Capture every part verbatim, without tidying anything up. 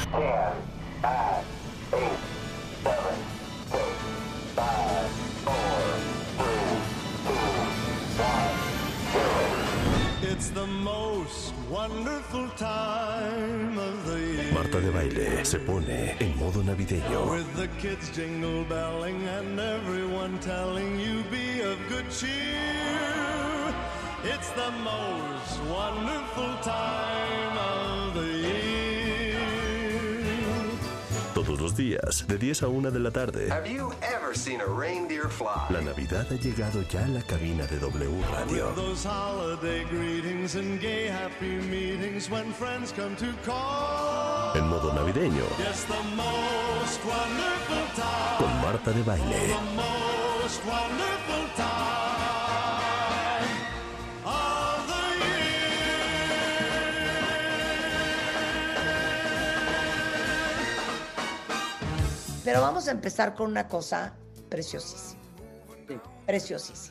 ten, nine, eight, seven, six, five, four, three, two, one, zero. It's the most wonderful time of the year. Marta de Baile se pone en modo navideño. With the kids jingle belling and everyone telling you be of good cheer. It's the most wonderful time of the year. Todos los días, de diez a una de la tarde. Have you ever seen a reindeer fly? La Navidad ha llegado ya a la cabina de W Radio. With those holiday greetings and gay happy meetings when friends come to call. En modo navideño. Yes, the most wonderful time. Con Marta de Baile. The most wonderful time of the year. Pero vamos a empezar con una cosa preciosísima. Sí. Preciosísima.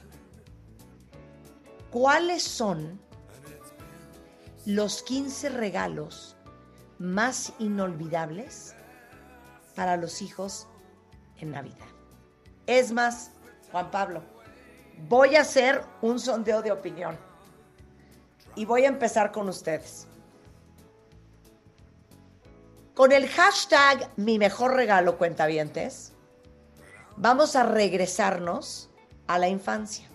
¿Cuáles son los quince regalos más inolvidables para los hijos en Navidad? Es más, Juan Pablo, voy a hacer un sondeo de opinión y voy a empezar con ustedes. Con el hashtag mi mejor regalo, cuentavientes, vamos a regresarnos a la infancia.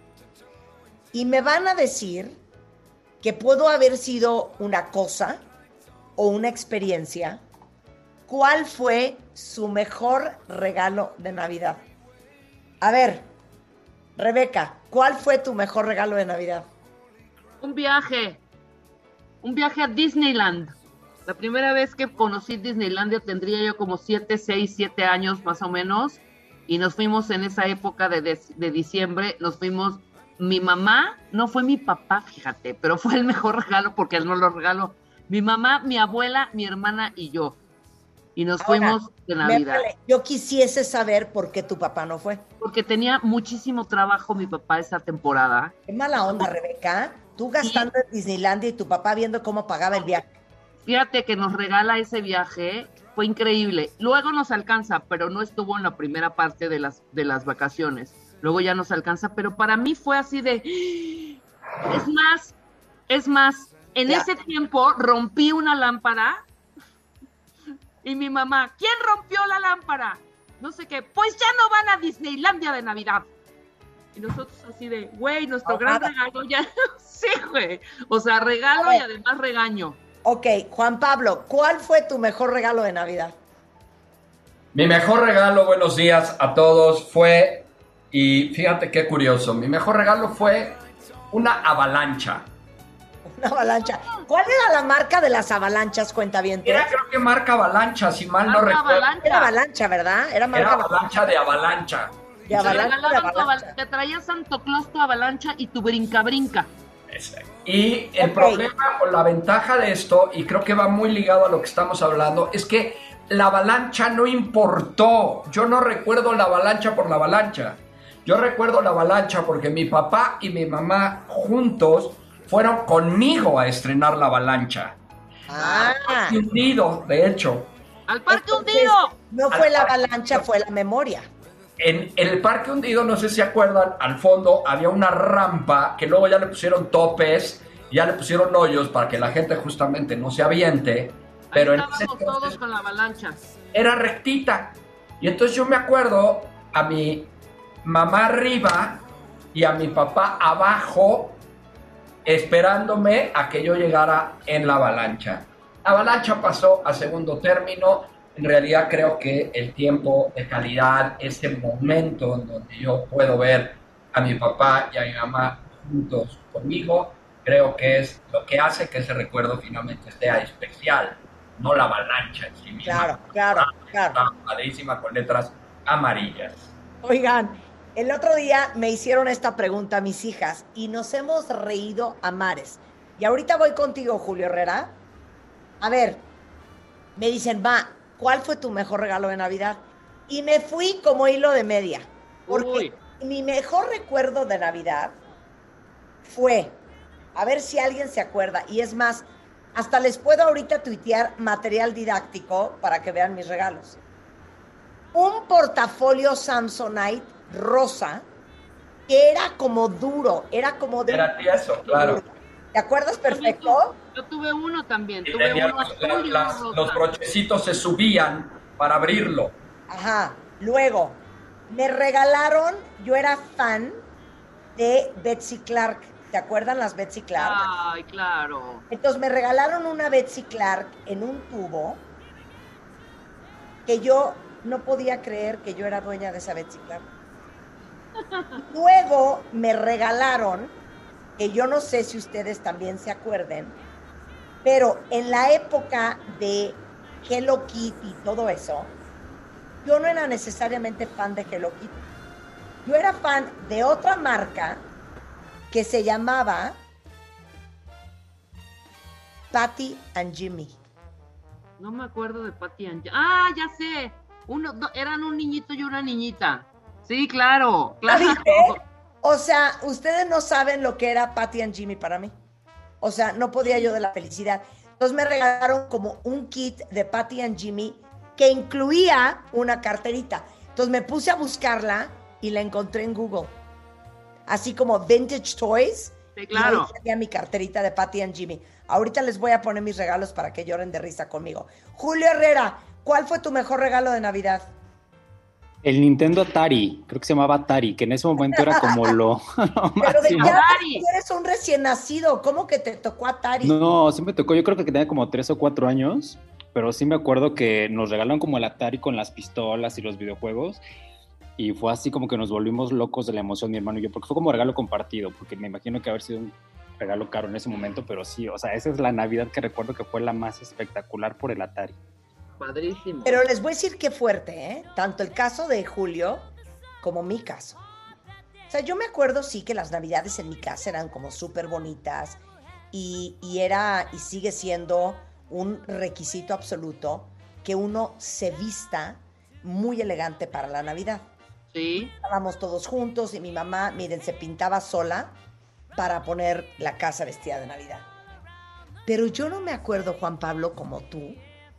Y me van a decir que pudo haber sido una cosa o una experiencia. ¿Cuál fue su mejor regalo de Navidad? A ver, Rebeca, ¿cuál fue tu mejor regalo de Navidad? Un viaje, un viaje a Disneyland. La primera vez que conocí Disneylandia tendría yo como siete, seis, siete años más o menos. Y nos fuimos en esa época de, de, de diciembre, nos fuimos, mi mamá, no fue mi papá, fíjate, pero fue el mejor regalo porque él nos lo regaló. Mi mamá, mi abuela, mi hermana y yo. Y nos Ahora, fuimos de Navidad. Vale, yo quisiese saber por qué tu papá no fue. Porque tenía muchísimo trabajo mi papá esa temporada. Qué mala onda, Rebeca. Tú gastando en Disneylandia y tu papá viendo cómo pagaba el viaje. Fíjate que nos regala ese viaje, fue increíble. Luego nos alcanza, pero no estuvo en la primera parte de las, de las vacaciones. Luego ya nos alcanza, pero para mí fue así de... Es más, es más, en Ya. ese tiempo rompí una lámpara y mi mamá, ¿quién rompió la lámpara? No sé qué, pues ya no van a Disneylandia de Navidad. Y nosotros así de, güey, nuestro gran regalo ya... Sí, güey. O sea, regalo y además regaño. Ok, Juan Pablo, ¿cuál fue tu mejor regalo de Navidad? Mi mejor regalo, buenos días a todos, fue, y fíjate qué curioso, mi mejor regalo fue una avalancha. Una avalancha. ¿Cuál era la marca de las avalanchas, cuentavientes? Era creo que marca avalancha, si mal no Marca recuerdo. Avalancha. Era avalancha, ¿verdad? Era marca Era avalancha de avalancha. de Te avalancha, de regalaban tu avalancha. aval- te traía Santo Claus tu avalancha y tu brinca-brinca. Y el Ok. problema o la ventaja de esto, y creo que va muy ligado a lo que estamos hablando, es que la avalancha no importó. Yo no recuerdo la avalancha por la avalancha. Yo recuerdo la avalancha porque mi papá y mi mamá juntos fueron conmigo a estrenar la avalancha. Ah, Y hundido, de hecho. ¡Al parque entonces, hundido! no fue la avalancha, fue la memoria. En el parque hundido, no sé si se acuerdan, al fondo había una rampa que luego ya le pusieron topes, ya le pusieron hoyos para que la gente justamente no se aviente, pero Ahí en ese estábamos todos entonces con la avalancha. era rectita. Y entonces yo me acuerdo a mi mamá arriba y a mi papá abajo esperándome a que yo llegara en la avalancha. La avalancha pasó a segundo término. En realidad creo que el tiempo de calidad, ese momento en donde yo puedo ver a mi papá y a mi mamá juntos conmigo, creo que es lo que hace que ese recuerdo finalmente sea especial, no la avalancha en sí misma. Claro, claro, claro. Está padrísima con letras amarillas. Oigan, el otro día me hicieron esta pregunta a mis hijas y nos hemos reído a mares. Y ahorita voy contigo, Julio Herrera. A ver, me dicen, va, ¿cuál fue tu mejor regalo de Navidad? Y me fui como hilo de media. Porque Uy. mi mejor recuerdo de Navidad fue, a ver si alguien se acuerda, y es más, Hasta les puedo ahorita tuitear material didáctico para que vean mis regalos. Un portafolio Samsonite rosa que era como duro, era como de... Era tieso, claro. ¿Te acuerdas perfecto? Yo tuve uno también. Y Tuve tenía uno los, azul la- y las- uno los rosa. brochecitos se subían para abrirlo. Ajá. Luego, me regalaron, yo era fan de Betsy Clark. ¿Te acuerdan las Betsy Clark? Ay, claro. Entonces me regalaron una Betsy Clark en un tubo que yo no podía creer que yo era dueña de esa Betsy Clark. Luego me regalaron, que yo no sé si ustedes también se acuerden, pero en la época de Hello Kitty y todo eso, yo no era necesariamente fan de Hello Kitty. Yo era fan de otra marca que se llamaba Patty and Jimmy. No me acuerdo de Patty and Ja- Ah, ya sé. Uno, do- eran un niñito y una niñita. Sí, claro, claro. ¿Viste? O sea, ustedes no saben lo que era Patty and Jimmy para mí. O sea, no podía yo de la felicidad. Entonces me regalaron como un kit de Patty and Jimmy que incluía una carterita. Entonces me puse a buscarla y la encontré en Google. Así como Vintage Toys. Sí, claro. Y ahí tenía mi carterita de Patty and Jimmy. Ahorita les voy a poner mis regalos para que lloren de risa conmigo. Julio Herrera, ¿cuál fue tu mejor regalo de Navidad? El Nintendo Atari, creo que se llamaba Atari, que en ese momento era como lo, lo Pero de máximo. qué hablas? Atari. Tú eres un recién nacido. ¿Cómo que te tocó Atari? No, sí me tocó, yo creo que tenía como tres o cuatro años, pero sí me acuerdo que nos regalaron como el Atari con las pistolas y los videojuegos, y fue así como que nos volvimos locos de la emoción, mi hermano y yo, porque fue como regalo compartido, porque me imagino que haber sido un regalo caro en ese momento, pero sí, o sea, esa es la Navidad que recuerdo que fue la más espectacular por el Atari. Padrísimo. Pero les voy a decir qué fuerte, ¿eh? Tanto el caso de Julio como mi caso. O sea, yo me acuerdo sí que las Navidades en mi casa eran como súper bonitas y, y era y sigue siendo un requisito absoluto que uno se vista muy elegante para la Navidad. Sí. Estábamos todos juntos y mi mamá, miren, se pintaba sola para poner la casa vestida de Navidad. Pero yo no me acuerdo, Juan Pablo, como tú,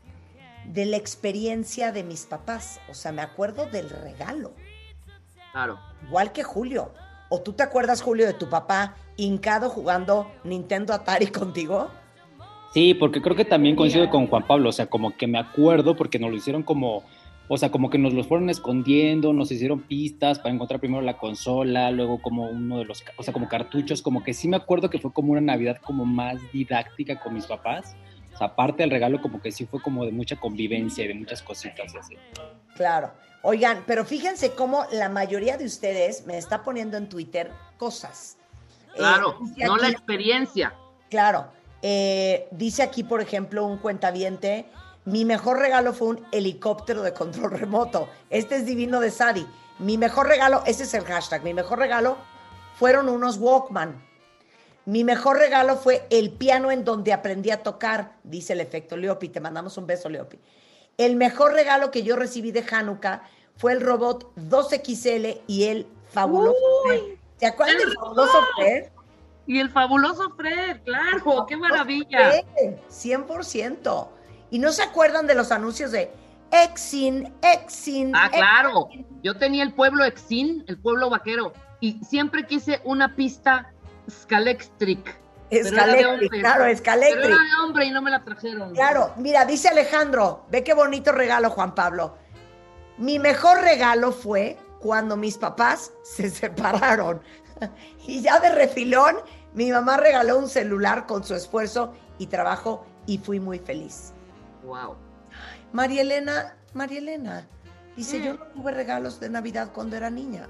de la experiencia de mis papás. O sea, me acuerdo del regalo. Claro. Igual que Julio. ¿O tú te acuerdas, Julio, de tu papá hincado jugando Nintendo Atari contigo? Sí, porque creo que también coincido con Juan Pablo, o sea, como que me acuerdo porque nos lo hicieron como, o sea, como que nos los fueron escondiendo, nos hicieron pistas para encontrar primero la consola, luego como uno de los, o sea, como cartuchos, como que sí me acuerdo que fue como una Navidad como más didáctica con mis papás, o sea, aparte del regalo como que sí fue como de mucha convivencia y de muchas cositas así. Claro. Oigan, pero fíjense cómo la mayoría de ustedes me está poniendo en Twitter cosas. Claro, Eh, dice no aquí- la experiencia. Claro. Eh, dice aquí, por ejemplo, un cuentaviente, mi mejor regalo fue un helicóptero de control remoto. Este es divino de Sadi. Mi mejor regalo, ese es el hashtag, mi mejor regalo fueron unos Walkman. Mi mejor regalo fue el piano en donde aprendí a tocar, dice el efecto Leopi. Te mandamos un beso, Leopi. El mejor regalo que yo recibí de Hanukkah fue el robot dos equis ele y el fabuloso Fred. ¿Te acuerdas del fabuloso Fred? Y el fabuloso Fred, claro, qué maravilla. Fred, cien por ciento. ¿Y no se acuerdan de los anuncios de Exin, Exin? Ah, Exin? claro. Yo tenía el pueblo Exin, el pueblo vaquero, y siempre quise una pista Scalextric. Escalectric, claro, Pero Escalectric. era de hombre y no me la trajeron. Claro, mira, dice Alejandro, ve qué bonito regalo, Juan Pablo. Mi mejor regalo fue cuando mis papás se separaron. Y ya de refilón, mi mamá regaló un celular con su esfuerzo y trabajo y fui muy feliz. Wow. María Elena, María Elena, dice, Mm. yo no tuve regalos de Navidad cuando era niña.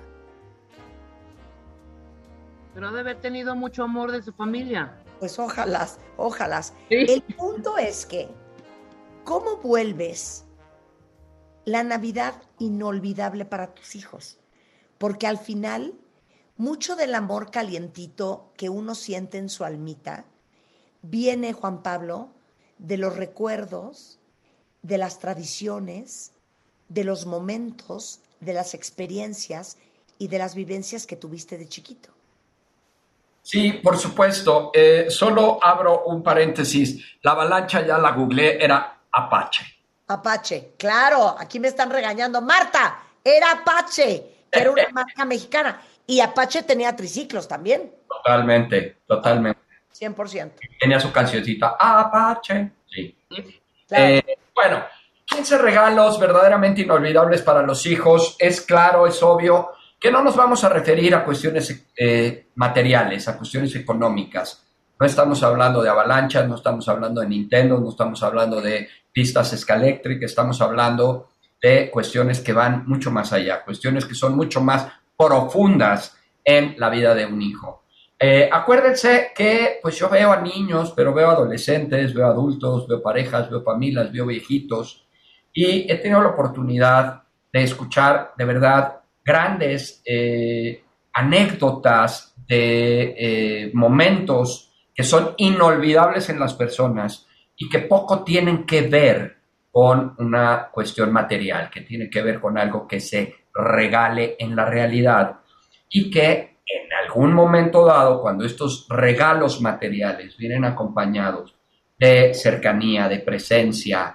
Pero debe haber tenido mucho amor de su familia. Pues ojalá, ojalá. Sí. El punto es que, ¿cómo vuelves la Navidad inolvidable para tus hijos? Porque al final, mucho del amor calientito que uno siente en su almita viene, Juan Pablo, de los recuerdos, de las tradiciones, de los momentos, de las experiencias y de las vivencias que tuviste de chiquito. Sí, por supuesto. Eh, solo abro un paréntesis. La avalancha ya la googleé, era Apache. Apache, claro, aquí me están regañando. Marta, era Apache, que era una marca mexicana. Y Apache tenía triciclos también. Totalmente, totalmente. cien por ciento. Tenía su cancioncita, Apache. Sí. Claro. Eh, bueno, quince regalos verdaderamente inolvidables para los hijos. Es claro, es obvio que no nos vamos a referir a cuestiones eh, materiales, a cuestiones económicas. No estamos hablando de avalanchas, no estamos hablando de Nintendo, no estamos hablando de pistas escaléctricas, estamos hablando de cuestiones que van mucho más allá, cuestiones que son mucho más profundas en la vida de un hijo. Eh, acuérdense que pues yo veo a niños, pero veo adolescentes, veo adultos, veo parejas, veo familias, veo viejitos, y he tenido la oportunidad de escuchar de verdad grandes eh, anécdotas de eh, momentos que son inolvidables en las personas y que poco tienen que ver con una cuestión material, que tiene que ver con algo que se regale en la realidad y que en algún momento dado, cuando estos regalos materiales vienen acompañados de cercanía, de presencia,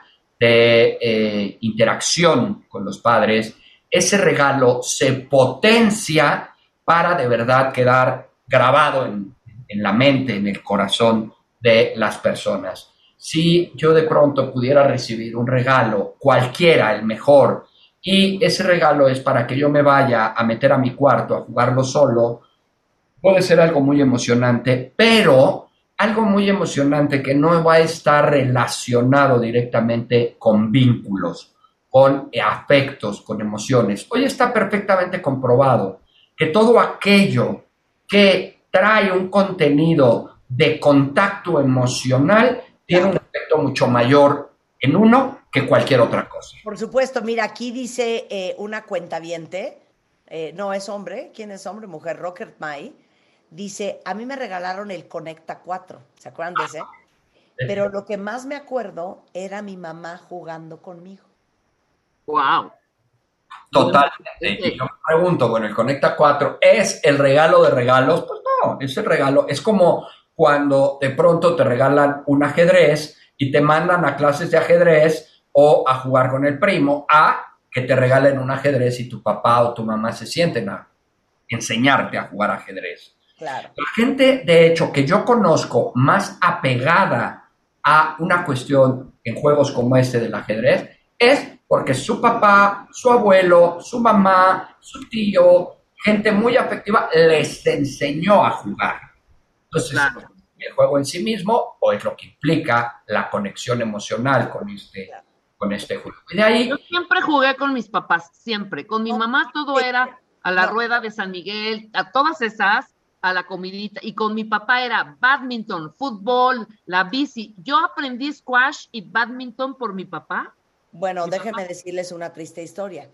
de eh, interacción con los padres, ese regalo se potencia para de verdad quedar grabado en, en la mente, en el corazón de las personas. Si yo de pronto pudiera recibir un regalo, cualquiera, el mejor, y ese regalo es para que yo me vaya a meter a mi cuarto a jugarlo solo, puede ser algo muy emocionante, pero algo muy emocionante que no va a estar relacionado directamente con vínculos, con afectos, con emociones. Hoy está perfectamente comprobado que todo aquello que trae un contenido de contacto emocional tiene un efecto mucho mayor en uno que cualquier otra cosa. Por supuesto, mira, aquí dice eh, una cuentaviente, eh, no es hombre, ¿quién es hombre? Mujer, Rocket Mai, dice, a mí me regalaron el Conecta cuatro, ¿se acuerdan de ese? Pero lo que más me acuerdo era mi mamá jugando conmigo. Wow. Totalmente. Y yo me pregunto, bueno, el Conecta cuatro ¿es el regalo de regalos? Pues no, es el regalo. Es como cuando de pronto te regalan un ajedrez y te mandan a clases de ajedrez o a jugar con el primo, a que te regalen un ajedrez y tu papá o tu mamá se sienten a enseñarte a jugar ajedrez. Claro. La gente, de hecho, que yo conozco más apegada a una cuestión en juegos como este del ajedrez es porque su papá, su abuelo, su mamá, su tío, gente muy afectiva, les enseñó a jugar. Entonces, claro, el juego en sí mismo o es lo que implica la conexión emocional con este, con este juego. Y de ahí, yo siempre jugué con mis papás, siempre. Con mi mamá todo era a la rueda de San Miguel, a todas esas, a la comidita. Y con mi papá era badminton, fútbol, la bici. Yo aprendí squash y badminton por mi papá. Bueno, déjenme decirles una triste historia.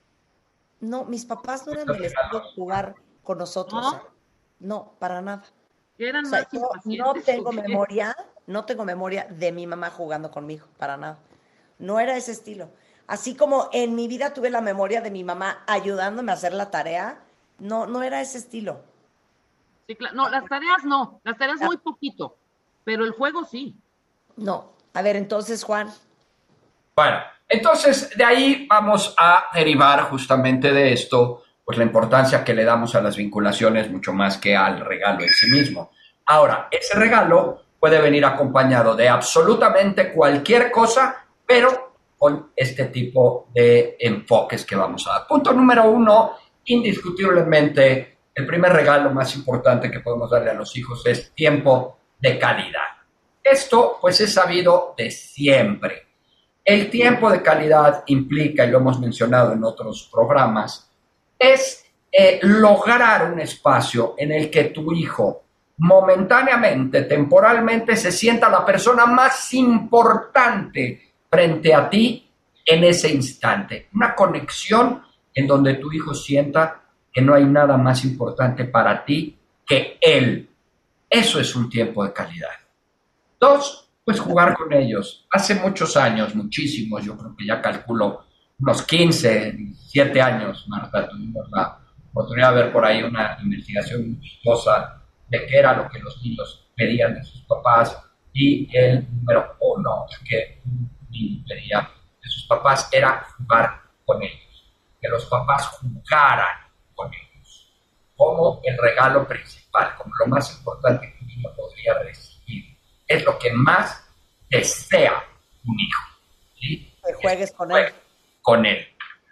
No, mis papás no eran del estilo de jugar con nosotros. ¿No? ¿eh? No, para nada. Eran O sea, más yo impacientes. no tengo ¿o qué? memoria, no tengo memoria de mi mamá jugando conmigo, para nada. No era ese estilo. Así como en mi vida tuve la memoria de mi mamá ayudándome a hacer la tarea, no, no era ese estilo. Sí, claro. No, las tareas no, las tareas muy poquito, pero el juego sí. No. A ver, entonces, Juan. bueno, entonces de ahí vamos a derivar justamente de esto, pues la importancia que le damos a las vinculaciones mucho más que al regalo en sí mismo. Ahora, ese regalo puede venir acompañado de absolutamente cualquier cosa, pero con este tipo de enfoques que vamos a dar. Punto número uno, indiscutiblemente, el primer regalo más importante que podemos darle a los hijos es tiempo de calidad. Esto, pues, es sabido de siempre. El tiempo de calidad implica, y lo hemos mencionado en otros programas, es eh, lograr un espacio en el que tu hijo momentáneamente, temporalmente, se sienta la persona más importante frente a ti en ese instante. Una conexión en donde tu hijo sienta que no hay nada más importante para ti que él. Eso es un tiempo de calidad. Dos, pues jugar con ellos. Hace muchos años, muchísimos, yo creo que ya calculo unos quince, diecisiete años, Marta, tuvimos la oportunidad de ver por ahí una investigación muy chistosa de qué era lo que los niños pedían de sus papás, y el número uno que un niño pedía de sus papás era jugar con ellos, que los papás jugaran con ellos, como el regalo principal, como lo más importante que un niño podría recibir. Es lo que más desea un hijo, ¿sí? Que juegues con él. Con él.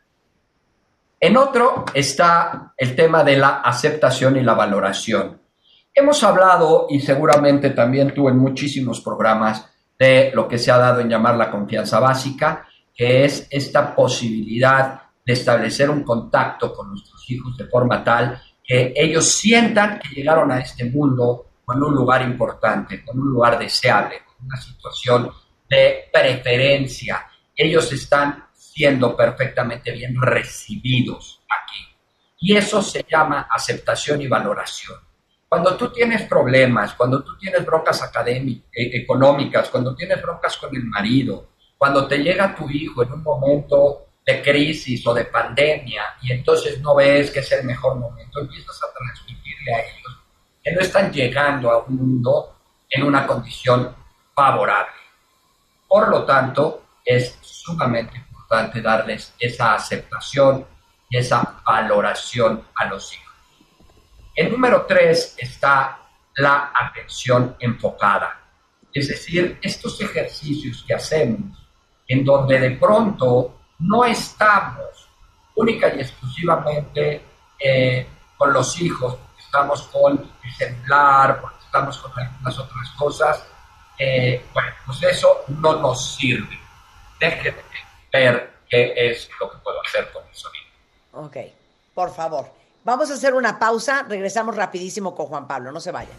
En otro está el tema de la aceptación y la valoración. Hemos hablado, y seguramente también tú en muchísimos programas, de lo que se ha dado en llamar la confianza básica, que es esta posibilidad de establecer un contacto con nuestros hijos de forma tal que ellos sientan que llegaron a este mundo con un lugar importante, con un lugar deseable, con una situación de preferencia. Ellos están siendo perfectamente bien recibidos aquí. Y eso se llama aceptación y valoración. Cuando tú tienes problemas, cuando tú tienes broncas académicas, eh, económicas, cuando tienes broncas con el marido, cuando te llega tu hijo en un momento de crisis o de pandemia y entonces no ves que es el mejor momento, empiezas a transmitirle a ellos que no están llegando a un mundo en una condición favorable. Por lo tanto, es sumamente importante darles esa aceptación y esa valoración a los hijos. El número tres está la atención enfocada. Es decir, estos ejercicios que hacemos en donde de pronto no estamos única y exclusivamente eh, con los hijos, porque estamos con el celular, porque estamos con algunas otras cosas, eh, bueno, pues eso no nos sirve. Déjenme ver qué es lo que puedo hacer con el sonido. Ok, por favor. Vamos a hacer una pausa, regresamos rapidísimo con Juan Pablo, no se vayan.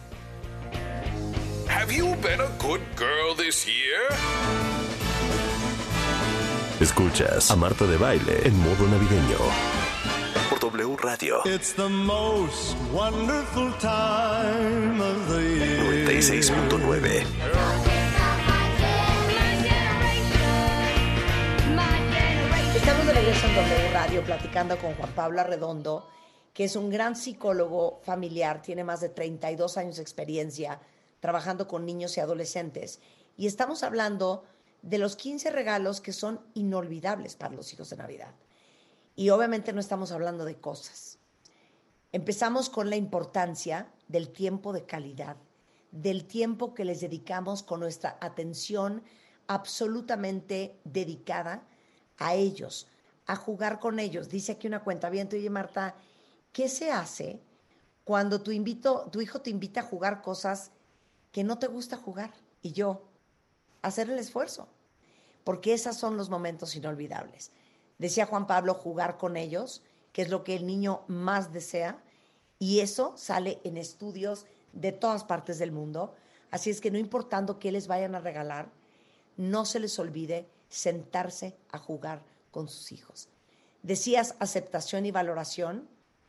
Have you been a good girl this year? Escuchas a Marta de Baile en modo navideño por W Radio It's the most wonderful time of the year. noventa y seis punto nueve. Estamos de regreso en W Radio platicando con Juan Pablo Arredondo, que es un gran psicólogo familiar, tiene más de treinta y dos años de experiencia trabajando con niños y adolescentes. Y estamos hablando de los quince regalos que son inolvidables para los hijos de Navidad. Y obviamente no estamos hablando de cosas. Empezamos con la importancia del tiempo de calidad, del tiempo que les dedicamos con nuestra atención absolutamente dedicada a ellos, a jugar con ellos. Dice aquí una cuentaviente, oye Marta, ¿qué se hace cuando tu, invito, tu hijo te invita a jugar cosas que no te gusta jugar? Y yo, hacer el esfuerzo, porque esos son los momentos inolvidables. Decía Juan Pablo, jugar con ellos, que es lo que el niño más desea, y eso sale en estudios de todas partes del mundo. Así es que no importando qué les vayan a regalar, no se les olvide sentarse a jugar con sus hijos. Decías aceptación y valoración,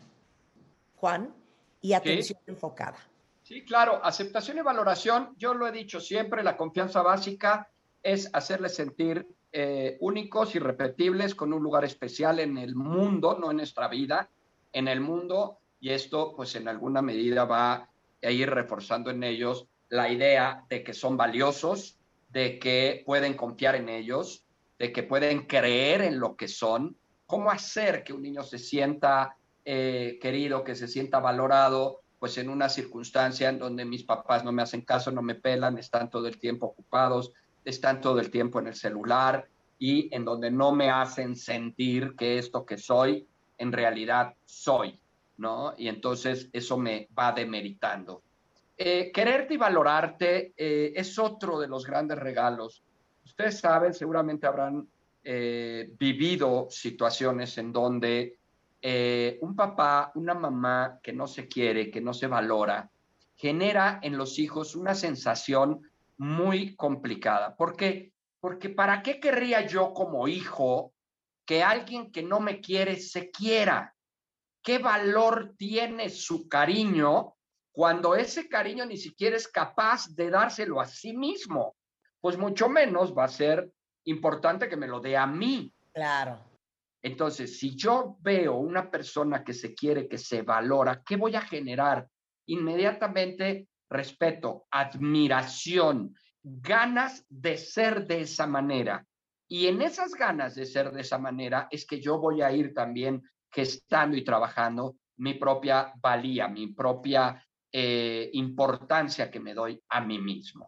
Juan, y atención ¿Sí? enfocada. Sí, claro, aceptación y valoración, yo lo he dicho siempre, la confianza básica es hacerles sentir eh, únicos, irrepetibles, con un lugar especial en el mundo, no en nuestra vida, en el mundo, y esto pues en alguna medida va a ir reforzando en ellos la idea de que son valiosos, de que pueden confiar en ellos, de que pueden creer en lo que son. ¿Cómo hacer que un niño se sienta eh, querido, que se sienta valorado, pues en una circunstancia en donde mis papás no me hacen caso, no me pelan, están todo el tiempo ocupados, están todo el tiempo en el celular y en donde no me hacen sentir que esto que soy, en realidad soy, ¿no? Y entonces eso me va demeritando. Eh, quererte y valorarte eh, es otro de los grandes regalos. Ustedes saben, seguramente habrán eh, vivido situaciones en donde eh, un papá, una mamá que no se quiere, que no se valora, genera en los hijos una sensación muy complicada. ¿Por qué? Porque ¿para qué querría yo como hijo que alguien que no me quiere se quiera? ¿Qué valor tiene su cariño cuando ese cariño ni siquiera es capaz de dárselo a sí mismo? Pues mucho menos va a ser importante que me lo dé a mí. Claro. Entonces, si yo veo una persona que se quiere, que se valora, ¿qué voy a generar? inmediatamente respeto, admiración, ganas de ser de esa manera. Y en esas ganas de ser de esa manera es que yo voy a ir también gestando y trabajando mi propia valía, mi propia eh, importancia que me doy a mí mismo.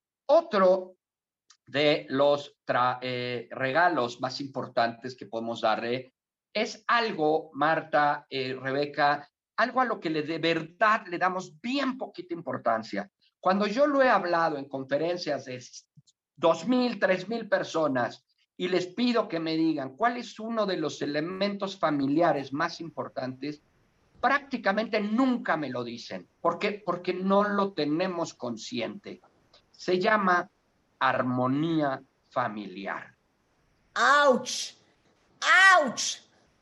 Otro de los tra- eh, regalos más importantes que podemos darle es algo, Marta, eh, Rebeca, algo a lo que le, de verdad le damos bien poquita importancia. Cuando yo lo he hablado en conferencias de dos mil, tres mil personas y les pido que me digan cuál es uno de los elementos familiares más importantes, prácticamente nunca me lo dicen. ¿Por qué? Porque no lo tenemos consciente. Se llama armonía familiar. ¡Auch! ¡Auch!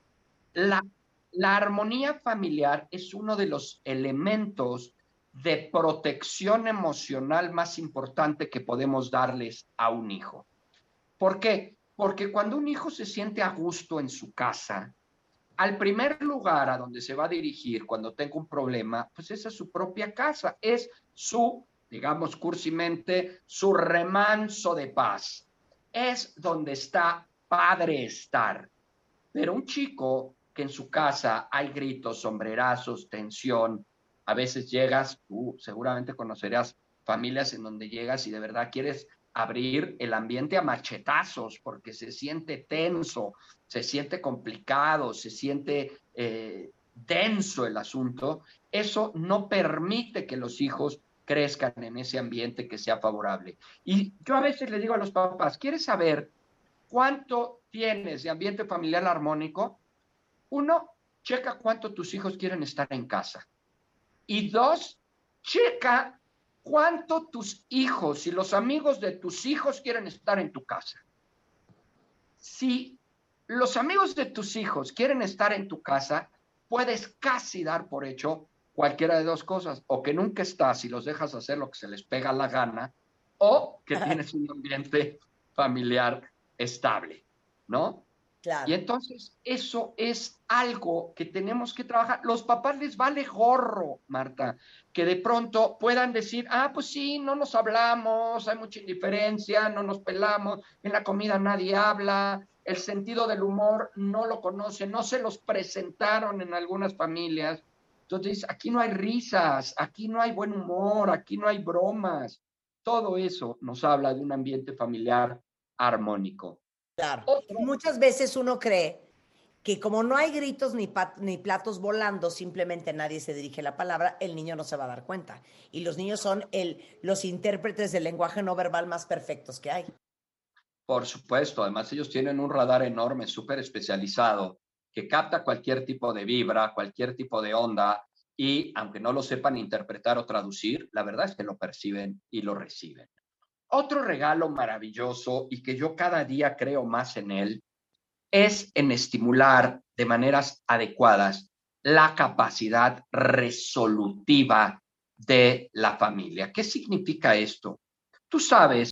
La, la armonía familiar es uno de los elementos de protección emocional más importante que podemos darles a un hijo. ¿Por qué? Porque cuando un hijo se siente a gusto en su casa, al primer lugar a donde se va a dirigir cuando tenga un problema, pues es a su propia casa, es su, digamos cursimente, su remanso de paz. Es donde está padre estar. Pero un chico que en su casa hay gritos, sombrerazos, tensión, a veces llegas, tú seguramente conocerás familias en donde llegas y de verdad quieres abrir el ambiente a machetazos porque se siente tenso, se siente complicado, se siente eh, denso el asunto. Eso no permite que los hijos crezcan en ese ambiente que sea favorable. Y yo a veces le digo a los papás, ¿quieres saber cuánto tienes de ambiente familiar armónico? Uno, checa cuánto tus hijos quieren estar en casa. Y dos, checa cuánto tus hijos y los amigos de tus hijos quieren estar en tu casa. Si los amigos de tus hijos quieren estar en tu casa, puedes casi dar por hecho cualquiera de dos cosas, o que nunca estás y los dejas hacer lo que se les pega la gana, o que tienes un ambiente familiar estable, ¿no? Claro. Y entonces eso es algo que tenemos que trabajar. Los papás les vale gorro, Marta, que de pronto puedan decir, ah, pues sí, no nos hablamos, hay mucha indiferencia, no nos pelamos, en la comida nadie habla, el sentido del humor no lo conocen, no se los presentaron en algunas familias. Entonces, aquí no hay risas, aquí no hay buen humor, aquí no hay bromas. Todo eso nos habla de un ambiente familiar armónico. Claro. Otro. Muchas veces uno cree que como no hay gritos ni, pat- ni platos volando, simplemente nadie se dirige la palabra, el niño no se va a dar cuenta. Y los niños son el, los intérpretes del lenguaje no verbal más perfectos que hay. Por supuesto, además ellos tienen un radar enorme, súper especializado, que capta cualquier tipo de vibra, cualquier tipo de onda, y aunque no lo sepan interpretar o traducir, la verdad es que lo perciben y lo reciben. Otro regalo maravilloso y que yo cada día creo más en él es en estimular de maneras adecuadas la capacidad resolutiva de la familia. ¿Qué significa esto? Tú sabes.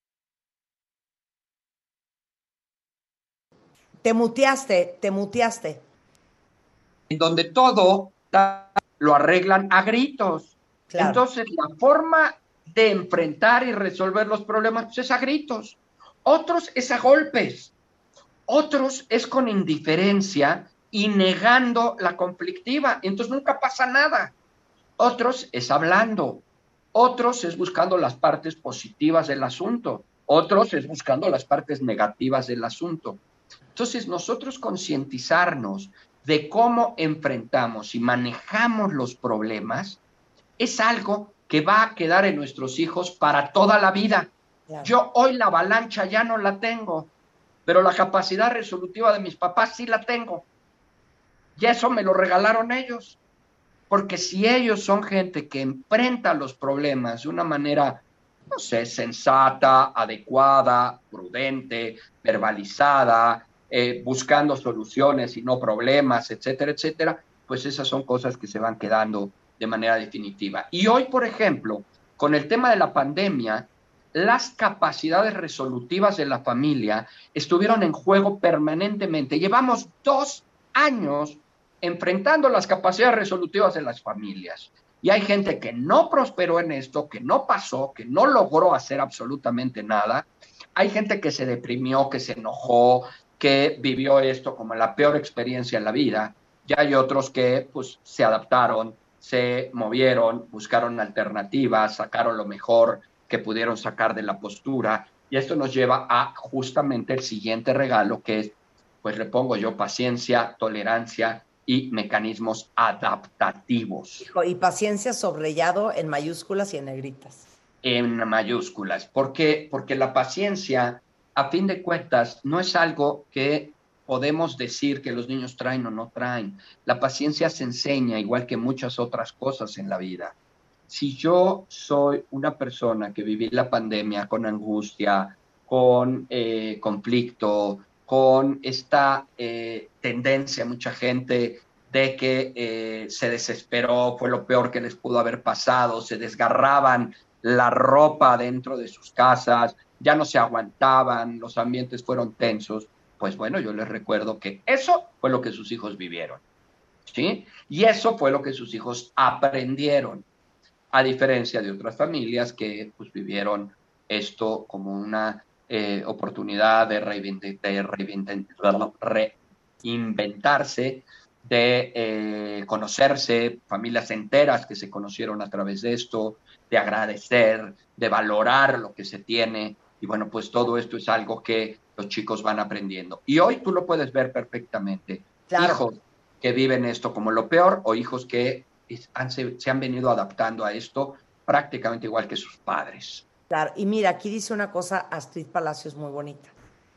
Te muteaste, te muteaste. En donde todo lo arreglan a gritos. Claro. Entonces, la forma de enfrentar y resolver los problemas pues es a gritos. Otros es a golpes. Otros es con indiferencia y negando la conflictiva. Entonces nunca pasa nada. Otros es hablando. Otros es buscando las partes positivas del asunto. Otros es buscando las partes negativas del asunto. Entonces nosotros concientizarnos de cómo enfrentamos y manejamos los problemas es algo que va a quedar en nuestros hijos para toda la vida. Claro. Yo hoy la avalancha ya no la tengo, pero la capacidad resolutiva de mis papás sí la tengo. Y eso me lo regalaron ellos. Porque si ellos son gente que enfrenta los problemas de una manera, no sé, sensata, adecuada, prudente, verbalizada, eh, buscando soluciones y no problemas, etcétera, etcétera, pues esas son cosas que se van quedando de manera definitiva. Y hoy, por ejemplo, con el tema de la pandemia, las capacidades resolutivas de la familia estuvieron en juego permanentemente. Llevamos dos años enfrentando las capacidades resolutivas de las familias. Y hay gente que no prosperó en esto, que no pasó, que no logró hacer absolutamente nada. Hay gente que se deprimió, que se enojó, que vivió esto como la peor experiencia en la vida. Y hay otros que pues, se adaptaron, se movieron, buscaron alternativas, sacaron lo mejor que pudieron sacar de la postura. Y esto nos lleva a justamente el siguiente regalo, que es, pues le pongo yo, paciencia, tolerancia y mecanismos adaptativos. Hijo, y paciencia subrayado en mayúsculas y en negritas. En mayúsculas. ¿Por qué? Porque la paciencia, a fin de cuentas, no es algo que podemos decir que los niños traen o no traen. La paciencia se enseña igual que muchas otras cosas en la vida. Si yo soy una persona que viví la pandemia con angustia, con eh, conflicto, con esta eh, tendencia, mucha gente, de que eh, se desesperó, fue lo peor que les pudo haber pasado, se desgarraban la ropa dentro de sus casas, ya no se aguantaban, los ambientes fueron tensos, pues bueno, yo les recuerdo que eso fue lo que sus hijos vivieron, ¿sí? Y eso fue lo que sus hijos aprendieron, a diferencia de otras familias que pues vivieron esto como una eh, oportunidad de, reinvent- de reinvent- reinventarse, de eh, conocerse, familias enteras que se conocieron a través de esto, de agradecer, de valorar lo que se tiene. Y bueno, pues todo esto es algo que los chicos van aprendiendo. Y hoy tú lo puedes ver perfectamente. Claro. Hijos que viven esto como lo peor o hijos que han, se, se han venido adaptando a esto prácticamente igual que sus padres. Claro, y mira, aquí dice una cosa Astrid Palacios muy bonita.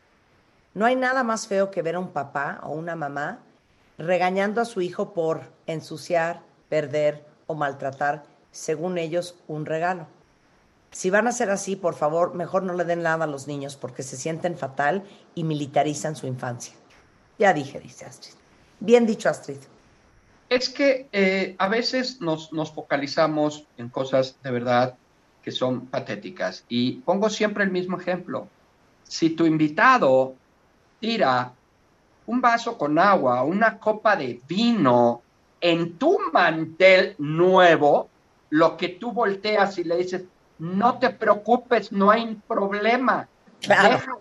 No hay nada más feo que ver a un papá o una mamá regañando a su hijo por ensuciar, perder o maltratar, según ellos, un regalo. Si van a ser así, por favor, mejor no le den nada a los niños porque se sienten fatal y militarizan su infancia. Ya dije, dice Astrid. Bien dicho, Astrid. Es que eh, a veces nos, nos focalizamos en cosas de verdad que son patéticas. Y pongo siempre el mismo ejemplo. Si tu invitado tira un vaso con agua, una copa de vino en tu mantel nuevo, lo que tú volteas y le dices, no te preocupes, no hay problema. Claro. Deja,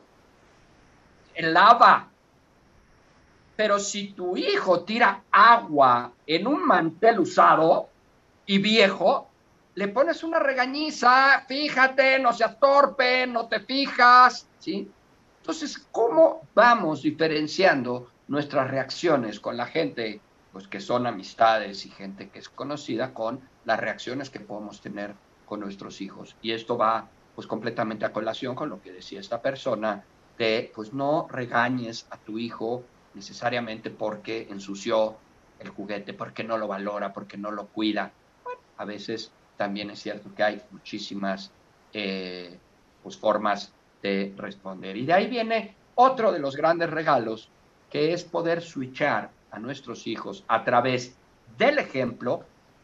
lava. Pero si tu hijo tira agua en un mantel usado y viejo, le pones una regañiza, fíjate, no seas torpe, no te fijas, ¿sí? Entonces, ¿cómo vamos diferenciando nuestras reacciones con la gente, pues que son amistades y gente que es conocida, con las reacciones que podemos tener con nuestros hijos? Y esto va, pues, completamente a colación con lo que decía esta persona, de, pues, no regañes a tu hijo necesariamente porque ensució el juguete, porque no lo valora, porque no lo cuida. Bueno, a veces también es cierto que hay muchísimas eh, pues, formas de responder. Y de ahí viene otro de los grandes regalos, que es poder switchar a nuestros hijos a través del ejemplo,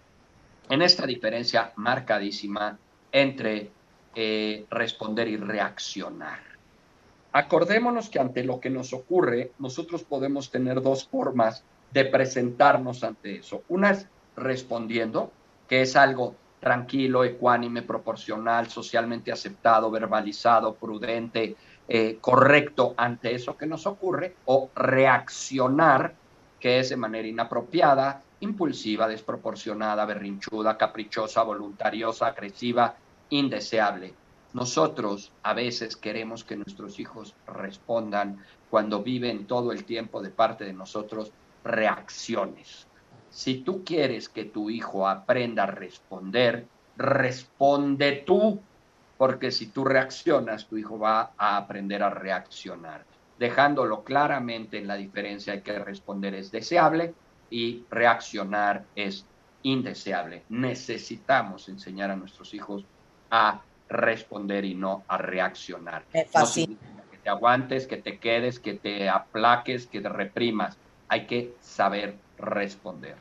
en esta diferencia marcadísima entre eh, responder y reaccionar. Acordémonos que ante lo que nos ocurre, nosotros podemos tener dos formas de presentarnos ante eso. Una es respondiendo, que es algo tranquilo, ecuánime, proporcional, socialmente aceptado, verbalizado, prudente, eh, correcto ante eso que nos ocurre, o reaccionar, que es de manera inapropiada, impulsiva, desproporcionada, berrinchuda, caprichosa, voluntariosa, agresiva, indeseable. Nosotros a veces queremos que nuestros hijos respondan cuando viven todo el tiempo de parte de nosotros reacciones. Si tú quieres que tu hijo aprenda a responder, responde tú, porque si tú reaccionas, tu hijo va a aprender a reaccionar, dejándolo claramente en la diferencia de que responder es deseable y reaccionar es indeseable. Necesitamos enseñar a nuestros hijos a responder y no a reaccionar. No significa que te aguantes, que te quedes, que te aplaques, que te reprimas. Hay que saber responder.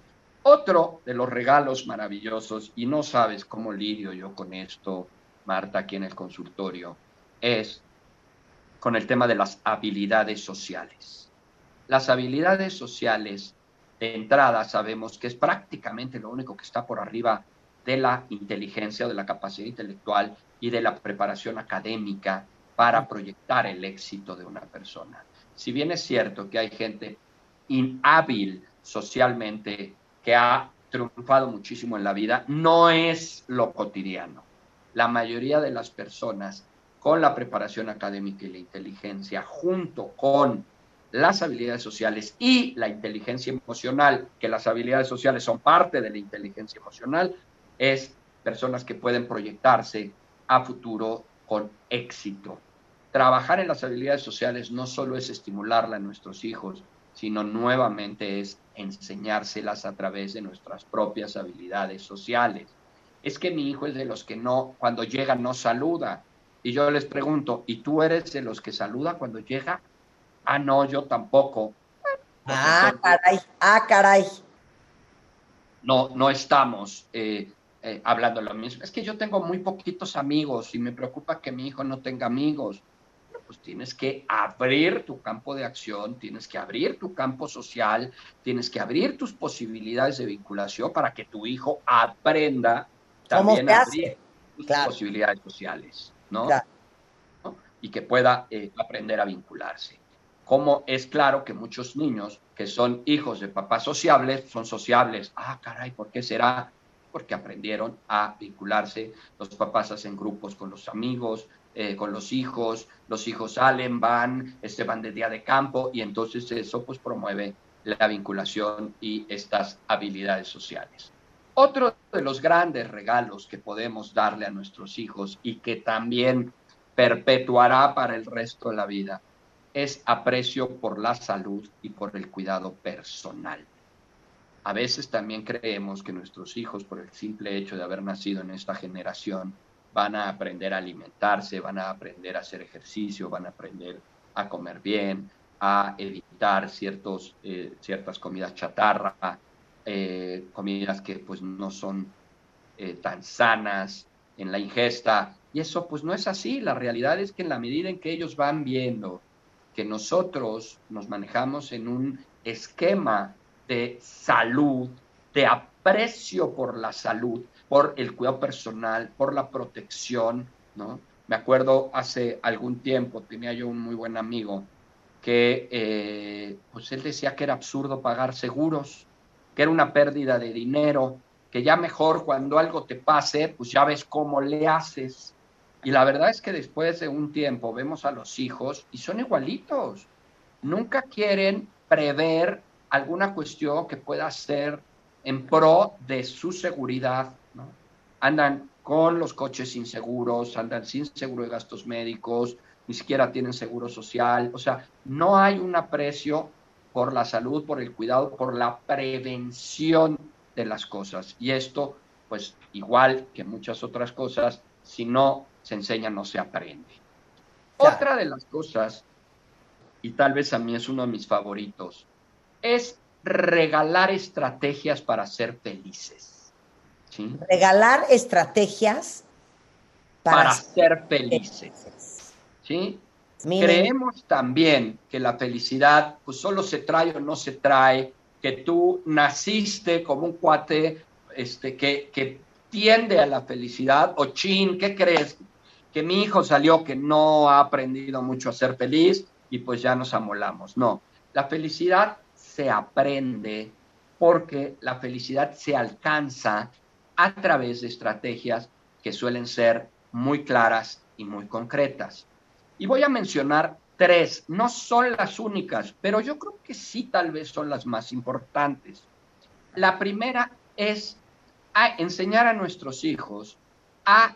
Otro de los regalos maravillosos, y no sabes cómo lidio yo con esto, Marta, aquí en el consultorio, es con el tema de las habilidades sociales. Las habilidades sociales de entrada sabemos que es prácticamente lo único que está por arriba de la inteligencia, de la capacidad intelectual y de la preparación académica para proyectar el éxito de una persona. Si bien es cierto que hay gente inhábil socialmente que ha triunfado muchísimo en la vida, no es lo cotidiano. La mayoría de las personas con la preparación académica y la inteligencia, junto con las habilidades sociales y la inteligencia emocional, que las habilidades sociales son parte de la inteligencia emocional, es personas que pueden proyectarse a futuro con éxito. Trabajar en las habilidades sociales no solo es estimularla a nuestros hijos, sino nuevamente es enseñárselas a través de nuestras propias habilidades sociales. Es que mi hijo es de los que no, cuando llega no saluda. Y yo les pregunto, ¿y tú eres de los que saluda cuando llega? Ah, no, yo tampoco. Pues ah, entonces, caray, ah, caray. No, no estamos eh, eh, hablando lo mismo. Es que yo tengo muy poquitos amigos y me preocupa que mi hijo no tenga amigos. Pues tienes que abrir tu campo de acción, tienes que abrir tu campo social, tienes que abrir tus posibilidades de vinculación para que tu hijo aprenda también a abrir tus claro. posibilidades sociales, ¿no? Claro. ¿no? Y que pueda eh, aprender a vincularse. Como es claro que muchos niños que son hijos de papás sociables, son sociables. Ah, caray, ¿por qué será? Porque aprendieron a vincularse. Los papás hacen grupos con los amigos, Eh, con los hijos, los hijos salen, van, este, van de día de campo y entonces eso pues promueve la vinculación y estas habilidades sociales. Otro de los grandes regalos que podemos darle a nuestros hijos y que también perpetuará para el resto de la vida es aprecio por la salud y por el cuidado personal. A veces también creemos que nuestros hijos, por el simple hecho de haber nacido en esta generación, van a aprender a alimentarse, van a aprender a hacer ejercicio, van a aprender a comer bien, a evitar ciertos, eh, ciertas comidas chatarra, eh, comidas que pues no son eh, tan sanas en la ingesta. Y eso pues no es así. La realidad es que en la medida en que ellos van viendo que nosotros nos manejamos en un esquema de salud, de aprecio por la salud, por el cuidado personal, por la protección, ¿no? Me acuerdo hace algún tiempo, tenía yo un muy buen amigo que, eh, pues él decía que era absurdo pagar seguros, que era una pérdida de dinero, que ya mejor cuando algo te pase, pues ya ves cómo le haces. Y la verdad es que después de un tiempo vemos a los hijos y son igualitos. Nunca quieren prever alguna cuestión que pueda ser en pro de su seguridad, ¿no? Andan con los coches inseguros, andan sin seguro de gastos médicos, ni siquiera tienen seguro social. O sea, no hay un aprecio por la salud, por el cuidado, por la prevención de las cosas. Y esto, pues, igual que muchas otras cosas, si no se enseña, no se aprende. Claro. Otra de las cosas, y tal vez a mí es uno de mis favoritos, es regalar estrategias para ser felices. ¿Sí? Regalar estrategias para, para ser felices. ¿Sí? Miren. Creemos también que la felicidad pues solo se trae o no se trae, que tú naciste como un cuate este, que, que tiende a la felicidad, o chin, ¿qué crees? Que mi hijo salió que no ha aprendido mucho a ser feliz y pues ya nos amolamos. No, la felicidad se aprende porque la felicidad se alcanza a través de estrategias que suelen ser muy claras y muy concretas. Y voy a mencionar tres, no son las únicas, pero yo creo que sí tal vez son las más importantes. La primera es a enseñar a nuestros hijos a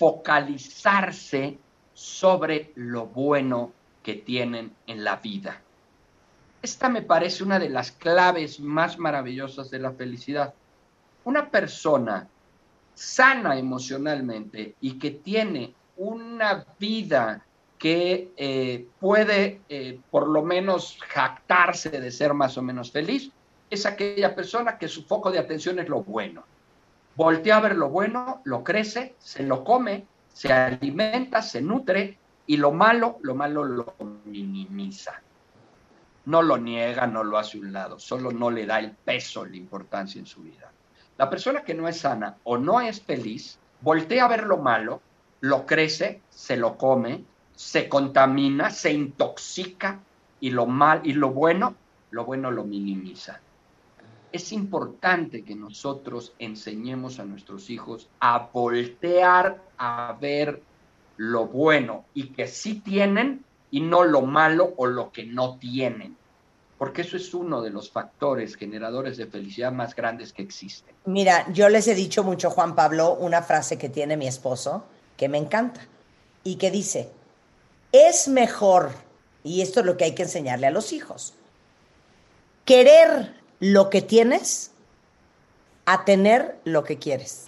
focalizarse sobre lo bueno que tienen en la vida. Esta me parece una de las claves más maravillosas de la felicidad. Una persona sana emocionalmente y que tiene una vida que eh, puede eh, por lo menos jactarse de ser más o menos feliz, es aquella persona que su foco de atención es lo bueno. Voltea a ver lo bueno, lo crece, se lo come, se alimenta, se nutre, y lo malo, lo malo lo minimiza. no lo niega, no lo hace a un lado, solo no le da el peso, la importancia en su vida. La persona que no es sana o no es feliz, voltea a ver lo malo, lo crece, se lo come, se contamina, se intoxica y lo mal y lo bueno, lo bueno lo minimiza. Es importante que nosotros enseñemos a nuestros hijos a voltear a ver lo bueno y que sí tienen y no lo malo o lo que no tienen. Porque eso es uno de los factores generadores de felicidad más grandes que existen. Mira, yo les he dicho mucho, Juan Pablo, una frase que tiene mi esposo, que me encanta, y que dice, es mejor, y esto es lo que hay que enseñarle a los hijos, querer lo que tienes a tener lo que quieres.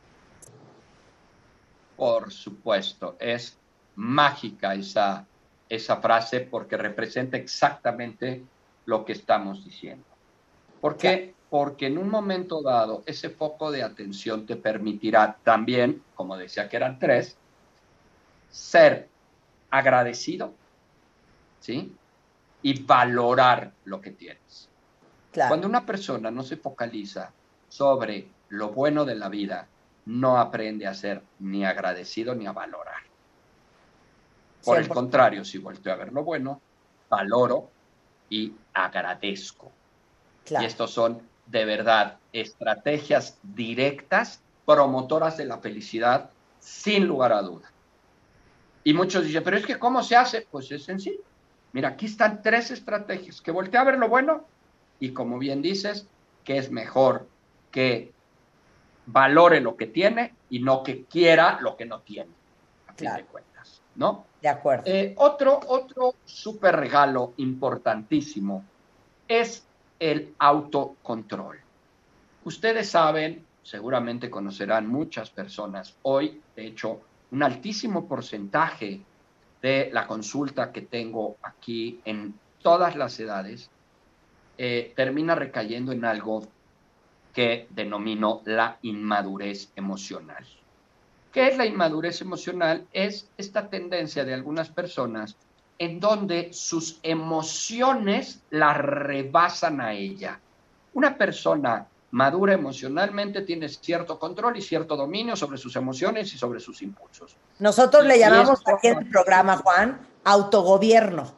Por supuesto, es mágica esa, esa frase porque representa exactamente lo que estamos diciendo. ¿Por qué? Porque en un momento dado, ese foco de atención te permitirá también, como decía que eran tres, ser agradecido, ¿sí? Y valorar lo que tienes. Claro. Cuando una persona no se focaliza sobre lo bueno de la vida, no aprende a ser ni agradecido ni a valorar. Por el contrario, si volteo a ver lo bueno, valoro y agradezco. Claro. Y estos son, de verdad, estrategias directas, promotoras de la felicidad, sin lugar a duda. Y muchos dicen, pero es que ¿cómo se hace? Pues es sencillo. Mira, aquí están tres estrategias, que voltea a ver lo bueno y, como bien dices, que es mejor que valore lo que tiene y no que quiera lo que no tiene, a fin de cuentas, ¿no? De acuerdo. Eh, otro, otro súper regalo importantísimo es el autocontrol. Ustedes saben, seguramente conocerán muchas personas hoy, de hecho, un altísimo porcentaje de la consulta que tengo aquí en todas las edades eh, termina recayendo en algo que denomino la inmadurez emocional. ¿Qué es la inmadurez emocional? Es esta tendencia de algunas personas en donde sus emociones la rebasan a ella. Una persona madura emocionalmente tiene cierto control y cierto dominio sobre sus emociones y sobre sus impulsos. Nosotros y, le llamamos esto, aquí en el programa, Juan, autogobierno.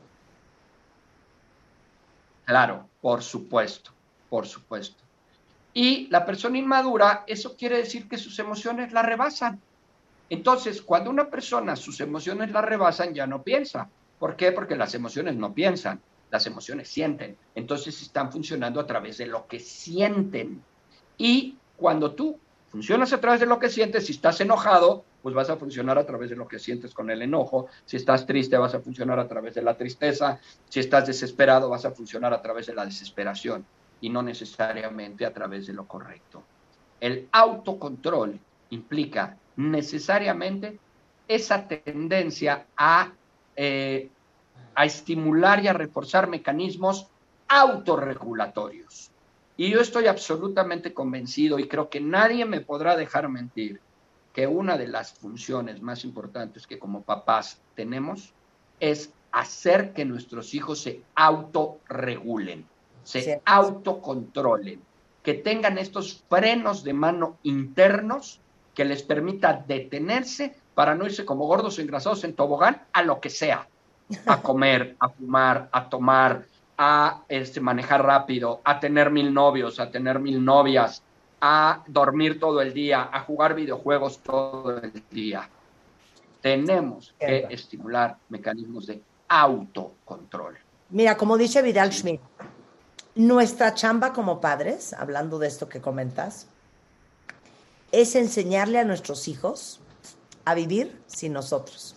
Claro, por supuesto, por supuesto. Y la persona inmadura, eso quiere decir que sus emociones la rebasan. Entonces, cuando una persona sus emociones la rebasan, ya no piensa. ¿Por qué? Porque las emociones no piensan, las emociones sienten. Entonces están funcionando a través de lo que sienten. Y cuando tú funcionas a través de lo que sientes, si estás enojado, pues vas a funcionar a través de lo que sientes con el enojo. Si estás triste, vas a funcionar a través de la tristeza. Si estás desesperado, vas a funcionar a través de la desesperación y no necesariamente a través de lo correcto. El autocontrol implica necesariamente esa tendencia a, eh, a estimular y a reforzar mecanismos autorregulatorios. Y yo estoy absolutamente convencido, y creo que nadie me podrá dejar mentir, que una de las funciones más importantes que como papás tenemos es hacer que nuestros hijos se autorregulen, se sí. autocontrolen, que tengan estos frenos de mano internos que les permita detenerse para no irse como gordos o engrasados en tobogán a lo que sea, a comer, a fumar, a tomar, a este, manejar rápido, a tener mil novios, a tener mil novias, a dormir todo el día, a jugar videojuegos todo el día. Tenemos que estimular mecanismos de autocontrol. Mira, como dice Vidal Schmidt, nuestra chamba como padres, hablando de esto que comentas, es enseñarle a nuestros hijos a vivir sin nosotros.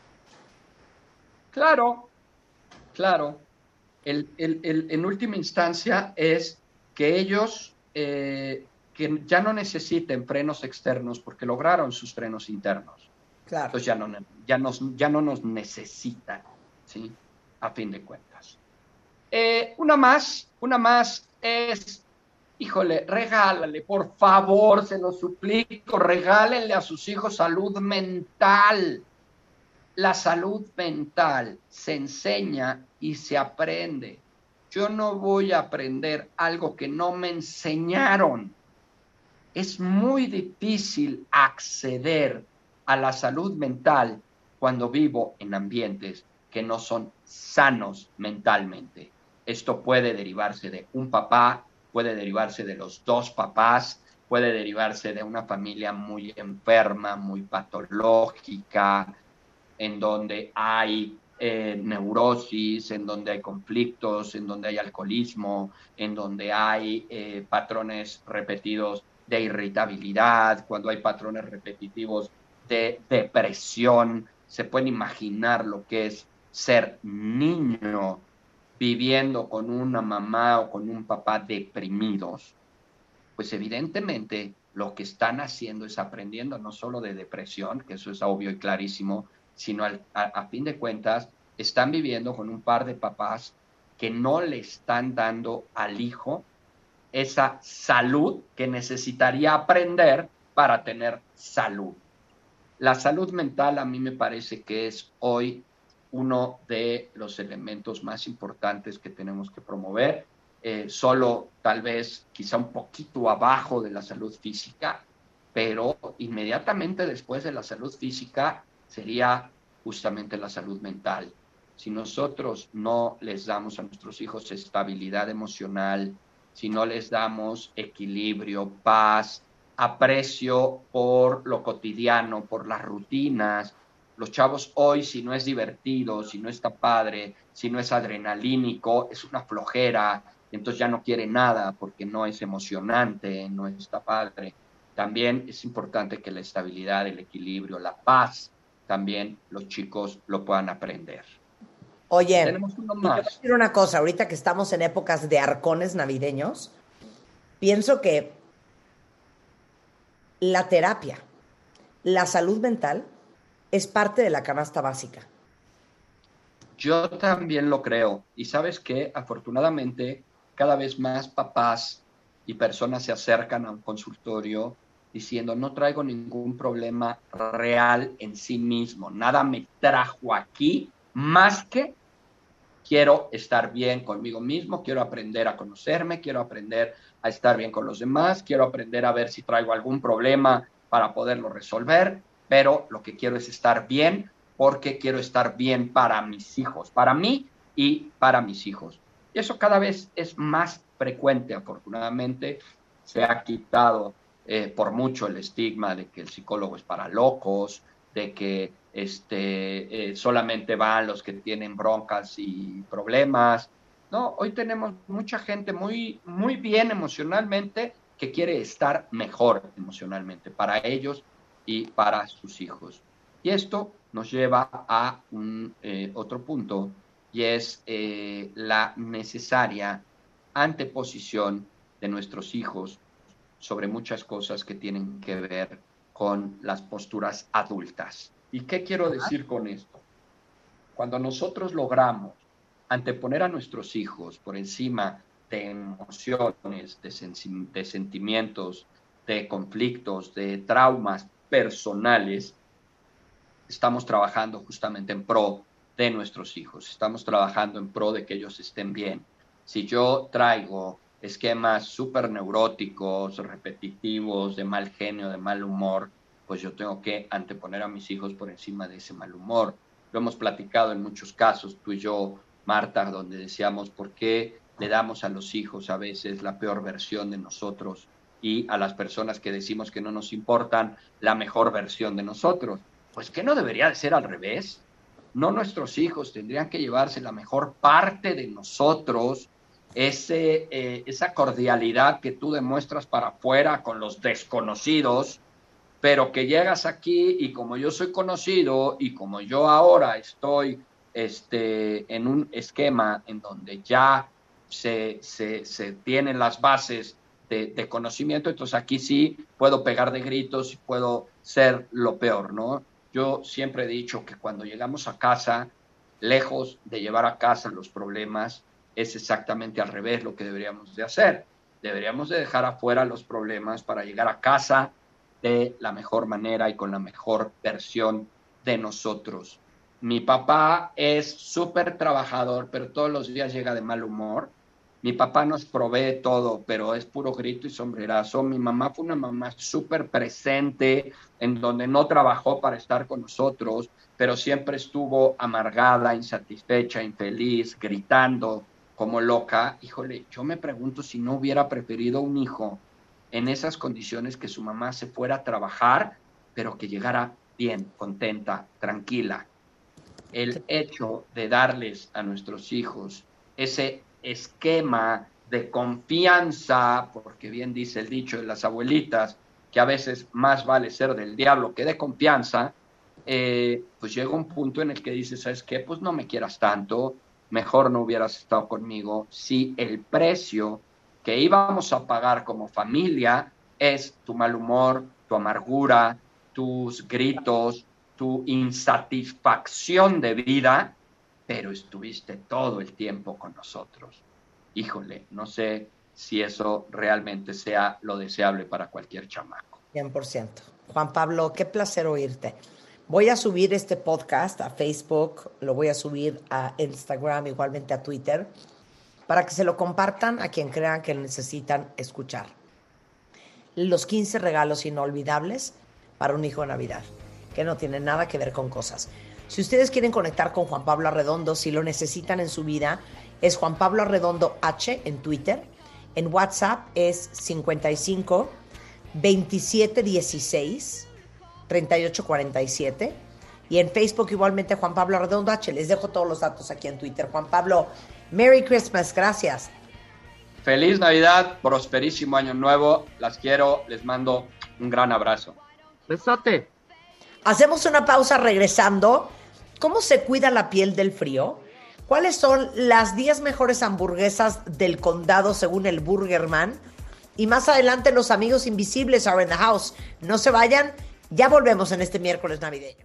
Claro, claro. El, el, el, en última instancia es que ellos eh, que ya no necesiten frenos externos porque lograron sus frenos internos. Claro. Entonces ya no, ya nos, ya no nos necesitan, ¿sí? A fin de cuentas. Eh, una más, una más es, híjole, regálale, por favor, se lo suplico, regálenle a sus hijos salud mental. La salud mental se enseña y se aprende. yo no voy a aprender algo que no me enseñaron. Es muy difícil acceder a la salud mental cuando vivo en ambientes que no son sanos mentalmente. Esto puede derivarse de un papá, puede derivarse de los dos papás, puede derivarse de una familia muy enferma, muy patológica, en donde hay eh, neurosis, en donde hay conflictos, en donde hay alcoholismo, en donde hay eh, patrones repetidos de irritabilidad, cuando hay patrones repetitivos de depresión. Se pueden imaginar lo que es ser niño viviendo con una mamá o con un papá deprimidos. Pues evidentemente lo que están haciendo es aprendiendo no solo de depresión, que eso es obvio y clarísimo, sino al, a, a fin de cuentas están viviendo con un par de papás que no le están dando al hijo esa salud que necesitaría aprender para tener salud. La salud mental a mí me parece que es hoy uno de los elementos más importantes que tenemos que promover, eh, solo tal vez quizá un poquito abajo de la salud física, pero inmediatamente después de la salud física sería justamente la salud mental. Si nosotros no les damos a nuestros hijos estabilidad emocional, si no les damos equilibrio, paz, aprecio por lo cotidiano, por las rutinas, los chavos hoy, si no es divertido, si no está padre, si no es adrenalínico, es una flojera, entonces ya no quiere nada porque no es emocionante, no está padre. También es importante que la estabilidad, el equilibrio, la paz, también los chicos lo puedan aprender. Oye, tenemos uno y te voy a más. decir una cosa, ahorita que estamos en épocas de arcones navideños, pienso que la terapia, la salud mental, es parte de la canasta básica. Yo también lo creo. Y sabes que afortunadamente cada vez más papás y personas se acercan a un consultorio diciendo no traigo ningún problema real en sí mismo. Nada me trajo aquí más que quiero estar bien conmigo mismo, quiero aprender a conocerme, quiero aprender a estar bien con los demás, quiero aprender a ver si traigo algún problema para poderlo resolver, pero lo que quiero es estar bien porque quiero estar bien para mis hijos, para mí y para mis hijos. Y eso cada vez es más frecuente, afortunadamente. Se ha quitado eh, por mucho el estigma de que el psicólogo es para locos, de que este, eh, solamente van los que tienen broncas y problemas. No, hoy tenemos mucha gente muy, muy bien emocionalmente que quiere estar mejor emocionalmente para ellos y para sus hijos. Y esto nos lleva a un eh, otro punto, y es eh, la necesaria anteposición de nuestros hijos sobre muchas cosas que tienen que ver con las posturas adultas. ¿Y qué quiero decir con esto? Cuando nosotros logramos anteponer a nuestros hijos por encima de emociones, de, sen- de sentimientos, de conflictos, de traumas personales, estamos trabajando justamente en pro de nuestros hijos, estamos trabajando en pro de que ellos estén bien. Si yo traigo esquemas súper neuróticos, repetitivos, de mal genio, de mal humor, pues yo tengo que anteponer a mis hijos por encima de ese mal humor. Lo hemos platicado en muchos casos, tú y yo, Marta, donde decíamos por qué le damos a los hijos a veces la peor versión de nosotros y a las personas que decimos que no nos importan la mejor versión de nosotros. Pues que no debería de ser al revés. No, nuestros hijos tendrían que llevarse la mejor parte de nosotros, ese, eh, esa cordialidad que tú demuestras para afuera con los desconocidos, pero que llegas aquí y como yo soy conocido y como yo ahora estoy este, en un esquema en donde ya se, se, se tienen las bases de, de conocimiento, entonces aquí sí puedo pegar de gritos y puedo ser lo peor, ¿no? Yo siempre he dicho que cuando llegamos a casa, lejos de llevar a casa los problemas, es exactamente al revés lo que deberíamos de hacer. Deberíamos de dejar afuera los problemas para llegar a casa de la mejor manera y con la mejor versión de nosotros. Mi papá es súper trabajador, pero todos los días llega de mal humor. Mi papá nos provee todo, pero es puro grito y sombrerazo. Mi mamá fue una mamá súper presente, en donde no trabajó para estar con nosotros, pero siempre estuvo amargada, insatisfecha, infeliz, gritando como loca. Híjole, yo me pregunto si no hubiera preferido un hijo en esas condiciones, que su mamá se fuera a trabajar, pero que llegara bien, contenta, tranquila. El hecho de darles a nuestros hijos ese esquema de confianza, porque bien dice el dicho de las abuelitas, que a veces más vale ser del diablo que de confianza, eh, pues llega un punto en el que dices, ¿sabes qué? Pues no me quieras tanto, mejor no hubieras estado conmigo, si el precio que íbamos a pagar como familia es tu mal humor, tu amargura, tus gritos, tu insatisfacción de vida, pero estuviste todo el tiempo con nosotros. Híjole, no sé si eso realmente sea lo deseable para cualquier chamaco. cien por ciento. Juan Pablo, qué placer oírte. Voy a subir este podcast a Facebook, lo voy a subir a Instagram, igualmente a Twitter, para que se lo compartan a quien crean que necesitan escuchar. Los quince regalos inolvidables para un hijo de Navidad, que no tienen nada que ver con cosas. Si ustedes quieren conectar con Juan Pablo Arredondo, si lo necesitan en su vida, es Juan Pablo Arredondo H en Twitter. En WhatsApp es cincuenta y cinco, veintisiete dieciséis, treinta y ocho cuarenta y siete. Y en Facebook igualmente Juan Pablo Arredondo H. Les dejo todos los datos aquí en Twitter. Juan Pablo, Merry Christmas. Gracias. Feliz Navidad, prosperísimo año nuevo. Las quiero, les mando un gran abrazo. Besote. Hacemos una pausa regresando. ¿Cómo se cuida la piel del frío? ¿Cuáles son las diez mejores hamburguesas del condado según el Burgerman? Y más adelante los amigos invisibles are in the house. No se vayan, ya volvemos en este miércoles navideño.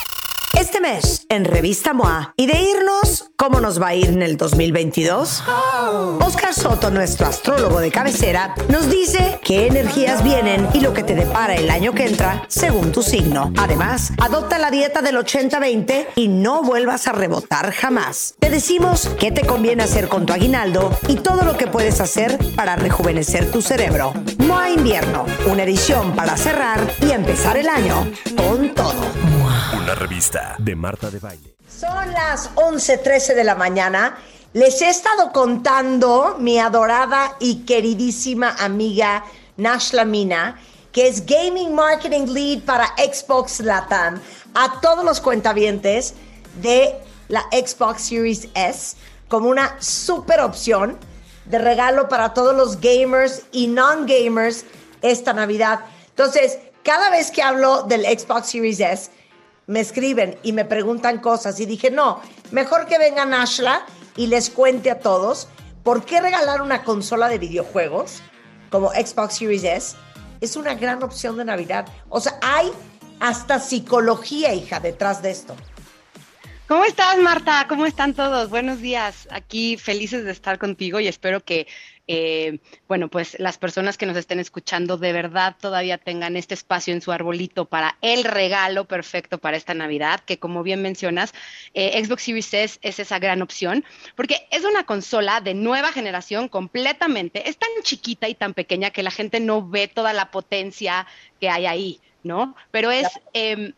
Este mes, en Revista M O A, y de irnos, ¿cómo nos va a ir en el dos mil veintidós? Oscar Soto, nuestro astrólogo de cabecera, nos dice qué energías vienen y lo que te depara el año que entra según tu signo. Además, adopta la dieta del ochenta veinte y no vuelvas a rebotar jamás. Te decimos qué te conviene hacer con tu aguinaldo y todo lo que puedes hacer para rejuvenecer tu cerebro. M O A Invierno, una edición para cerrar y empezar el año con todo. Una revista de Marta de Baile. Son las once trece de la mañana. Les he estado contando mi adorada y queridísima amiga Nashla Mina, que es Gaming Marketing Lead para Xbox Latam, a todos los cuentavientes de la Xbox Series S como una super opción de regalo para todos los gamers y non-gamers esta Navidad. Entonces, cada vez que hablo del Xbox Series S, me escriben y me preguntan cosas y dije, no, mejor que venga Nashla y les cuente a todos por qué regalar una consola de videojuegos como Xbox Series S es una gran opción de Navidad. O sea, hay hasta psicología, hija, detrás de esto. ¿Cómo estás, Marta? ¿Cómo están todos? Buenos días. Aquí felices de estar contigo y espero que, eh, bueno, pues las personas que nos estén escuchando de verdad todavía tengan este espacio en su arbolito para el regalo perfecto para esta Navidad, que como bien mencionas, eh, Xbox Series S es esa gran opción, porque es una consola de nueva generación completamente. Es tan chiquita y tan pequeña que la gente no ve toda la potencia que hay ahí, ¿no? Pero es, eh,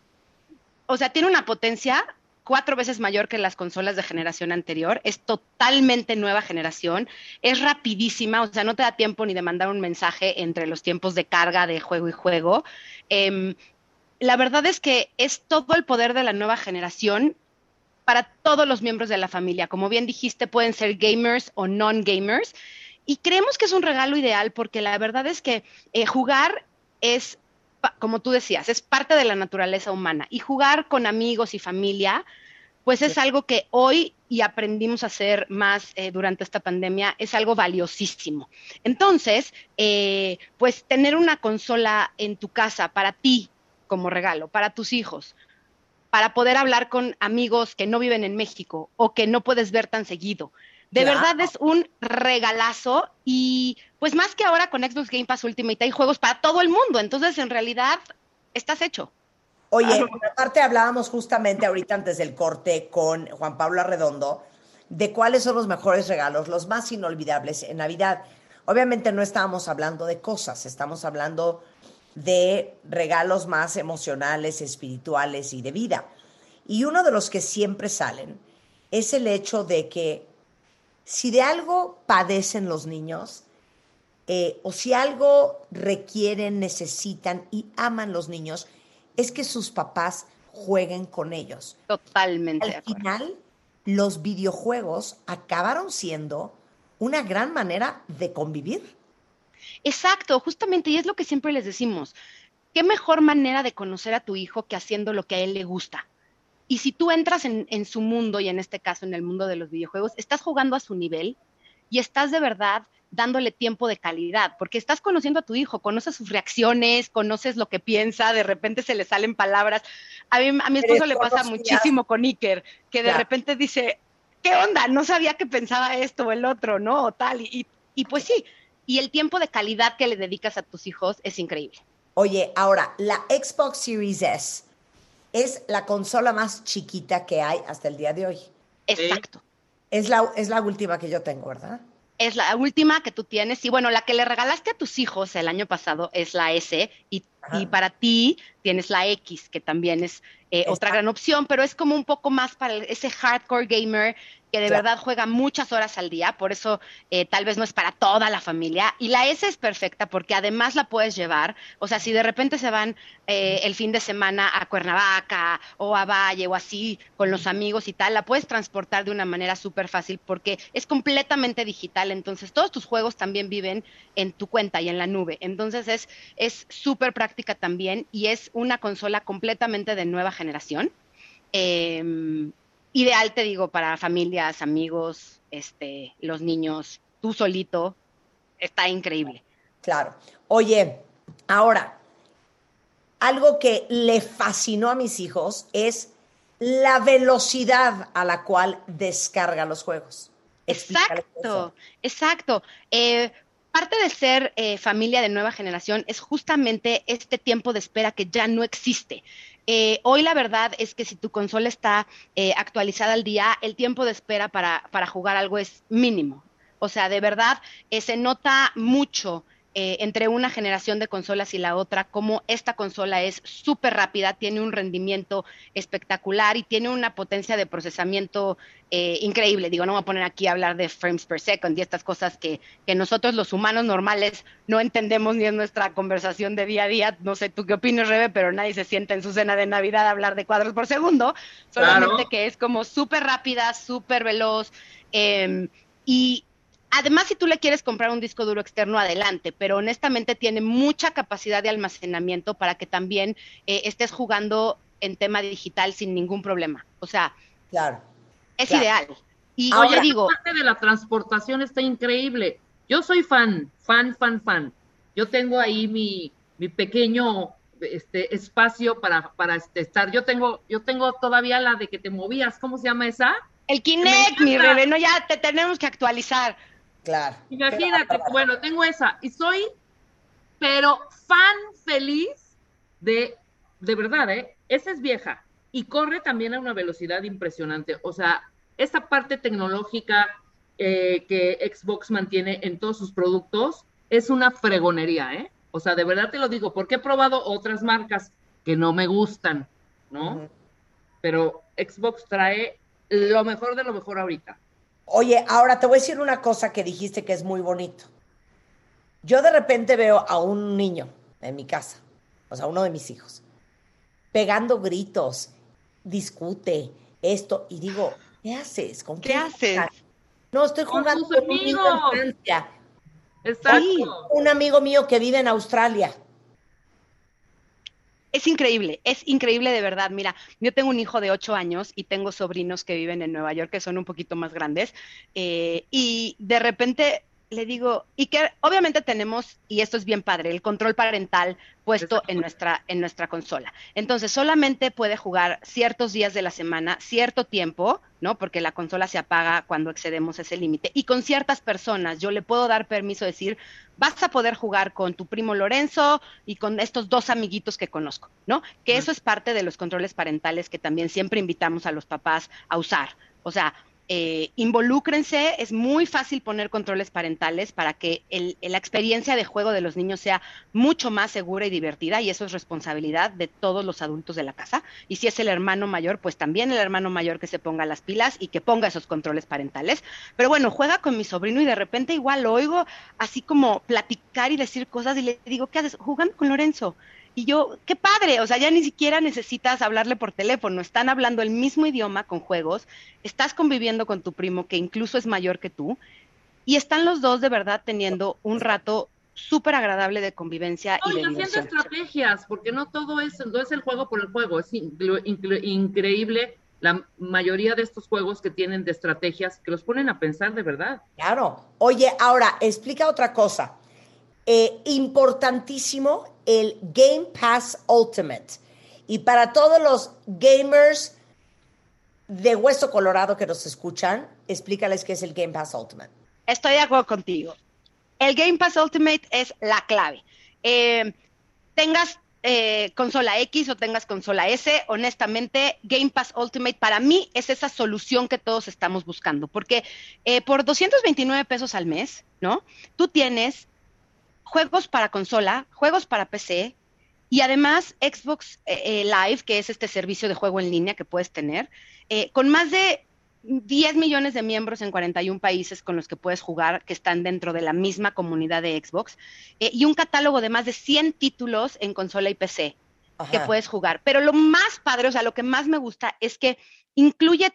o sea, tiene una potencia cuatro veces mayor que las consolas de generación anterior, es totalmente nueva generación, es rapidísima, o sea, no te da tiempo ni de mandar un mensaje entre los tiempos de carga de juego y juego. Eh, la verdad es que es todo el poder de la nueva generación para todos los miembros de la familia. Como bien dijiste, pueden ser gamers o non-gamers, y creemos que es un regalo ideal porque la verdad es que eh, jugar es, como tú decías, es parte de la naturaleza humana, y jugar con amigos y familia, pues es sí. algo que hoy y aprendimos a hacer más eh, durante esta pandemia, es algo valiosísimo. Entonces, eh, pues tener una consola en tu casa para ti como regalo, para tus hijos, para poder hablar con amigos que no viven en México o que no puedes ver tan seguido, de claro. verdad es un regalazo. Y pues más que ahora con Xbox Game Pass Ultimate hay juegos para todo el mundo, entonces en realidad estás hecho. Oye, claro. Aparte hablábamos justamente ahorita antes del corte con Juan Pablo Arredondo de cuáles son los mejores regalos, los más inolvidables en Navidad. Obviamente no estábamos hablando de cosas, estamos hablando de regalos más emocionales, espirituales y de vida. Y uno de los que siempre salen es el hecho de que si de algo padecen los niños, eh, o si algo requieren, necesitan y aman los niños, es que sus papás jueguen con ellos. Totalmente. Al final, los videojuegos acabaron siendo una gran manera de convivir. Exacto, justamente, y es lo que siempre les decimos. ¿Qué mejor manera de conocer a tu hijo que haciendo lo que a él le gusta? Y si tú entras en, en su mundo, y en este caso en el mundo de los videojuegos, estás jugando a su nivel y estás de verdad dándole tiempo de calidad, porque estás conociendo a tu hijo, conoces sus reacciones, conoces lo que piensa, de repente se le salen palabras. A mí, a mi esposo le pasa muchísimo con Iker, que de repente dice, ¿qué onda? No sabía que pensaba esto o el otro, ¿no? O tal, y, y, y pues sí, y el tiempo de calidad que le dedicas a tus hijos es increíble. Oye, ahora, la Xbox Series S es la consola más chiquita que hay hasta el día de hoy. Exacto. Es la, es la última que yo tengo, ¿verdad? Es la última que tú tienes. Y bueno, la que le regalaste a tus hijos el año pasado es la S. Y, y para ti tienes la X, que también es eh, otra gran opción, pero es como un poco más para ese hardcore gamer que de Claro. verdad juega muchas horas al día, por eso eh, tal vez no es para toda la familia. Y la S es perfecta porque además la puedes llevar, o sea, si de repente se van eh, el fin de semana a Cuernavaca o a Valle o así con los amigos y tal, la puedes transportar de una manera súper fácil porque es completamente digital, entonces todos tus juegos también viven en tu cuenta y en la nube, entonces es es súper práctica también y es una consola completamente de nueva generación. Eh, Ideal, te digo, para familias, amigos, este, los niños, tú solito, está increíble. Claro. Oye, ahora, algo que le fascinó a mis hijos es la velocidad a la cual descarga los juegos. Explícale Exacto, eso. exacto. Eh, parte de ser eh, familia de nueva generación es justamente este tiempo de espera que ya no existe. Eh, hoy la verdad es que si tu consola está eh, actualizada al día, el tiempo de espera para, para jugar algo es mínimo. O sea, de verdad, eh, se nota mucho eh, entre una generación de consolas y la otra, cómo esta consola es súper rápida, tiene un rendimiento espectacular y tiene una potencia de procesamiento eh, increíble. Digo, no voy a poner aquí a hablar de frames per second y estas cosas que, que nosotros los humanos normales no entendemos ni en nuestra conversación de día a día. No sé tú qué opinas, Rebe, pero nadie se sienta en su cena de Navidad a hablar de cuadros por segundo, solamente Claro. que es como súper rápida, súper veloz eh, y además, si tú le quieres comprar un disco duro externo, adelante, pero honestamente tiene mucha capacidad de almacenamiento para que también eh, estés jugando en tema digital sin ningún problema. O sea, Claro. es Claro. ideal. Y Ahora, oye, digo, la parte de la transportación está increíble. Yo soy fan, fan, fan, fan. Yo tengo ahí mi, mi pequeño este, espacio para, para este, estar. Yo tengo, yo tengo todavía la de que te movías. ¿Cómo se llama esa? el Kinect, mi encanta. Rebe, no, ya te tenemos que actualizar. Claro. Imagínate, bueno, tengo esa. Y soy, pero fan feliz de, de verdad, ¿eh? Esa es vieja. Y corre también a una velocidad impresionante. O sea, esa parte tecnológica eh, que Xbox mantiene en todos sus productos es una fregonería, ¿eh? O sea, de verdad te lo digo, porque he probado otras marcas que no me gustan, ¿no? Ujú. Pero Xbox trae lo mejor de lo mejor ahorita. Oye, ahora te voy a decir una cosa que dijiste que es muy bonito. Yo de repente veo a un niño en mi casa, o sea, uno de mis hijos, pegando gritos, discute esto, y digo, ¿qué haces? ¿Con ¿Qué quién haces? juegas? No, estoy Con jugando tus con un niño amigos. en Francia. Exacto. Sí, un amigo mío que vive en Australia. Es increíble, es increíble de verdad. Mira, yo tengo un hijo de ocho años y tengo sobrinos que viven en Nueva York que son un poquito más grandes eh, y de repente le digo, y que obviamente tenemos, y esto es bien padre, el control parental puesto en nuestra, en nuestra consola. Entonces, solamente puede jugar ciertos días de la semana, cierto tiempo, ¿no? Porque la consola se apaga cuando excedemos ese límite. Y con ciertas personas, yo le puedo dar permiso de decir, vas a poder jugar con tu primo Lorenzo y con estos dos amiguitos que conozco, ¿no? Que eso es parte de los controles parentales que también siempre invitamos a los papás a usar. O sea, eh, involúcrense, es muy fácil poner controles parentales para que el, la experiencia de juego de los niños sea mucho más segura y divertida, y eso es responsabilidad de todos los adultos de la casa. Y si es el hermano mayor, pues también el hermano mayor que se ponga las pilas y que ponga esos controles parentales. Pero bueno, juega con mi sobrino y de repente igual lo oigo así como platicar y decir cosas y le digo, ¿qué haces? Jugando con Lorenzo. Y yo, qué padre, o sea, ya ni siquiera necesitas hablarle por teléfono, están hablando el mismo idioma con juegos, estás conviviendo con tu primo que incluso es mayor que tú, y están los dos de verdad teniendo un rato súper agradable de convivencia no, y de y haciendo diversión. Estrategias, porque no todo es, no es el juego por el juego, es incre- incre- increíble la mayoría de estos juegos que tienen de estrategias que los ponen a pensar de verdad. Claro. Oye, ahora, explica otra cosa. Eh, importantísimo el Game Pass Ultimate. Y para todos los gamers de Hueso Colorado que nos escuchan, explícales qué es el Game Pass Ultimate. Estoy de acuerdo contigo. El Game Pass Ultimate es la clave. Eh, tengas eh, consola X o tengas consola S, honestamente, Game Pass Ultimate para mí es esa solución que todos estamos buscando. Porque eh, por doscientos veintinueve pesos al mes, ¿no? Tú tienes juegos para consola, juegos para P C y además Xbox eh, Live, que es este servicio de juego en línea que puedes tener, eh, con más de diez millones de miembros en cuarenta y un países con los que puedes jugar, que están dentro de la misma comunidad de Xbox, eh, y un catálogo de más de cien títulos en consola y P C. Ajá. Que puedes jugar. Pero lo más padre, o sea, lo que más me gusta es que incluye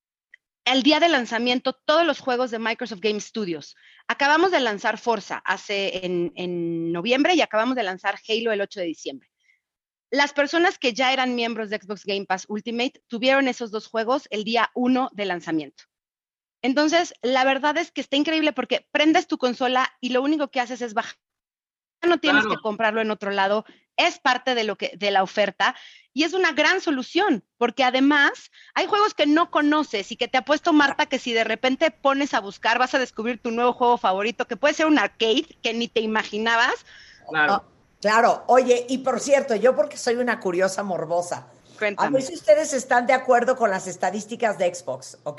el día de lanzamiento todos los juegos de Microsoft Game Studios. Acabamos de lanzar Forza hace en, en noviembre y acabamos de lanzar Halo el ocho de diciembre. Las personas que ya eran miembros de Xbox Game Pass Ultimate tuvieron esos dos juegos el día uno de lanzamiento. Entonces, la verdad es que está increíble porque prendes tu consola y lo único que haces es bajar. No tienes claro. que comprarlo en otro lado, es parte de lo que de la oferta y es una gran solución, porque además hay juegos que no conoces y que te apuesto, Marta, que si de repente pones a buscar vas a descubrir tu nuevo juego favorito, que puede ser un arcade que ni te imaginabas. Claro. Oh, claro. Oye, y por cierto, yo porque soy una curiosa morbosa, Cuéntame. A ver si ustedes están de acuerdo con las estadísticas de Xbox, ¿ok?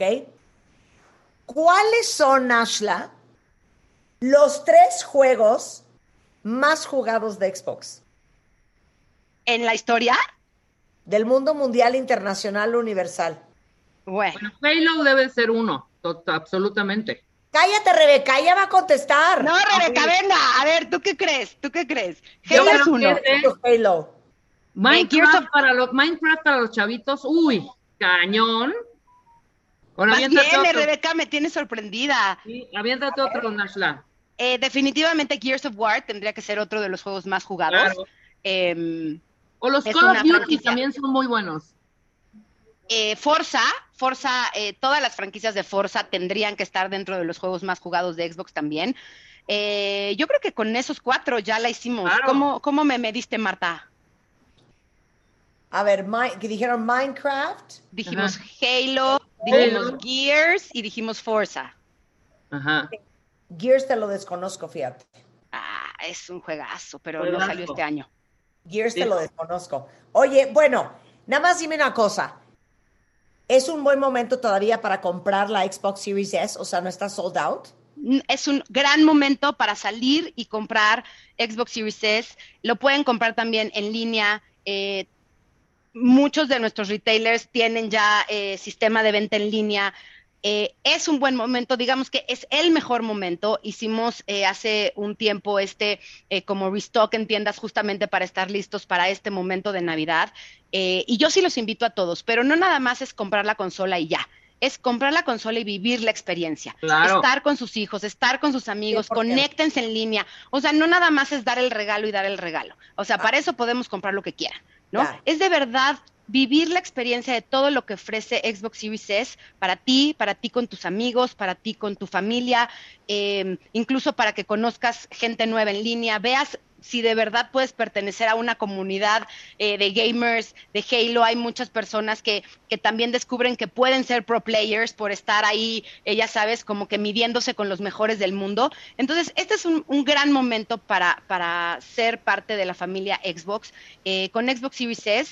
¿Cuáles son, Ashla, los tres juegos más jugados de Xbox? ¿En la historia? Del mundo mundial, internacional, universal. Bueno, bueno Halo debe ser uno, tot, absolutamente. Cállate, Rebeca, ella va a contestar. No, Rebeca, a venga, a ver, ¿tú qué crees? ¿Tú qué crees? Halo es uno. Halo. Minecraft, eh, para los, Minecraft para los chavitos, uy, cañón. Ahora, viene, Rebeca, me tiene sorprendida. Sí, aviéntate otro, Nashla. Eh, definitivamente Gears of War tendría que ser otro de los juegos más jugados. Claro. Eh, o los Call of Duty también son muy buenos. Eh, Forza, Forza, eh, todas las franquicias de Forza tendrían que estar dentro de los juegos más jugados de Xbox también. Eh, yo creo que con esos cuatro ya la hicimos. Claro. ¿Cómo, ¿Cómo me mediste, Marta? A ver, my, ¿qué dijeron? Minecraft. Dijimos Ajá. Halo, dijimos Halo. Gears y dijimos Forza. Ajá. Gears te lo desconozco, fíjate. Ah, es un juegazo, pero juegazo. No salió este año. Gears sí. te lo desconozco. Oye, bueno, nada más dime una cosa. ¿Es un buen momento todavía para comprar la Xbox Series S? O sea, ¿no está sold out? Es un gran momento para salir y comprar Xbox Series S. Lo pueden comprar también en línea. Eh, muchos de nuestros retailers tienen ya eh, sistema de venta en línea. Eh, es un buen momento, digamos que es el mejor momento. Hicimos eh, hace un tiempo este eh, como restock en tiendas justamente para estar listos para este momento de Navidad. Eh, y yo sí los invito a todos, pero no nada más es comprar la consola y ya. Es comprar la consola y vivir la experiencia. Claro. Estar con sus hijos, estar con sus amigos, sí, conéctense en línea. O sea, no nada más es dar el regalo y dar el regalo. O sea, ah. para eso podemos comprar lo que quieran, ¿no? Claro. Es de verdad vivir la experiencia de todo lo que ofrece Xbox Series S para ti, para ti con tus amigos, para ti con tu familia, eh, incluso para que conozcas gente nueva en línea, veas si de verdad puedes pertenecer a una comunidad eh, de gamers, de Halo. Hay muchas personas que, que también descubren que pueden ser pro players por estar ahí, eh, ya sabes, como que midiéndose con los mejores del mundo. Entonces, este es un, un gran momento para, para ser parte de la familia Xbox. Eh, con Xbox Series S,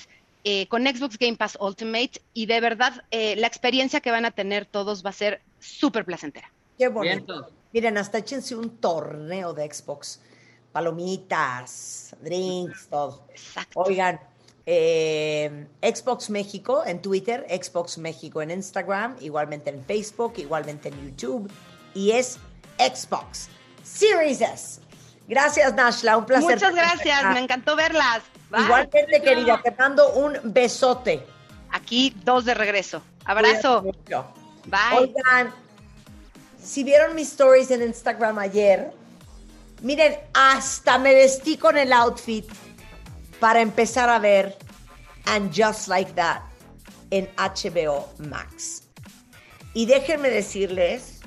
eh, con Xbox Game Pass Ultimate y de verdad eh, la experiencia que van a tener todos va a ser súper placentera. Qué bonito. Miren, hasta échense un torneo de Xbox. Palomitas, drinks, todo. Exacto. Oigan, eh, Xbox México en Twitter, Xbox México en Instagram, igualmente en Facebook, igualmente en YouTube. Y es Xbox Series S. Gracias, Nashla, un placer. Muchas gracias, me encantó verlas. Bye. Igualmente, querida, te mando un besote. Aquí dos de regreso. Abrazo. Bye. Oigan, si vieron mis stories en Instagram ayer, miren, hasta me vestí con el outfit para empezar a ver And Just Like That en H B O Max. Y déjenme decirles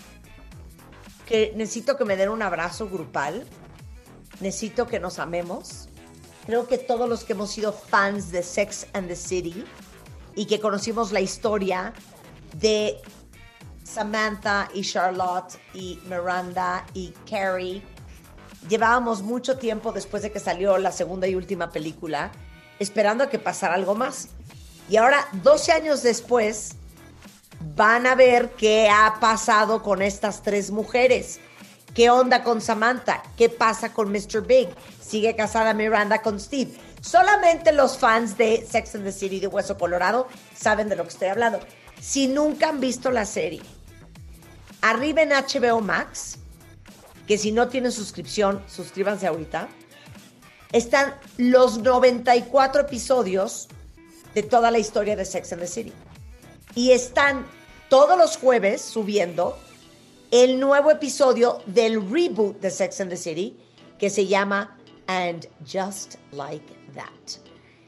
que necesito que me den un abrazo grupal. Necesito que nos amemos. Creo que todos los que hemos sido fans de Sex and the City y que conocimos la historia de Samantha y Charlotte y Miranda y Carrie, llevábamos mucho tiempo después de que salió la segunda y última película esperando a que pasara algo más. Y ahora, doce años después, van a ver qué ha pasado con estas tres mujeres. ¿Qué onda con Samantha? ¿Qué pasa con mister Big? ¿Sigue casada Miranda con Steve? Solamente los fans de Sex and the City de Hueso Colorado saben de lo que estoy hablando. Si nunca han visto la serie, arriba en H B O Max, que si no tienen suscripción, suscríbanse ahorita, están los noventa y cuatro episodios de toda la historia de Sex and the City. Y están todos los jueves subiendo el nuevo episodio del reboot de Sex and the City, que se llama And Just Like That.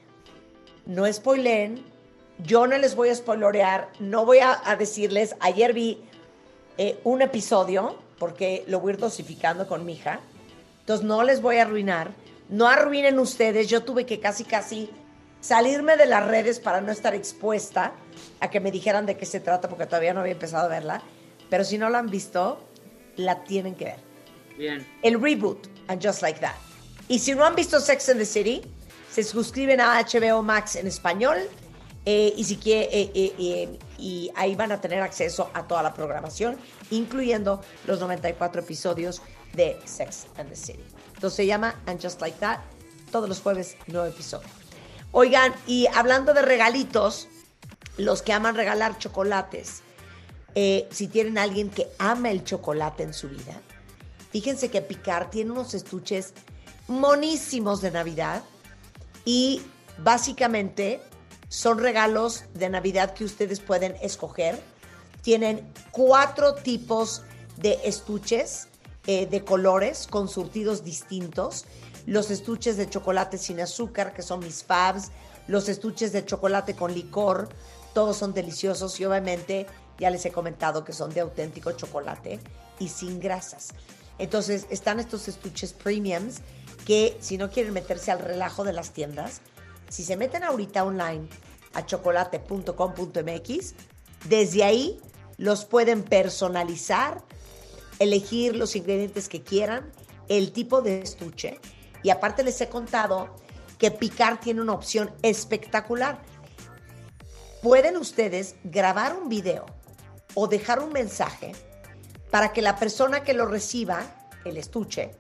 No spoileen, yo no les voy a spoilorear, no voy a, a decirles, ayer vi eh, un episodio, porque lo voy a ir dosificando con mi hija, entonces no les voy a arruinar, no arruinen ustedes, yo tuve que casi casi salirme de las redes para no estar expuesta a que me dijeran de qué se trata, porque todavía no había empezado a verla. Pero si no la han visto, la tienen que ver. Bien. El reboot, And Just Like That. Y si no han visto Sex and the City, se suscriben a H B O Max en español eh, y, si quiere, eh, eh, eh, y ahí van a tener acceso a toda la programación, incluyendo los noventa y cuatro episodios de Sex and the City. Entonces se llama And Just Like That, todos los jueves, nuevo episodio. Oigan, y hablando de regalitos, los que aman regalar chocolates, Eh, si tienen a alguien que ama el chocolate en su vida, fíjense que Picard tiene unos estuches monísimos de Navidad y básicamente son regalos de Navidad que ustedes pueden escoger. Tienen cuatro tipos de estuches eh, de colores con surtidos distintos. Los estuches de chocolate sin azúcar, que son mis faves, los estuches de chocolate con licor, todos son deliciosos y obviamente ya les he comentado que son de auténtico chocolate y sin grasas. Entonces, están estos estuches premiums que, si no quieren meterse al relajo de las tiendas, si se meten ahorita online a chocolate punto com punto m x, desde ahí los pueden personalizar, elegir los ingredientes que quieran, el tipo de estuche. Y aparte les he contado que Picard tiene una opción espectacular. Pueden ustedes grabar un video o dejar un mensaje para que la persona que lo reciba, el estuche,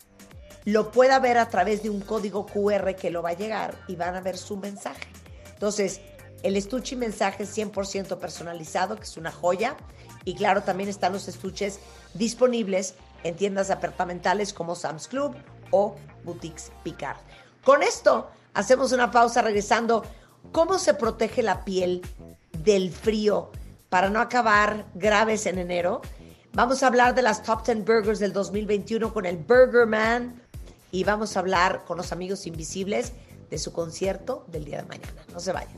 lo pueda ver a través de un código cu erre que lo va a llegar y van a ver su mensaje. Entonces, el estuche y mensaje cien por ciento personalizado, que es una joya. Y claro, también están los estuches disponibles en tiendas departamentales como Sam's Club o Boutiques Picard. Con esto, hacemos una pausa regresando. ¿Cómo se protege la piel del frío para no acabar graves en enero? Vamos a hablar de las Top diez Burgers del dos mil veintiuno con el Burger Man y vamos a hablar con los amigos invisibles de su concierto del día de mañana. No se vayan.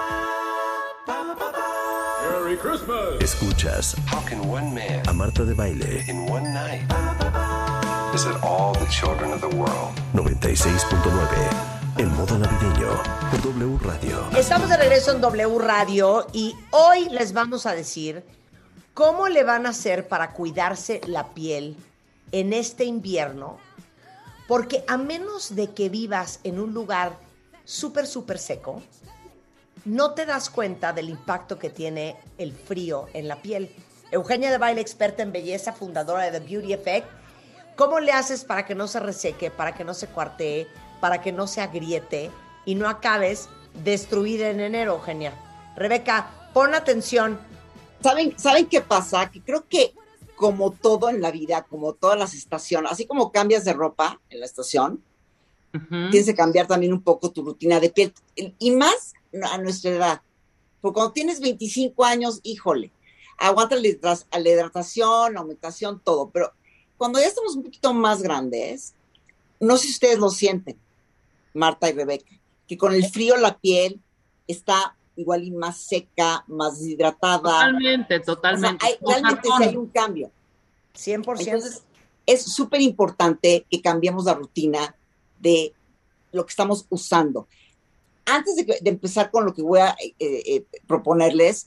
Merry Christmas. Escuchas How can one man a Marta de Baile in one night visit all the children of the world? noventa y seis punto nueve. El modo navideño por W Radio. Estamos de regreso en W Radio y hoy les vamos a decir cómo le van a hacer para cuidarse la piel en este invierno, porque a menos de que vivas en un lugar súper, súper seco, no te das cuenta del impacto que tiene el frío en la piel. Eugenia de Baile, experta en belleza, fundadora de The Beauty Effect. ¿Cómo le haces para que no se reseque, para que no se cuartee, para que no se agriete y no acabes destruida en enero, Eugenia? Rebeca, pon atención. ¿Saben, ¿Saben qué pasa? Que creo que como todo en la vida, como todas las estaciones, así como cambias de ropa en la estación, uh-huh. tienes que cambiar también un poco tu rutina de piel. Y más a nuestra edad. Porque cuando tienes veinticinco años, híjole, aguanta la hidratación, la aumentación, todo. Pero cuando ya estamos un poquito más grandes, no sé si ustedes lo sienten, Marta y Rebeca, que con el frío la piel está igual y más seca, más deshidratada. Totalmente, totalmente. O sea, hay, realmente sí hay un cambio. cien por ciento. Entonces, es súper importante que cambiemos la rutina de lo que estamos usando. Antes de, de empezar con lo que voy a eh, eh, proponerles,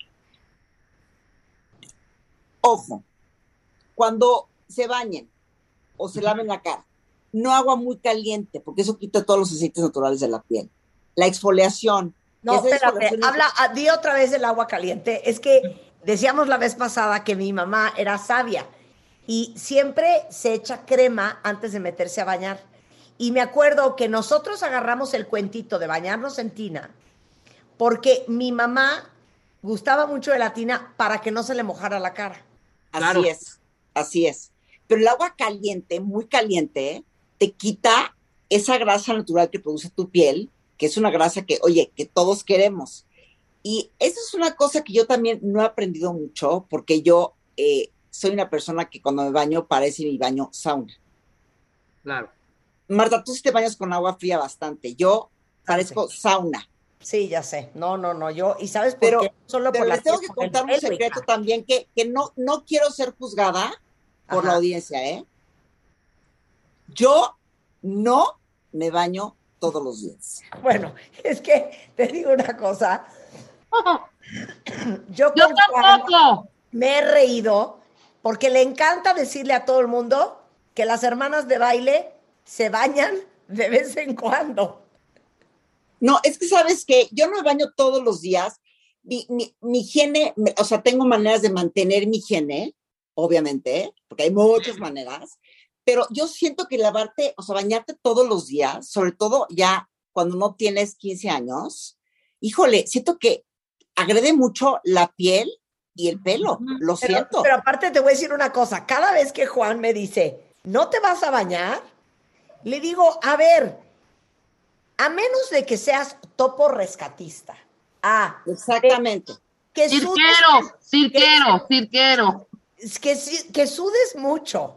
ojo, cuando se bañen o se laven la cara, no agua muy caliente, porque eso quita todos los aceites naturales de la piel. La exfoliación. No, espérate, habla, es... di otra vez el agua caliente. Es que decíamos la vez pasada que mi mamá era sabia y siempre se echa crema antes de meterse a bañar. Y me acuerdo que nosotros agarramos el cuentito de bañarnos en tina porque mi mamá gustaba mucho de la tina para que no se le mojara la cara. Así claro. es, así es. Pero el agua caliente, muy caliente, te quita esa grasa natural que produce tu piel, que es una grasa que, oye, que todos queremos. Y eso es una cosa que yo también no he aprendido mucho, porque yo eh, soy una persona que cuando me baño parece mi baño sauna. Claro. Marta, tú sí te bañas con agua fría bastante. Yo parezco sí. sauna. Sí, ya sé. No, no, no. Yo, ¿y sabes por pero, qué? Solo pero por les tengo que contar un secreto también, que, que no, no quiero ser juzgada por Ajá. la audiencia, ¿eh? Yo no me baño todos los días. Bueno, es que te digo una cosa. Yo, Yo tampoco. Me he reído porque le encanta decirle a todo el mundo que las hermanas de baile se bañan de vez en cuando. No, es que sabes que yo no me baño todos los días. Mi, mi, mi higiene, o sea, tengo maneras de mantener mi higiene, obviamente, porque hay muchas maneras, pero yo siento que lavarte, o sea, bañarte todos los días, sobre todo ya cuando no tienes quince años, híjole, siento que agrede mucho la piel y el pelo, lo pero, siento. Pero aparte te voy a decir una cosa, cada vez que Juan me dice, ¿no te vas a bañar? Le digo, a ver, a menos de que seas topo rescatista. Ah, exactamente. Que cirquero, sudes, cirquero, que, cirquero. Que, que sudes mucho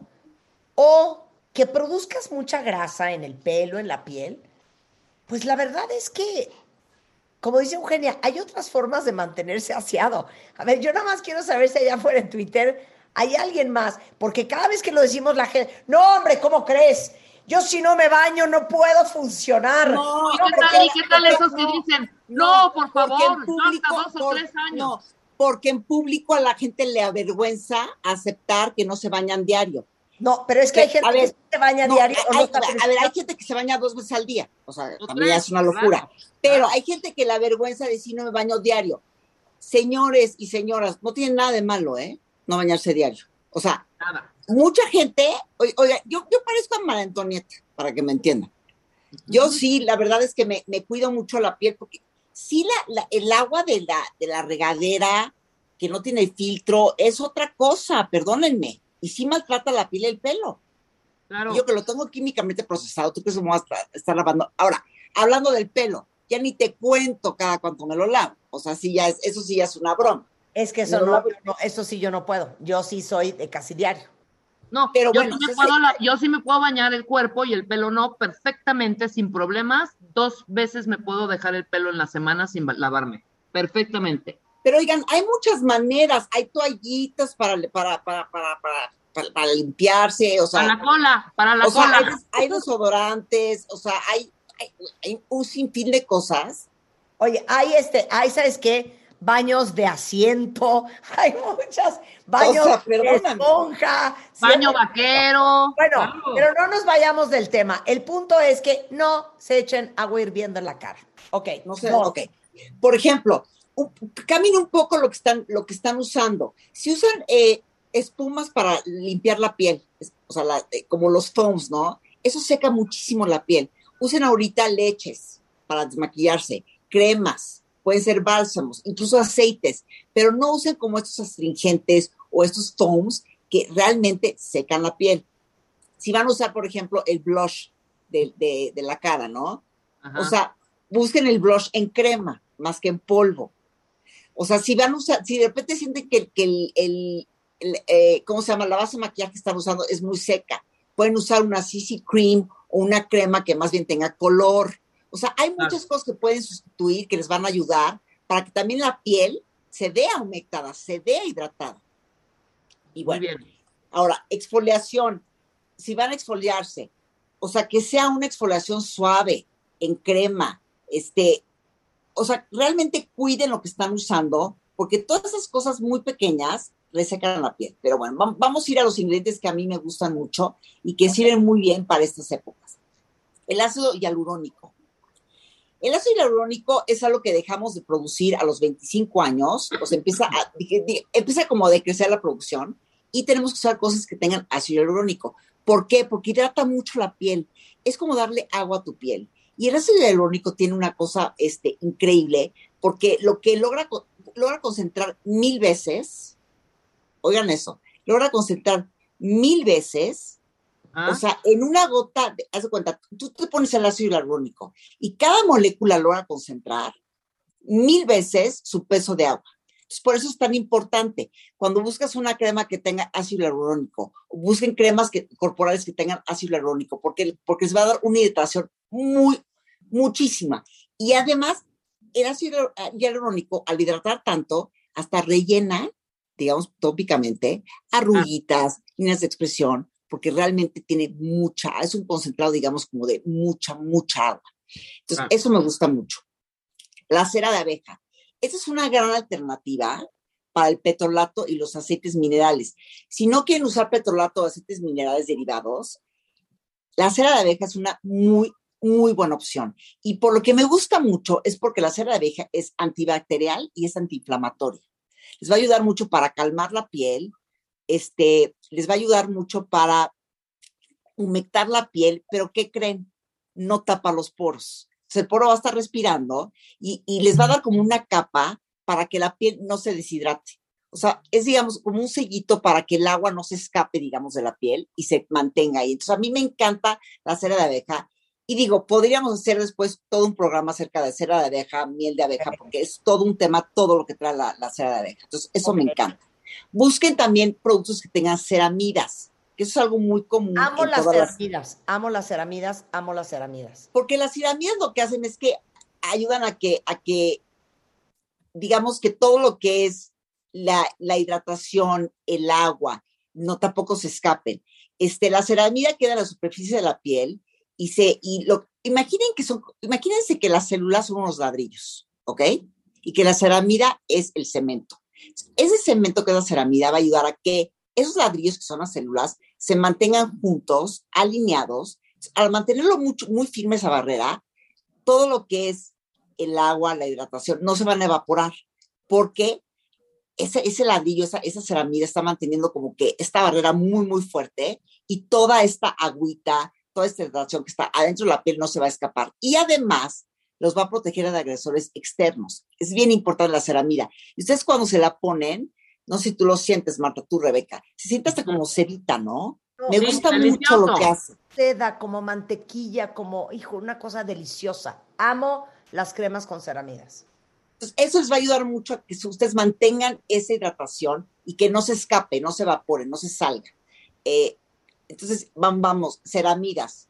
o que produzcas mucha grasa en el pelo, en la piel. Pues la verdad es que, como dice Eugenia, hay otras formas de mantenerse aseado. A ver, yo nada más quiero saber si allá afuera en Twitter hay alguien más, porque cada vez que lo decimos la gente, no hombre, ¿cómo crees? Yo si no me baño no puedo funcionar. No, ¿y qué tal, ¿y qué tal esos que dicen? No, por favor, público, hasta dos o por, tres años. No, porque en público a la gente le avergüenza aceptar que no se bañan diario. No, pero es que, que hay gente ver, que se baña no, diario. Hay, o no a ver, hay gente que se baña dos veces al día. O sea, a mí es una locura. Claro, pero claro. Hay gente que la avergüenza de decir no me baño diario. Señores y señoras, no tienen nada de malo, ¿eh? No bañarse diario. O sea, nada. Mucha gente, oiga, yo, yo parezco a María Antonieta, para que me entiendan. Yo uh-huh. sí, la verdad es que me, me cuido mucho la piel, porque sí la, la, el agua de la, de la regadera, que no tiene filtro, es otra cosa, perdónenme. Y sí maltrata la piel y el pelo. Claro. Yo que lo tengo químicamente procesado, ¿tú crees que me vas a estar lavando? Ahora, hablando del pelo, ya ni te cuento cada cuánto me lo lavo. O sea, sí ya es, eso sí ya es una broma. Es que eso no, no, no, eso sí yo no puedo. Yo sí soy de casi diario. No, pero yo, bueno, sí me puedo, la, yo sí me puedo bañar el cuerpo y el pelo no, perfectamente, sin problemas. Dos veces me puedo dejar el pelo en la semana sin lavarme, perfectamente. Pero oigan, hay muchas maneras, hay toallitas para, para, para, para, para, para, para limpiarse, o sea. Para la cola, para la o cola. Sea, hay, hay desodorantes, o sea, hay, hay, hay un sinfín de cosas. Oye, hay este, hay, ¿sabes qué? Baños de asiento, hay muchas, baños o sea, de esponja. Baño siempre. Vaquero. Bueno, claro. Pero no nos vayamos del tema. El punto es que no se echen agua hirviendo en la cara. Ok. No sé, ok. Por ejemplo, un, cambien un poco lo que están, lo que están usando. Si usan eh, espumas para limpiar la piel, o sea, la, eh, como los foams, ¿no? Eso seca muchísimo la piel. Usen ahorita leches para desmaquillarse, cremas, pueden ser bálsamos, incluso aceites, pero no usen como estos astringentes o estos foams que realmente secan la piel. Si van a usar, por ejemplo, el blush de, de, de la cara, ¿no? Ajá. O sea, busquen el blush en crema más que en polvo. O sea, si van a usar, si de repente sienten que, que el, el, el eh, ¿cómo se llama? La base de maquillaje que están usando es muy seca, pueden usar una C C cream o una crema que más bien tenga color. O sea, hay muchas cosas que pueden sustituir, que les van a ayudar para que también la piel se vea humectada, se vea hidratada. Y bueno, muy bien. Ahora, exfoliación. Si van a exfoliarse, o sea, que sea una exfoliación suave, en crema, este, o sea, realmente cuiden lo que están usando, porque todas esas cosas muy pequeñas resecan la piel. Pero bueno, vamos a ir a los ingredientes que a mí me gustan mucho y que sirven muy bien para estas épocas. El ácido hialurónico. El ácido hialurónico es algo que dejamos de producir a los veinticinco años, o sea, empieza, a, empieza como a decrecer la producción y tenemos que usar cosas que tengan ácido hialurónico. ¿Por qué? Porque hidrata mucho la piel. Es como darle agua a tu piel. Y el ácido hialurónico tiene una cosa este, increíble, porque lo que logra, logra concentrar mil veces, oigan eso, logra concentrar mil veces, ¿ah? O sea, en una gota, de, haz de cuenta, tú te pones el ácido hialurónico y cada molécula logra concentrar mil veces su peso de agua. Entonces, por eso es tan importante. Cuando buscas una crema que tenga ácido hialurónico, busquen cremas que, corporales que tengan ácido hialurónico, porque, porque les va a dar una hidratación muy, muchísima. Y además, el ácido hialurónico, al hidratar tanto, hasta rellena, digamos, tópicamente, arruguitas, líneas de expresión, porque realmente tiene mucha, es un concentrado, digamos, como de mucha, mucha agua. Entonces, ah. eso me gusta mucho. La cera de abeja. Esa es una gran alternativa para el petrolato y los aceites minerales. Si no quieren usar petrolato o aceites minerales derivados, la cera de abeja es una muy, muy buena opción. Y por lo que me gusta mucho es porque la cera de abeja es antibacterial y es antiinflamatoria. Les va a ayudar mucho para calmar la piel, este, les va a ayudar mucho para humectar la piel, pero ¿qué creen? No tapa los poros. El poro va a estar respirando y, y les va a dar como una capa para que la piel no se deshidrate. O sea, es, digamos, como un sellito para que el agua no se escape, digamos, de la piel y se mantenga ahí. Entonces, a mí me encanta la cera de abeja. Y digo, podríamos hacer después todo un programa acerca de cera de abeja, miel de abeja, porque es todo un tema, todo lo que trae la, la cera de abeja. Entonces, eso okay. me encanta. Busquen también productos que tengan ceramidas, que eso es algo muy común. Amo las ceramidas, las... amo las ceramidas, amo las ceramidas. Porque las ceramidas lo que hacen es que ayudan a que, a que digamos que todo lo que es la, la hidratación, el agua, no tampoco se escapen. Este, la ceramida queda en la superficie de la piel y se, y lo, imaginen que son, imagínense que las células son unos ladrillos, ¿ok? Y que la ceramida es el cemento. Ese cemento que es la ceramida va a ayudar a que esos ladrillos que son las células se mantengan juntos, alineados. Al mantenerlo mucho, muy firme esa barrera, todo lo que es el agua, la hidratación, no se van a evaporar, porque ese, ese ladrillo, esa, esa ceramida está manteniendo como que esta barrera muy, muy fuerte y toda esta agüita, toda esta hidratación que está adentro de la piel no se va a escapar. Y además, los va a proteger de agresores externos. Es bien importante la ceramida. Y ustedes cuando se la ponen, no sé si tú lo sientes, Marta, tú, Rebeca, se siente hasta como cerita, ¿no? No, me gusta mucho delicioso. Lo que hace. Seda, como mantequilla, como, hijo, una cosa deliciosa. Amo las cremas con ceramidas. Entonces, eso les va a ayudar mucho a que ustedes mantengan esa hidratación y que no se escape, no se evapore, no se salga. Eh, entonces, vamos, vamos, ceramidas,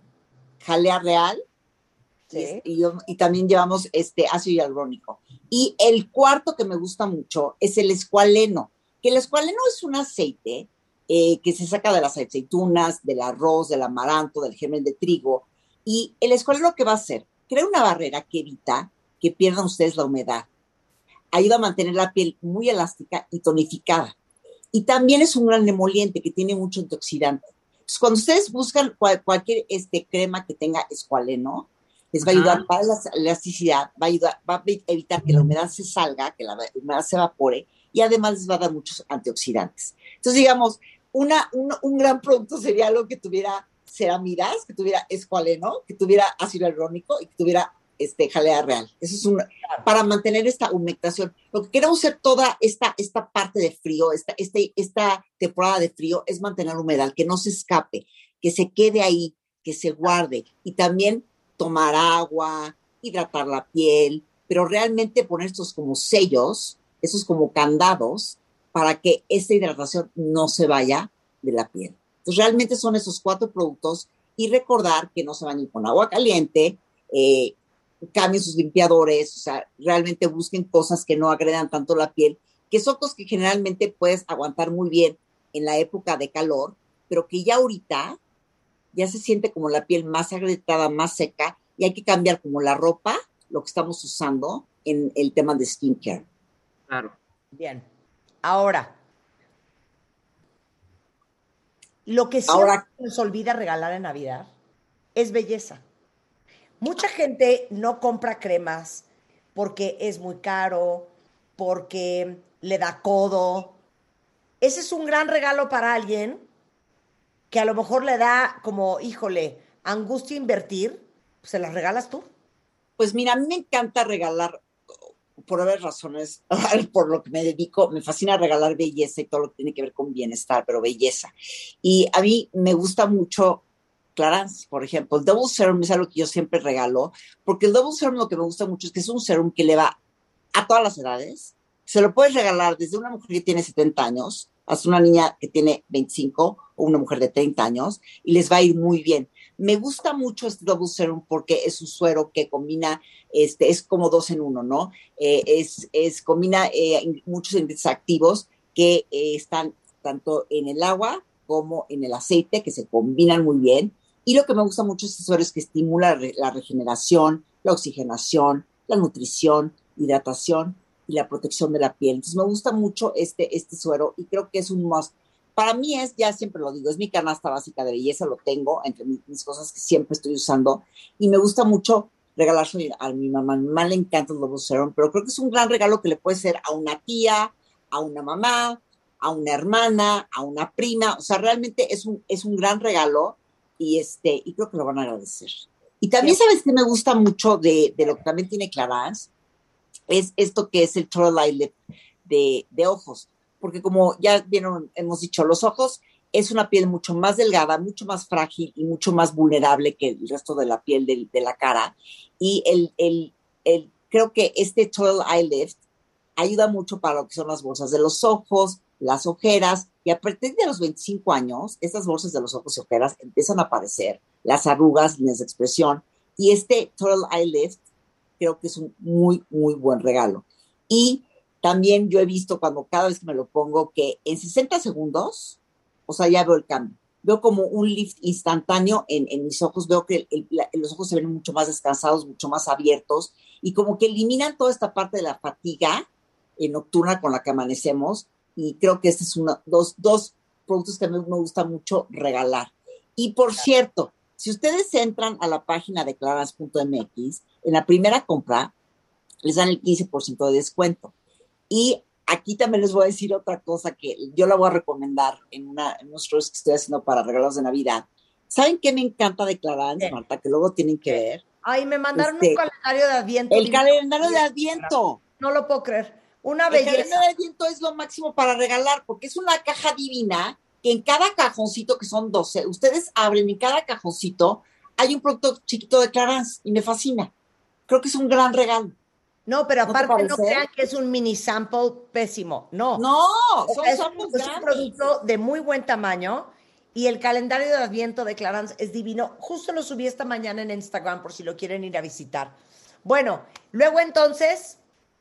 jalea real, sí. y, y, y también llevamos este ácido hialurónico. Y el cuarto que me gusta mucho es el escualeno, que el escualeno es un aceite eh, que se saca de las aceitunas, del arroz, del amaranto, del germen de trigo. Y el escualeno, ¿qué va a hacer? Crea una barrera que evita que pierdan ustedes la humedad. Ayuda a mantener la piel muy elástica y tonificada. Y también es un gran emoliente que tiene mucho antioxidante. Entonces, cuando ustedes buscan cual, cualquier este, crema que tenga escualeno, les va a ayudar para la elasticidad, va a ayudar, va a evitar que la humedad se salga, que la humedad se evapore, y además les va a dar muchos antioxidantes. Entonces, digamos, una, un, un gran producto sería algo que tuviera ceramidas, que tuviera escualeno, que tuviera ácido hialurónico y que tuviera este, jalea real. Eso es un, para mantener esta humectación. Lo que queremos hacer toda esta, esta parte de frío, esta, este, esta temporada de frío, es mantener humedad, que no se escape, que se quede ahí, que se guarde. Y también tomar agua, hidratar la piel, pero realmente poner estos como sellos, esos como candados, para que esta hidratación no se vaya de la piel. Entonces, realmente son esos cuatro productos y recordar que no se bañen con agua caliente, eh, cambien sus limpiadores, o sea, realmente busquen cosas que no agredan tanto la piel, que son cosas que generalmente puedes aguantar muy bien en la época de calor, pero que ya ahorita ya se siente como la piel más agrietada, más seca, y hay que cambiar como la ropa, lo que estamos usando en el tema de skincare. Claro. Bien. Ahora, lo que siempre Ahora, nos olvida regalar en Navidad es belleza. Mucha gente no compra cremas porque es muy caro, porque le da codo. Ese es un gran regalo para alguien que a lo mejor le da como, híjole, angustia invertir, pues se las regalas tú. Pues mira, a mí me encanta regalar, por varias razones, por lo que me dedico, me fascina regalar belleza y todo lo que tiene que ver con bienestar, pero belleza. Y a mí me gusta mucho Clarins, por ejemplo. El Double Serum es algo que yo siempre regalo, porque el Double Serum lo que me gusta mucho es que es un serum que le va a todas las edades. Se lo puedes regalar desde una mujer que tiene setenta años hasta una niña que tiene veinticinco o una mujer de treinta años y les va a ir muy bien. Me gusta mucho este Double Serum porque es un suero que combina, este, es como dos en uno, ¿no? Eh, es, es, combina eh, muchos ingredientes activos que eh, están tanto en el agua como en el aceite, que se combinan muy bien. Y lo que me gusta mucho de este suero es que estimula la regeneración, la oxigenación, la nutrición, hidratación y la protección de la piel. Entonces me gusta mucho este, este suero y creo que es un must. Para mí es, ya siempre lo digo, es mi canasta básica de belleza, lo tengo entre mis, mis cosas que siempre estoy usando y me gusta mucho regalarse a mi mamá. A mi mamá le encanta el Double Serum, pero creo que es un gran regalo que le puede ser a una tía, a una mamá, a una hermana, a una prima. O sea, realmente es un, es un gran regalo y, este, y creo que lo van a agradecer. Y también, ¿sabes qué me gusta mucho de, de lo que también tiene Clarins? Es esto que es el Total Eye Lift de, de ojos. Porque como ya vieron, hemos dicho, los ojos es una piel mucho más delgada, mucho más frágil y mucho más vulnerable que el resto de la piel de, de la cara. Y el, el, el, creo que este Total Eye Lift ayuda mucho para lo que son las bolsas de los ojos, las ojeras, y a partir de los veinticinco años, estas bolsas de los ojos y ojeras empiezan a aparecer, las arrugas, líneas de expresión, y este Total Eye Lift creo que es un muy, muy buen regalo. Y también yo he visto cuando cada vez que me lo pongo que en sesenta segundos, o sea, ya veo el cambio. Veo como un lift instantáneo en, en mis ojos, veo que el, la, los ojos se ven mucho más descansados, mucho más abiertos, y como que eliminan toda esta parte de la fatiga eh, nocturna con la que amanecemos, y creo que este es uno, dos, dos productos que a mí me gusta mucho regalar. Y por cierto, si ustedes entran a la página de clarins punto m x, en la primera compra les dan el quince por ciento de descuento. Y aquí también les voy a decir otra cosa que yo la voy a recomendar en, una, en unos shows que estoy haciendo para regalos de Navidad. ¿Saben qué me encanta de Clarins, sí, Marta? Que luego tienen que ver. Ay, me mandaron este, un calendario de Adviento. El calendario de Adviento. No lo puedo creer. Una el belleza. El calendario de Adviento es lo máximo para regalar, porque es una caja divina que en cada cajoncito, que son doce, ustedes abren, en cada cajoncito hay un producto chiquito de Clarins y me fascina. Creo que es un gran regalo. No, pero aparte no, no crean que es un mini sample pésimo. No. No, o sea, es, un, es un producto de muy buen tamaño y el calendario de Adviento de Clarins es divino. Justo lo subí esta mañana en Instagram por si lo quieren ir a visitar. Bueno, luego entonces...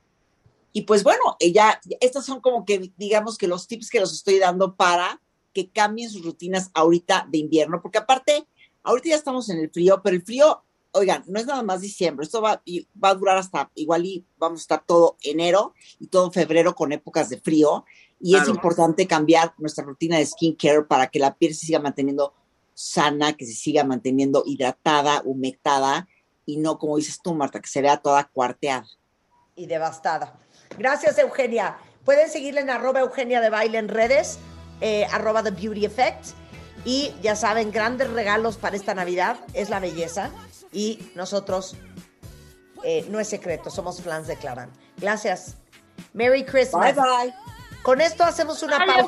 Y pues bueno, ya, estos son como que, digamos que los tips que los estoy dando para que cambien sus rutinas ahorita de invierno, porque aparte, ahorita ya estamos en el frío, pero el frío... Oigan, no es nada más diciembre, esto va, va a durar hasta, igual y vamos a estar todo enero y todo febrero con épocas de frío, y claro, es importante cambiar nuestra rutina de skincare para que la piel se siga manteniendo sana, que se siga manteniendo hidratada, humectada, y no, como dices tú, Marta, que se vea toda cuarteada. Y devastada. Gracias, Eugenia. Pueden seguirle en arroba Eugenia de Baile en redes, eh, arroba The Beauty Effect. Y ya saben, grandes regalos para esta Navidad es la belleza. Y nosotros, eh, no es secreto, somos flans de Clarán. Gracias. Merry Christmas. Bye, bye. Con esto hacemos una pausa.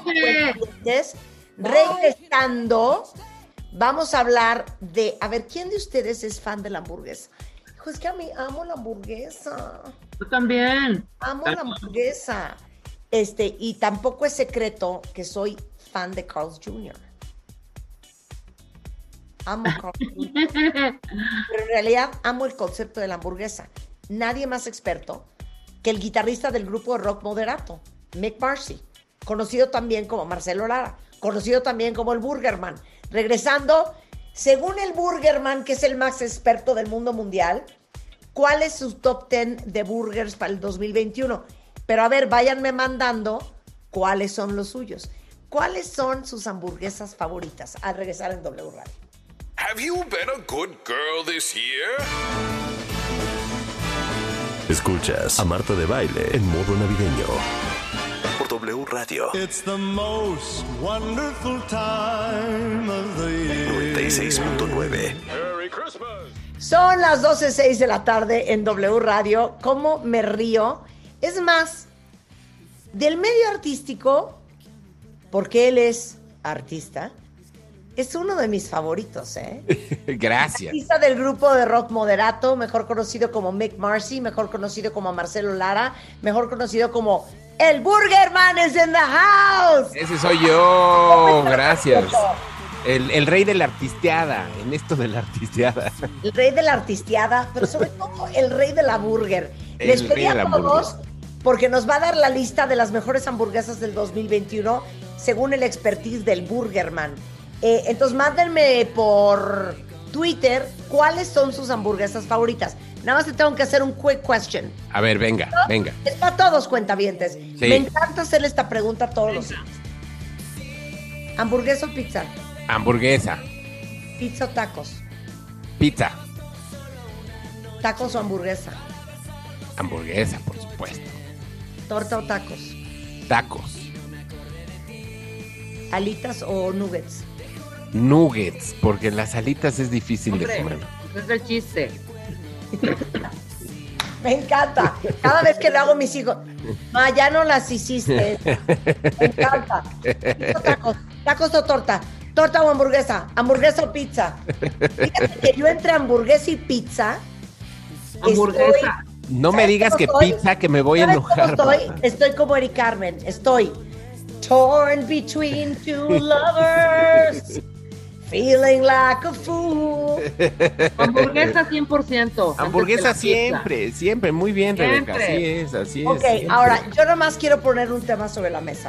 Regresando, vamos a hablar de, a ver, ¿quién de ustedes es fan de la hamburguesa? Hijo, es que a mí amo la hamburguesa. Yo también. Amo la hamburguesa. Este, y tampoco es secreto que soy fan de Carl's junior Amo Carl's junior Pero en realidad amo el concepto de la hamburguesa. Nadie más experto que el guitarrista del grupo de rock Moderato, Mick Marcy, conocido también como Marcelo Lara, conocido también como el Burgerman. Regresando, según el Burgerman, que es el más experto del mundo mundial, ¿cuál es su top diez de burgers para el dos mil veintiuno? Pero a ver, váyanme mandando cuáles son los suyos. ¿Cuáles son sus hamburguesas favoritas? Al regresar en W Radio. Have you been a good girl this year? Escuchas a Marta de Baile en modo navideño por W Radio. It's the most wonderful time of the year. noventa y seis punto nueve. Merry Christmas. Son las doce seis de la tarde en W Radio. ¿Cómo me río? Es más, del medio artístico, porque él es artista, es uno de mis favoritos, ¿eh? Gracias. Artista del grupo de rock Moderato, mejor conocido como Mick Marcy, mejor conocido como Marcelo Lara, mejor conocido como El Burgerman is in the house. Ese soy yo, gracias. El, el rey de la artisteada, en esto de la artisteada. El rey de la artisteada, pero sobre todo el rey de la burger. El Les pedí rey de a la todos, burger. porque nos va a dar la lista de las mejores hamburguesas del dos mil veintiuno, según el expertise del Burgerman. Eh, entonces, mándenme por Twitter cuáles son sus hamburguesas favoritas. Nada más te tengo que hacer un quick question. A ver, venga, ¿No? venga. Es para todos, cuentavientes. Sí. Me encanta hacerle esta pregunta a todos los días. ¿Hamburguesa o pizza? Hamburguesa, ¿Pizza o tacos? pizza, ¿Tacos o hamburguesa? hamburguesa, por supuesto. ¿Torta o tacos? Tacos, ¿Alitas o nuggets? nuggets, porque las alitas es difícil Hombre, de comer. ese es el chiste. Me encanta. Cada vez que lo hago mis hijos, ma, ya no las hiciste. Me encanta. ¿Pizza o tacos? ¿Tacos o torta? ¿Torta o hamburguesa? ¿Hamburguesa o pizza? Fíjate que yo entre hamburguesa y pizza Hamburguesa. estoy- No me ¿sabes digas cómo que estoy? pizza, que me voy a ¿Sabes cómo enojar. Estoy? estoy como Eri Carmen. Estoy torn between two lovers, feeling like a fool. Hamburguesa cien por ciento. Hamburguesa antes que la pizza. siempre, siempre, muy bien, Rebeca, Siempre. así es, así es. Ok, siempre. ahora, yo nomás quiero poner un tema sobre la mesa.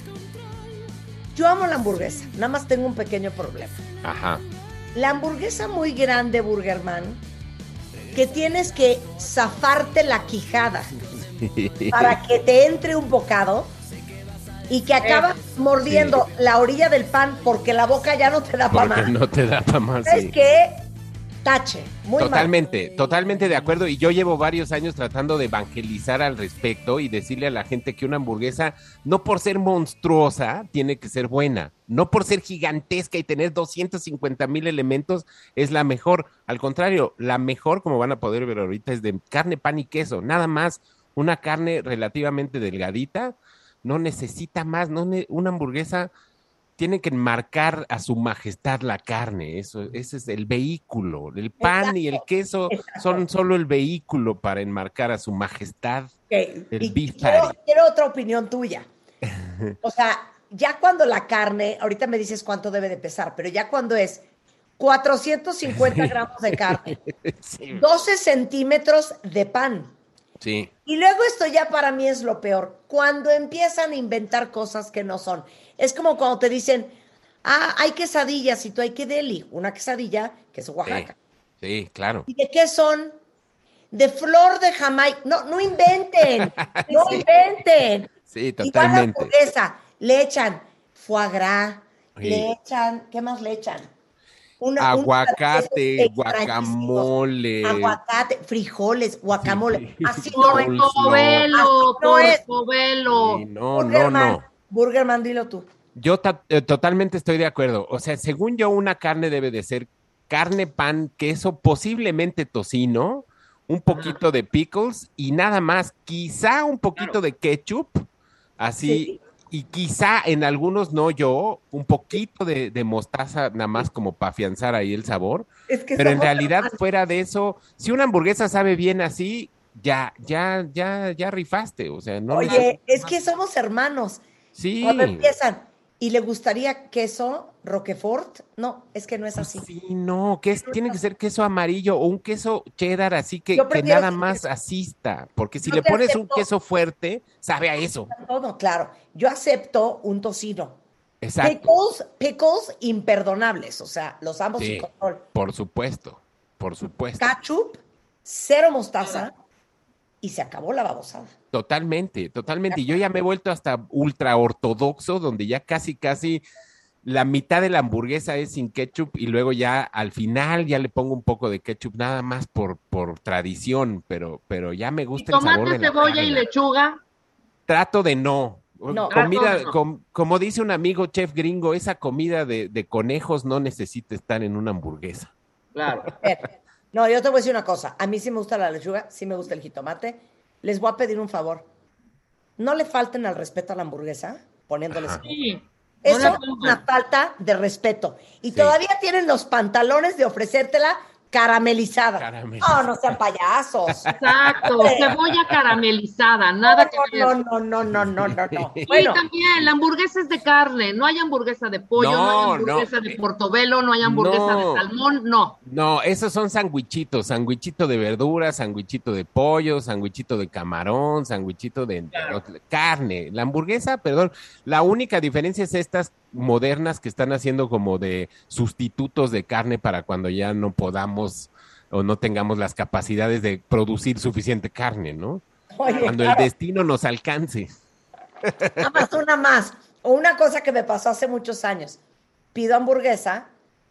Yo amo la hamburguesa, nada más tengo un pequeño problema. Ajá. La hamburguesa muy grande, Burgerman, que tienes que zafarte la quijada para que te entre un bocado y que acabas mordiendo la orilla del pan porque la boca ya no te da para Porque más. no te da para más. ¿Sabes Sí. qué? Tache, muy Totalmente, totalmente de acuerdo. Y yo llevo varios años tratando de evangelizar al respecto y decirle a la gente que una hamburguesa, no por ser monstruosa, tiene que ser buena. No por ser gigantesca y tener doscientos cincuenta mil elementos, es la mejor. Al contrario, la mejor, como van a poder ver ahorita, es de carne, pan y queso. Nada más, una carne relativamente delgadita, no necesita más. No ne- una hamburguesa tiene que enmarcar a su majestad la carne, eso, ese es el vehículo. El pan Exacto, y el queso exacto. son solo el vehículo para enmarcar a su majestad. Ok, El y beef quiero, patty. quiero otra opinión tuya. O sea, ya cuando la carne, ahorita me dices cuánto debe de pesar, pero ya cuando es cuatrocientos cincuenta gramos de carne, Sí, doce centímetros de pan. sí. Y luego esto ya para mí es lo peor, cuando empiezan a inventar cosas que no son. Es como cuando te dicen, ah, hay quesadillas, y tú hay que deli, una quesadilla que es Oaxaca. Sí, sí, claro. ¿Y de qué son? De flor de Jamaica. No, no inventen, no Sí. inventen. Sí, Igual la totalmente. hamburguesa, le echan foie gras, Sí. le echan, ¿qué más le echan? Una- Aguacate, unos guacamole. Aguacate, frijoles, guacamole. Así Sí. no es. Portobelo, Así no es. portobelo. Sí, no, no, Burgerman, no. Burgerman, dilo tú. Yo ta- eh, totalmente estoy de acuerdo. O sea, según yo, una carne debe de ser carne, pan, queso, posiblemente tocino, un poquito de pickles y nada más, quizá un poquito de ketchup, así, y quizá en algunos, no yo, un poquito de, de mostaza, nada más como para afianzar ahí el sabor. Es que Pero en somos realidad, hermanos. fuera de eso, si una hamburguesa sabe bien así, ya, ya, ya, ya rifaste. O sea, no. Oye, es que somos hermanos. Sí. Cuando empiezan, ¿y le gustaría queso Roquefort? No, es que no es así. Sí, no, que es, tiene que ser queso amarillo o un queso cheddar así que, Yo que prefiero nada que- más asista, porque si Yo le te pones un acepto. queso fuerte, sabe a eso. Todo, claro. Yo acepto un tocino. Exacto. Pickles, pickles imperdonables, o sea, los ambos Sí, sin control. por supuesto, por supuesto. Ketchup, cero mostaza y se acabó la babosada. Totalmente, totalmente. Y yo ya me he vuelto hasta ultra ortodoxo, donde ya casi, casi la mitad de la hamburguesa es sin ketchup y luego ya al final ya le pongo un poco de ketchup, nada más por, por tradición, pero, pero ya me gusta el sabor Tomate, de la cebolla carne. y lechuga. Trato de no. No. Comida, Trato de no. com- como dice un amigo chef gringo, esa comida de, de conejos no necesita estar en una hamburguesa. Claro. Eh, No, yo te voy a decir una cosa. A mí sí me gusta la lechuga, sí me gusta el jitomate. Les voy a pedir un favor. No le falten al respeto a la hamburguesa poniéndoles. Ajá. Sí. Eso No la es pongan. una falta de respeto. Y Sí. todavía tienen los pantalones de ofrecértela caramelizada. Caramelizada. No, no sean payasos. Exacto, cebolla caramelizada, nada que ver. No, no, no, no, no, no, no. Y Bueno, también, la hamburguesa es de carne, no hay hamburguesa de pollo, no, No, hay hamburguesa no. de portobelo, no hay hamburguesa No. de salmón, no. No, esos son sandwichitos, sandwichito de verduras, sandwichito de pollo, sandwichito de camarón, sandwichito de de carne. La hamburguesa, perdón, la única diferencia es estas modernas que están haciendo como de sustitutos de carne para cuando ya no podamos o no tengamos las capacidades de producir suficiente carne, ¿no? oye, Cuando claro, el destino nos alcance. nada más una más. O una cosa que me pasó hace muchos años. Pido hamburguesa,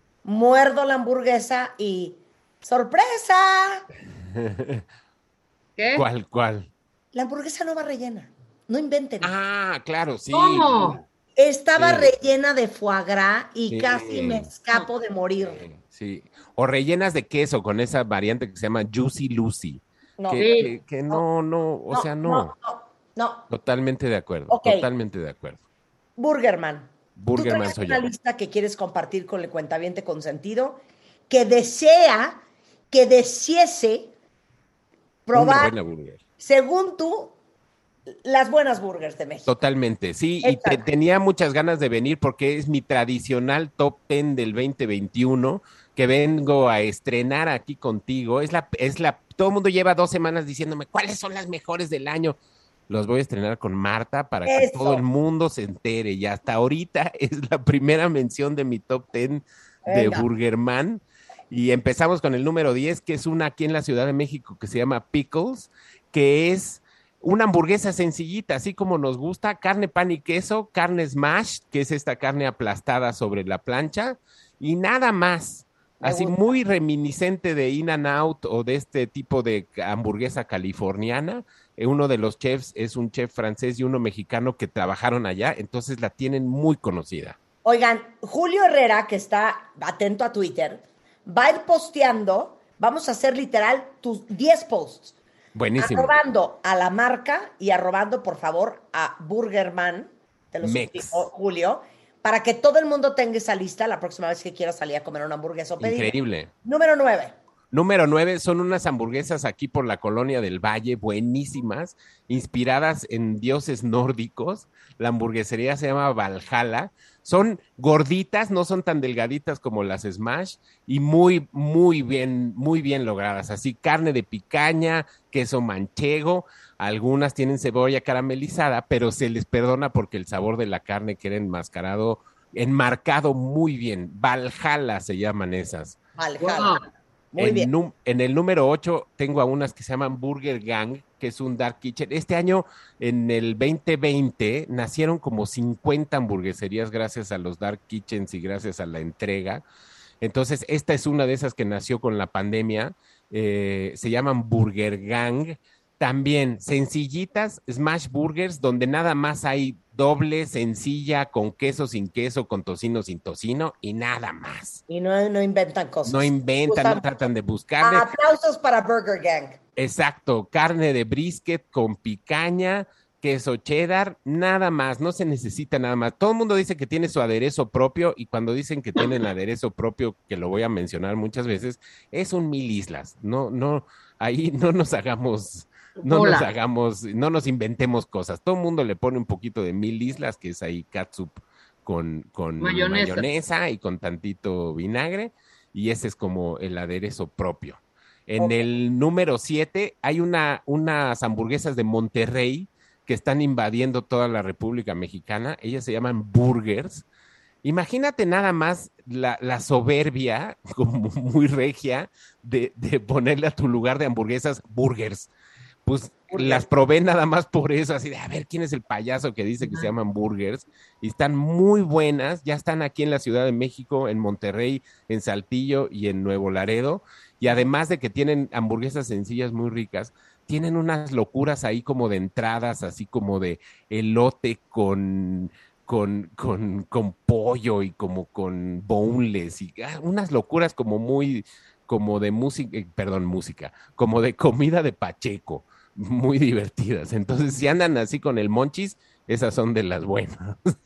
muerdo la hamburguesa y ¡sorpresa! ¿Qué? ¿Cuál, cuál? La hamburguesa no va rellena. No inventen. Ah, claro, sí. ¿Cómo? Estaba Sí. rellena de foie gras y Sí. casi me escapo de morir. Sí. O rellenas de queso con esa variante que se llama Juicy Lucy. No, que, Sí. que- que no, no, o no, sea, no. no, no, no. Totalmente de acuerdo, Ok. totalmente de acuerdo. Burgerman. Burgerman Tú traes soy una yo. lista que quieres compartir con el cuentaviente consentido que desea, que deseese probar, Una buena burger. según tú, las buenas burgers de México. Totalmente, sí, y te- Échale. tenía muchas ganas de venir porque es mi tradicional top ten del veinte veintiuno que vengo a estrenar aquí contigo. Es la, es la, todo el mundo lleva dos semanas diciéndome cuáles son las mejores del año. Los voy a estrenar con Marta para que Eso. todo el mundo se entere. Y hasta ahorita es la primera mención de mi top ten de Venga. Burgerman. Y empezamos con el número diez, que es una aquí en la Ciudad de México que se llama Pickles, que es una hamburguesa sencillita, así como nos gusta, carne, pan y queso, carne smash, que es esta carne aplastada sobre la plancha, y nada más. Me Así gusta. muy reminiscente de In-N-Out o de este tipo de hamburguesa californiana. Eh, Uno de los chefs es un chef francés y uno mexicano que trabajaron allá, entonces la tienen muy conocida. Oigan, Julio Herrera, que está atento a Twitter, va a ir posteando, vamos a hacer literal tus diez posts. Buenísimo. Arrobando a la marca y arrobando, por favor, a Burgerman, te lo Mex. suplico, Julio, para que todo el mundo tenga esa lista la próxima vez que quiera salir a comer una hamburguesa o pedir. Increíble. Número nueve. Número nueve son unas hamburguesas aquí por la colonia del Valle, buenísimas, inspiradas en dioses nórdicos. La hamburguesería se llama Valhalla. Son gorditas, no son tan delgaditas como las Smash y muy, muy bien, muy bien logradas. Así, carne de picaña, queso manchego, algunas tienen cebolla caramelizada, pero se les perdona porque el sabor de la carne queda enmascarado, enmarcado muy bien. Valhalla se llaman esas. Valhalla. Wow. Muy en, bien. num- en el número ocho tengo a unas que se llaman Burger Gang, que es un dark kitchen. Este año, en el veinte veinte, nacieron como cincuenta hamburgueserías gracias a los dark kitchens y gracias a la entrega. Entonces, esta es una de esas que nació con la pandemia. Eh, se llaman Burger Gang. También sencillitas, smash burgers, donde nada más hay doble, sencilla, con queso, sin queso, con tocino, sin tocino y nada más. Y no, no inventan cosas. No inventan, Usan- no tratan de buscarle. Aplausos para Burger Gang. Exacto, carne de brisket con picaña, queso cheddar, nada más, no se necesita nada más. Todo el mundo dice que tiene su aderezo propio y cuando dicen que tienen aderezo propio, que lo voy a mencionar muchas veces, es un mil islas. No, no, ahí no nos hagamos, no Hola. nos hagamos, no nos inventemos cosas. Todo el mundo le pone un poquito de mil islas, que es ahí catsup con, con Mayonesa. mayonesa y con tantito vinagre, y ese es como el aderezo propio. En Ok. el número siete hay una, unas hamburguesas de Monterrey que están invadiendo toda la República Mexicana. Ellas se llaman burgers. Imagínate nada más la, la soberbia, como muy regia, de, de ponerle a tu lugar de hamburguesas burgers. Pues Burgers. las probé nada más por eso, así de a ver quién es el payaso que dice que se llaman burgers. Y están muy buenas, ya están aquí en la Ciudad de México, en Monterrey, en Saltillo y en Nuevo Laredo. Y además de que tienen hamburguesas sencillas muy ricas, tienen unas locuras ahí como de entradas, así como de elote con, con, con, con pollo y como con boneless y ah, unas locuras como muy, como de música, eh, perdón, música, como de comida de Pacheco, muy divertidas. Entonces, si andan así con el monchis, esas son de las buenas.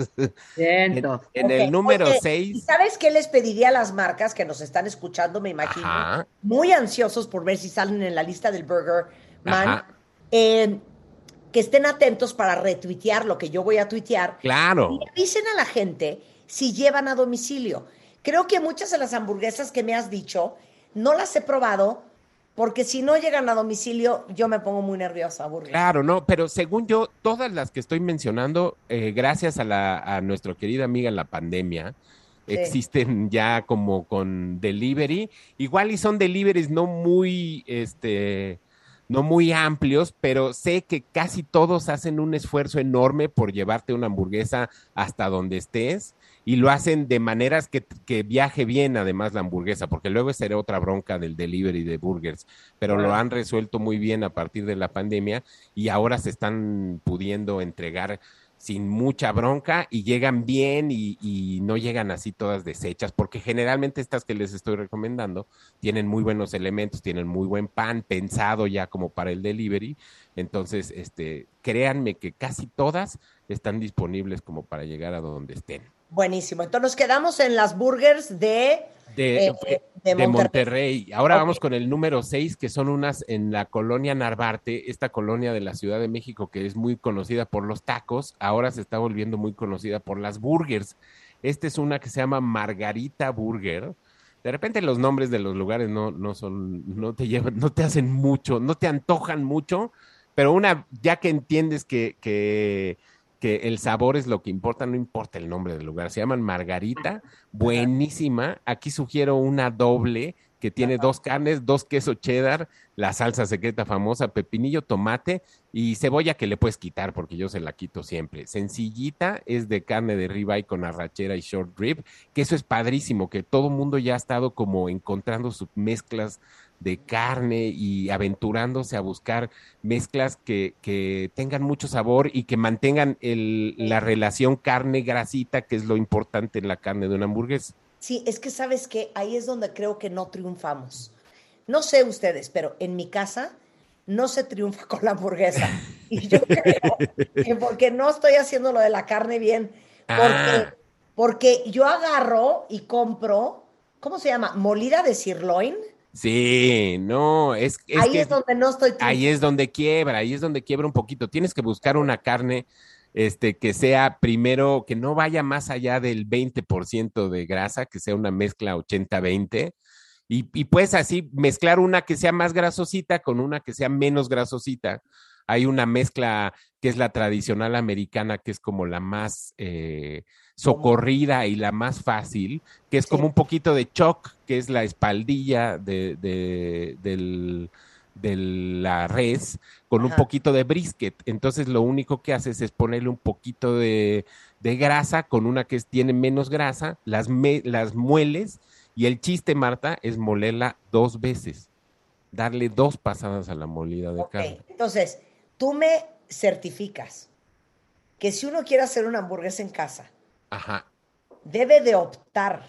En, Siento. en Ok, el número oye, ¿y seis, sabes qué les pediría a las marcas que nos están escuchando, me imagino? Ajá. Muy ansiosos por ver si salen en la lista del Burger Man. Ajá. Eh, que estén atentos para retuitear lo que yo voy a tuitear. claro. Y avisen a la gente si llevan a domicilio. Creo que muchas de las hamburguesas que me has dicho no las he probado porque si no llegan a domicilio yo me pongo muy nerviosa, Burger. Claro, no, pero según yo, todas las que estoy mencionando, eh, gracias a, la, a nuestra querida amiga la pandemia, Sí. existen ya como con delivery. Igual y son deliveries no muy, este, no muy amplios, pero sé que casi todos hacen un esfuerzo enorme por llevarte una hamburguesa hasta donde estés y lo hacen de maneras que, que viaje bien además la hamburguesa, porque luego será otra bronca del delivery de burgers, pero lo han resuelto muy bien a partir de la pandemia y ahora se están pudiendo entregar sin mucha bronca y llegan bien y, y no llegan así todas deshechas, porque generalmente estas que les estoy recomendando tienen muy buenos elementos, tienen muy buen pan pensado ya como para el delivery, entonces este, créanme que casi todas están disponibles como para llegar a donde estén. Buenísimo. Entonces nos quedamos en las burgers de, De, eh, de, de de Monterrey. Monterrey. Ahora Ok. vamos con el número seis, que son unas en la colonia Narvarte, esta colonia de la Ciudad de México que es muy conocida por los tacos, ahora se está volviendo muy conocida por las burgers. Esta es una que se llama Margarita Burger. De repente los nombres de los lugares no, no son, no te llevan, no te hacen mucho, no te antojan mucho, pero una, ya que entiendes que, que que el sabor es lo que importa, no importa el nombre del lugar. Se llaman Margarita, buenísima. Aquí sugiero una doble que tiene Ajá. dos carnes, dos queso cheddar, la salsa secreta famosa, pepinillo, tomate y cebolla que le puedes quitar porque yo se la quito siempre. Sencillita, es de carne de ribeye con arrachera y short rib, que eso es padrísimo, que todo mundo ya ha estado como encontrando sus mezclas de carne y aventurándose a buscar mezclas que, que tengan mucho sabor y que mantengan el, la relación carne-grasita, que es lo importante en la carne de una hamburguesa. Sí, es que sabes que ahí es donde creo que no triunfamos. No sé ustedes, pero en mi casa no se triunfa con la hamburguesa. Y yo creo que porque no estoy haciendo lo de la carne bien, porque, Ah. porque yo agarro y compro, ¿cómo se llama? Molida de sirloin. Sí, no, es, es Ahí que es donde no estoy triunfando. ahí es donde quiebra, ahí es donde quiebra un poquito. Tienes que buscar una carne este, que sea primero, que no vaya más allá del veinte por ciento de grasa, que sea una mezcla ochenta veinte. Y, y puedes así mezclar una que sea más grasosita con una que sea menos grasosita. Hay una mezcla que es la tradicional americana, que es como la más eh, socorrida y la más fácil, que es como un poquito de chuck, que es la espaldilla de, de, del, de la res, con un Ajá. poquito de brisket. Entonces lo único que haces es ponerle un poquito de, de grasa con una que es- tiene menos grasa, las, me- las mueles Y el chiste, Marta, es molerla dos veces. Darle dos pasadas a la molida de okay. carne. Entonces, tú me certificas que si uno quiere hacer una hamburguesa en casa, Ajá. debe de optar,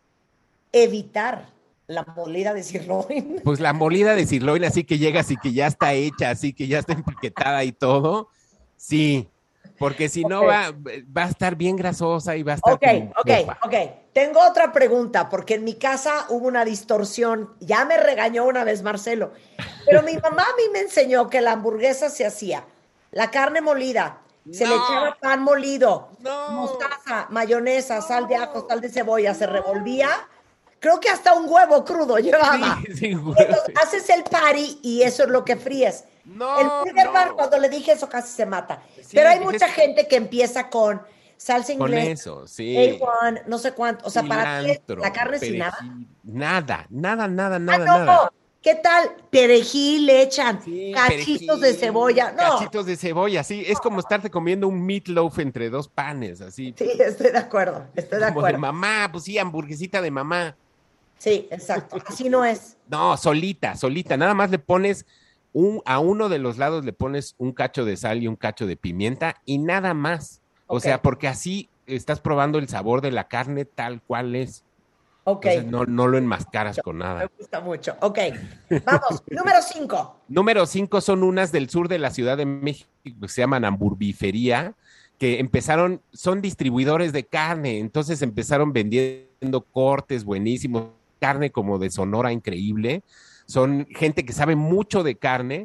evitar la molida de sirloin. Pues la molida de sirloin, así que llegas y que ya está hecha, así que ya está empaquetada y todo. Sí, porque si okay. no va, va a estar bien grasosa y va a estar Ok, ok, popa. ok. Tengo otra pregunta, porque en mi casa hubo una distorsión. Ya me regañó una vez Marcelo. Pero mi mamá a mí me enseñó que la hamburguesa se hacía la carne molida, se no. le echaba pan molido, no. mostaza, mayonesa, sal de ajo, sal de cebolla, se revolvía. Creo que hasta un huevo crudo llevaba. Sí, sí, entonces, haces el patty y eso es lo que fríes. No, el Burger no. Bar, cuando le dije eso, casi se mata. Sí, Pero hay mucha es... gente que empieza con salsa inglesa, con eso, sí. A uno, no sé cuánto. O sea, Cilantro, para ti la carne sin nada. Nada, nada, nada, nada, ah, no. nada. ¿Qué tal? Perejil le echan, sí, cachitos perejil, de cebolla. No. Cachitos de cebolla, sí. Es como estarte comiendo un meatloaf entre dos panes, así. Sí, estoy de acuerdo, estoy de como acuerdo. De mamá, pues sí, hamburguesita de mamá. Sí, exacto. Así no es. No, solita, solita. Nada más le pones un, a uno de los lados le pones un cacho de sal y un cacho de pimienta y nada más. O okay. sea, porque así estás probando el sabor de la carne tal cual es. Ok. Entonces no, no lo enmascaras con nada. Me gusta mucho. Ok. Vamos, número cinco. Número cinco son unas del sur de la Ciudad de México que se llaman Hamburbifería, que empezaron, son distribuidores de carne, entonces empezaron vendiendo cortes buenísimos, carne como de Sonora increíble, son gente que sabe mucho de carne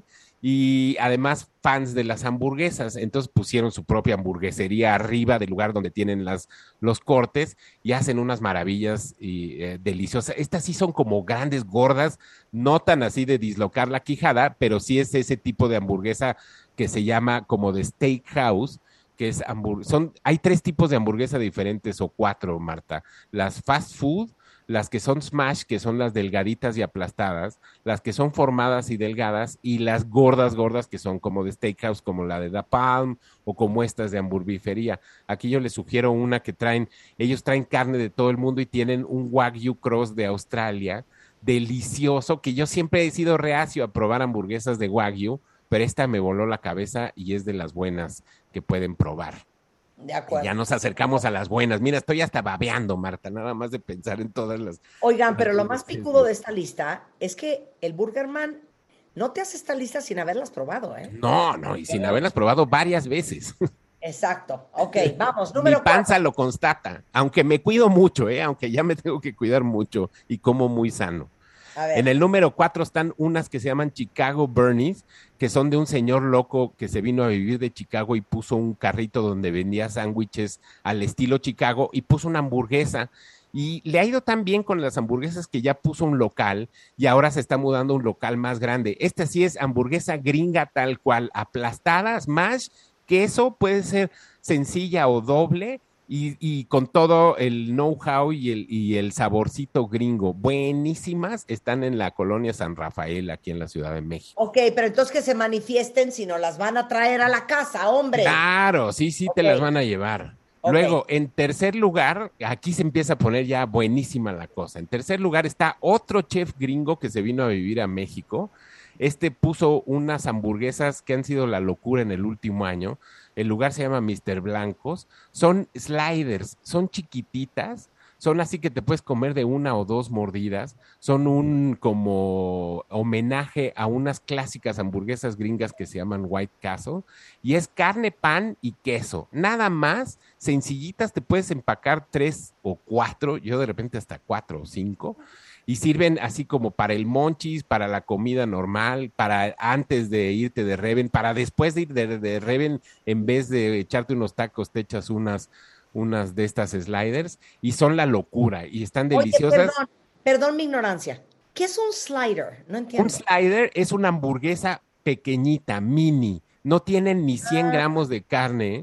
y además fans de las hamburguesas, entonces pusieron su propia hamburguesería arriba del lugar donde tienen las, los cortes y hacen unas maravillas y, eh, deliciosas. Estas sí son como grandes, gordas, no tan así de dislocar la quijada, pero sí es ese tipo de hamburguesa que se llama como de steakhouse, que es hamburguesa. Son, hay tres tipos de hamburguesa diferentes o cuatro, Marta. Las fast food, las que son smash, que son las delgaditas y aplastadas, las que son formadas y delgadas, y las gordas, gordas, que son como de steakhouse, como la de Da Palm, o como estas de hamburbifería. Aquí yo les sugiero una que traen, ellos traen carne de todo el mundo y tienen un Wagyu Cross de Australia, delicioso, que yo siempre he sido reacio a probar hamburguesas de Wagyu, pero esta me voló la cabeza y es de las buenas que pueden probar. De acuerdo. Y ya nos acercamos a las buenas. Mira, estoy hasta babeando, Marta, nada más de pensar en todas las... Oigan, pero lo más picudo de esta lista es que el Burgerman no te hace esta lista sin haberlas probado, ¿eh? No, no, y sin haberlas probado varias veces. Exacto. Ok, vamos, número Mi panza cuatro. lo constata, aunque me cuido mucho, ¿eh? Aunque ya me tengo que cuidar mucho y como muy sano. A ver. En el número cuatro están unas que se llaman Chicago Bernies, que son de un señor loco que se vino a vivir de Chicago y puso un carrito donde vendía sándwiches al estilo Chicago y puso una hamburguesa. Y le ha ido tan bien con las hamburguesas que ya puso un local y ahora se está mudando a un local más grande. Esta sí es hamburguesa gringa tal cual, aplastada, smash, queso, puede ser sencilla o doble. Y, y con todo el know-how y el, y el saborcito gringo, buenísimas, están en la colonia San Rafael, aquí en la Ciudad de México. Ok, pero entonces que se manifiesten si no las van a traer a la casa, hombre. Claro, sí, sí, okay. Te las van a llevar. Okay. Luego, en tercer lugar, aquí se empieza a poner ya buenísima la cosa. En tercer lugar está otro chef gringo que se vino a vivir a México. Este puso unas hamburguesas que han sido la locura en el último año. El lugar se llama mister Blancos. Son sliders, son chiquititas, son así que te puedes comer de una o dos mordidas. Son un como homenaje a unas clásicas hamburguesas gringas que se llaman White Castle. Y es carne, pan y queso. Nada más, sencillitas, te puedes empacar tres o cuatro, yo de repente hasta cuatro o cinco. Y sirven así como para el monchis, para la comida normal, para antes de irte de Reven, para después de ir de, de Reven, en vez de echarte unos tacos, te echas unas, unas de estas sliders y son la locura y están deliciosas. Oye, perdón, perdón mi ignorancia. ¿Qué es un slider? No entiendo. Un slider es una hamburguesa pequeñita, mini. No tienen ni cien ah. gramos de carne.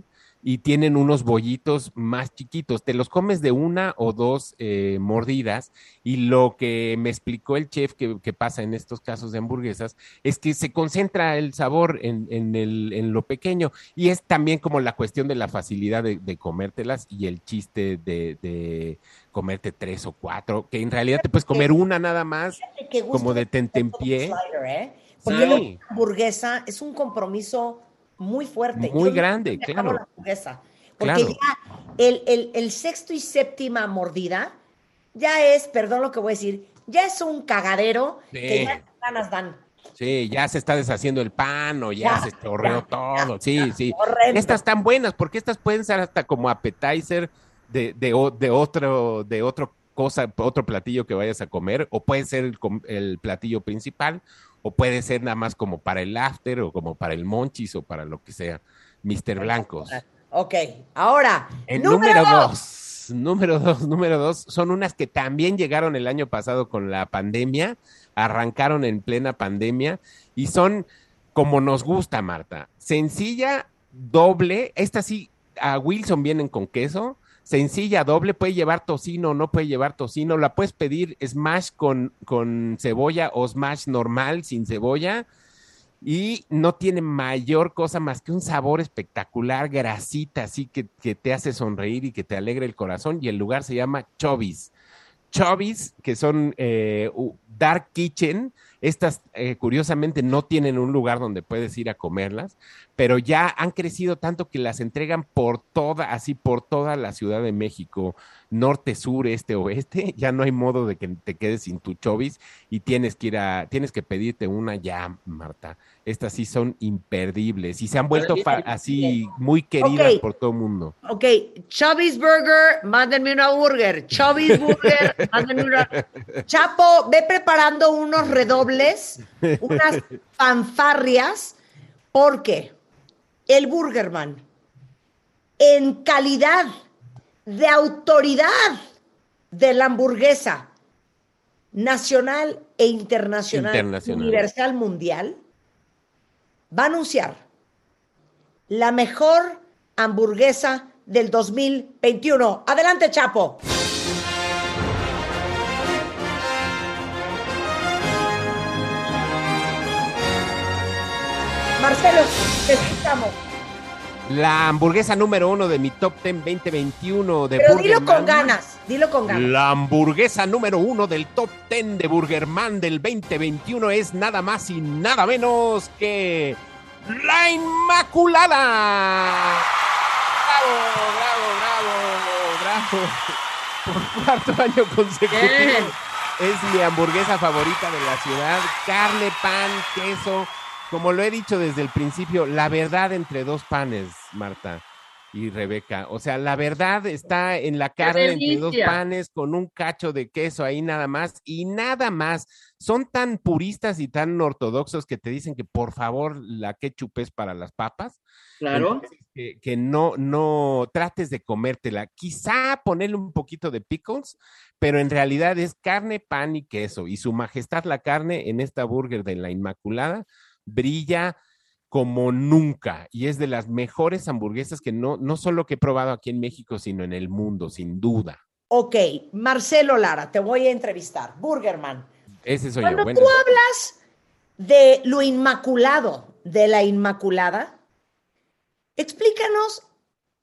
y tienen unos bollitos más chiquitos. Te los comes de una o dos eh, mordidas y lo que me explicó el chef que, que pasa en estos casos de hamburguesas es que se concentra el sabor en, en, el, en lo pequeño y es también como la cuestión de la facilidad de, de comértelas y el chiste de, de comerte tres o cuatro, que en realidad te puedes comer una nada más como de tentempié. Slider, ¿eh? Porque Sí. la hamburguesa es un compromiso muy fuerte. Muy Yo grande, me acabo claro. la hamburguesa, porque Claro. ya el, el, el sexto y séptima mordida ya es, perdón lo que voy a decir, ya es un cagadero Sí. que ya ganas dan. Sí, ya se está deshaciendo el pan o ya, Ya, se chorreó ya, todo. Sí, sí. Horrendo. Estas están buenas porque estas pueden ser hasta como appetizer de, de, o- de otro, de otro cosa, otro platillo que vayas a comer, o puede ser el, com- el platillo principal, o puede ser nada más como para el after, o como para el monchis, o para lo que sea. mister Blancos. Ok, ahora, El número, número dos. dos, número dos, número dos, son unas que también llegaron el año pasado con la pandemia, arrancaron en plena pandemia y son como nos gusta, Marta. Sencilla, doble, esta sí, a Wilson vienen con queso, sencilla, doble, puede llevar tocino, no puede llevar tocino, la puedes pedir smash con, con cebolla o smash normal sin cebolla. Y no tiene mayor cosa más que un sabor espectacular, grasita, así que, que te hace sonreír y que te alegra el corazón. Y el lugar se llama Chubby's. Chubby's, que son eh, u- Dark Kitchen. Estas, eh, curiosamente, no tienen un lugar donde puedes ir a comerlas, pero ya han crecido tanto que las entregan por toda, así por toda la Ciudad de México, norte, sur, este, oeste. Ya no hay modo de que te quedes sin tu Chubby's y tienes que ir a, tienes que pedirte una ya, Marta. Estas sí son imperdibles y se han vuelto fa- así muy queridas Ok. por todo el mundo. Ok, Chubby's Burger, mándenme una burger. Chubby's Burger, mándenme una. Chapo, ve preparando unos redobles, unas fanfarrias, porque el Burgerman, en calidad de autoridad de la hamburguesa nacional e internacional, Internacional. universal, mundial, va a anunciar la mejor hamburguesa del dos mil veintiuno. Adelante, Chapo. Marcelo, te escuchamos. La hamburguesa número uno de mi top ten veinte veintiuno de Pero dilo Burgerman. con ganas, dilo con ganas. La hamburguesa número uno del top ten de Burgerman del veinte veintiuno es nada más y nada menos que La Inmaculada. ¡Bravo, bravo, bravo, bravo! Por cuarto año consecutivo. Bien. Es mi hamburguesa favorita de la ciudad. Carne, pan, queso. Como lo he dicho desde el principio, la verdad entre dos panes, Marta y Rebeca. O sea, la verdad está en la carne entre dos delicia! panes con un cacho de queso ahí nada más y nada más. Son tan puristas y tan ortodoxos que te dicen que por favor la ketchup es para las papas. Claro. Entonces, que, que no, no trates de comértela. Quizá ponerle un poquito de pickles, pero en realidad es carne, pan y queso. Y su majestad la carne en esta burger de la Inmaculada brilla como nunca y es de las mejores hamburguesas que no, no solo que he probado aquí en México, sino en el mundo, sin duda. Ok, Marcelo Lara, te voy a entrevistar. Burgerman. Ese soy Cuando yo. Bueno, tú hablas de lo inmaculado, de la Inmaculada, explícanos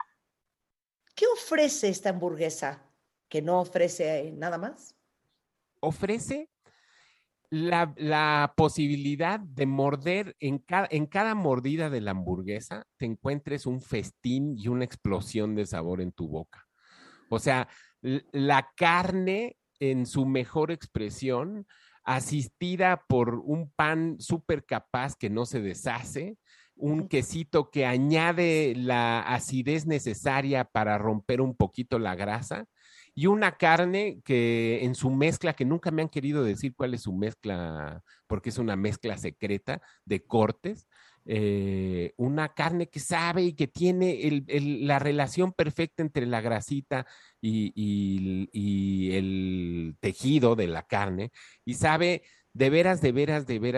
qué ofrece esta hamburguesa que no ofrece nada más. ofrece la, la posibilidad de morder en cada, en cada mordida de la hamburguesa, te encuentres un festín y una explosión de sabor en tu boca. O sea, l- la carne en su mejor expresión, asistida por un pan súper capaz que no se deshace, un quesito que añade la acidez necesaria para romper un poquito la grasa y una carne que en su mezcla, que nunca me han querido decir cuál es su mezcla, porque es una mezcla secreta de cortes, eh, una carne que sabe y que tiene el, el, la relación perfecta entre la grasita y, y, y el tejido de la carne y sabe de veras, de veras, de veras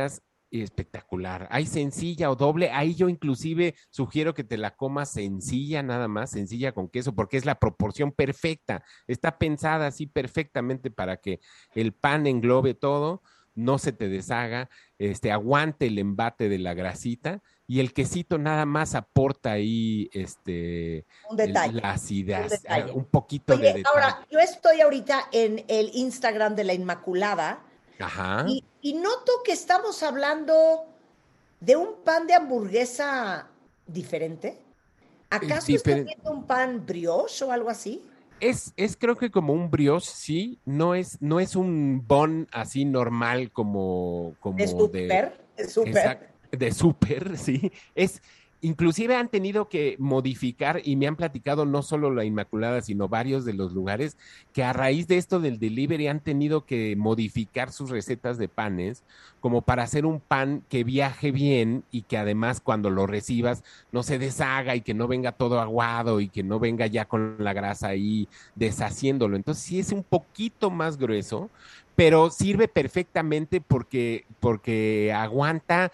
espectacular. Hay sencilla o doble, ahí yo inclusive sugiero que te la comas sencilla nada más, sencilla con queso, porque es la proporción perfecta, está pensada así perfectamente para que el pan englobe todo, no se te deshaga, este, aguante el embate de la grasita, y el quesito nada más aporta ahí este, un detalle, la acidez, un, un poquito Oye, de detalle. Ahora, yo estoy ahorita en el Instagram de la Inmaculada. Ajá. Y, y noto que estamos hablando de un pan de hamburguesa diferente. ¿Acaso Sí, está pero- viendo un pan brioche o algo así? Es, es creo que como un brioche, sí, no es, no es un bun así normal como, como De súper, de súper. Exact- de súper, sí. Es, inclusive han tenido que modificar y me han platicado no solo la Inmaculada, sino varios de los lugares que a raíz de esto del delivery han tenido que modificar sus recetas de panes como para hacer un pan que viaje bien y que además cuando lo recibas no se deshaga y que no venga todo aguado y que no venga ya con la grasa ahí deshaciéndolo. Entonces sí es un poquito más grueso, pero sirve perfectamente porque, porque aguanta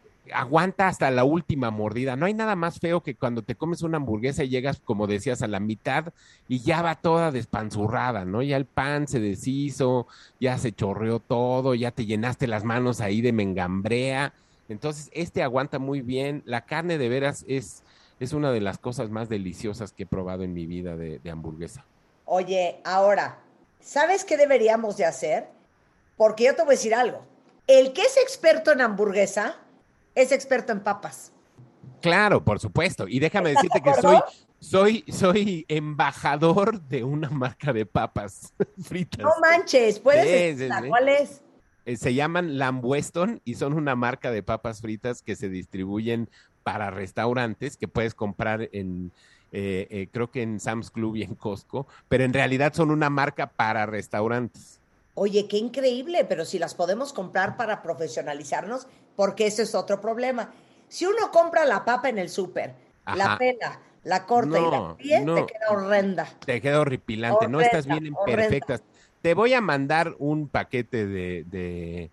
aguanta hasta la última mordida. No hay nada más feo que cuando te comes una hamburguesa y llegas, como decías, a la mitad y ya va toda despanzurrada, ¿no? Ya el pan se deshizo, ya se chorreó todo, ya te llenaste las manos ahí de mengambrea. Entonces, este aguanta muy bien. La carne de veras es, es una de las cosas más deliciosas que he probado en mi vida de, de hamburguesa. Oye, ahora, ¿sabes qué deberíamos de hacer? Porque yo te voy a decir algo. El que es experto en hamburguesa es experto en papas. Claro, por supuesto. Y déjame decirte que soy, soy, soy embajador de una marca de papas fritas. No manches, ¿puedes Sí, decirla? sí, sí. ¿Cuál es? Eh, Se llaman Lamb Weston y son una marca de papas fritas que se distribuyen para restaurantes que puedes comprar en, eh, eh, creo que en Sam's Club y en Costco, pero en realidad son una marca para restaurantes. Oye, qué increíble, pero si las podemos comprar para profesionalizarnos, porque ese es otro problema. Si uno compra la papa en el súper, la Ajá. pela, la corta y la No, fríe, no. te queda horrenda. Te queda horripilante, no estás bien en Horrenda, perfectas. Te voy a mandar un paquete de, de,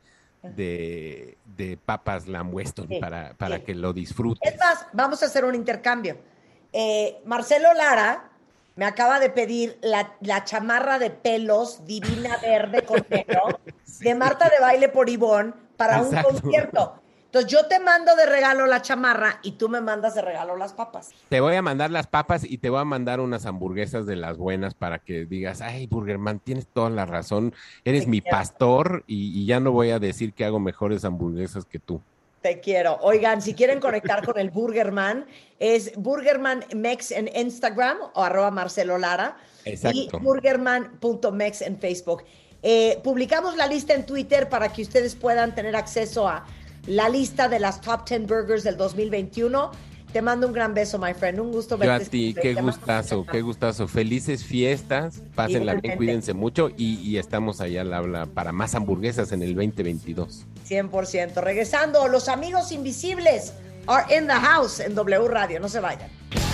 de, de papas Lamb Weston Sí, para, para sí. que lo disfrutes. Es más, vamos a hacer un intercambio. Eh, Marcelo Lara me acaba de pedir la, la chamarra de pelos divina verde con negro de Marta de Baile por Ivonne para Exacto. un concierto. Entonces yo te mando de regalo la chamarra y tú me mandas de regalo las papas. Te voy a mandar las papas y te voy a mandar unas hamburguesas de las buenas para que digas, ay, Burgerman, tienes toda la razón, eres Te mi quiero. pastor y, y ya no voy a decir que hago mejores hamburguesas que tú. Te quiero. Oigan, si quieren conectar con el Burgerman, es Burgerman Mex en Instagram o arroba Marcelo Lara. Exacto. Y burgerman punto mex en Facebook. Eh, publicamos la lista en Twitter para que ustedes puedan tener acceso a la lista de las top diez burgers del dos mil veintiuno. Te mando un gran beso, my friend. Un gusto Yo a verte. ti, siempre. qué Te mando gustazo, un qué gustazo. Felices fiestas, pásenla bien, Igualmente. cuídense mucho y, y estamos allá al habla para más hamburguesas en el veinte veintidós. cien por ciento. Regresando, los amigos invisibles are in the house en W Radio. No se vayan.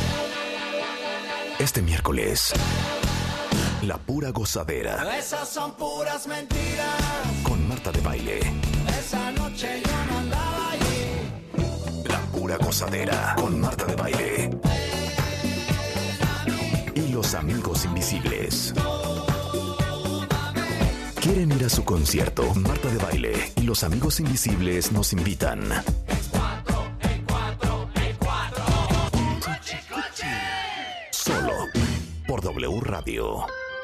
Este miércoles, la pura gozadera Esas son puras mentiras. con Marta de Baile. Esa noche yo no andaba allí. La pura gozadera con Marta de Baile. Y los amigos invisibles. ¿Quieren ir a su concierto? Marta de Baile y los amigos invisibles nos invitan. Solo por W Radio.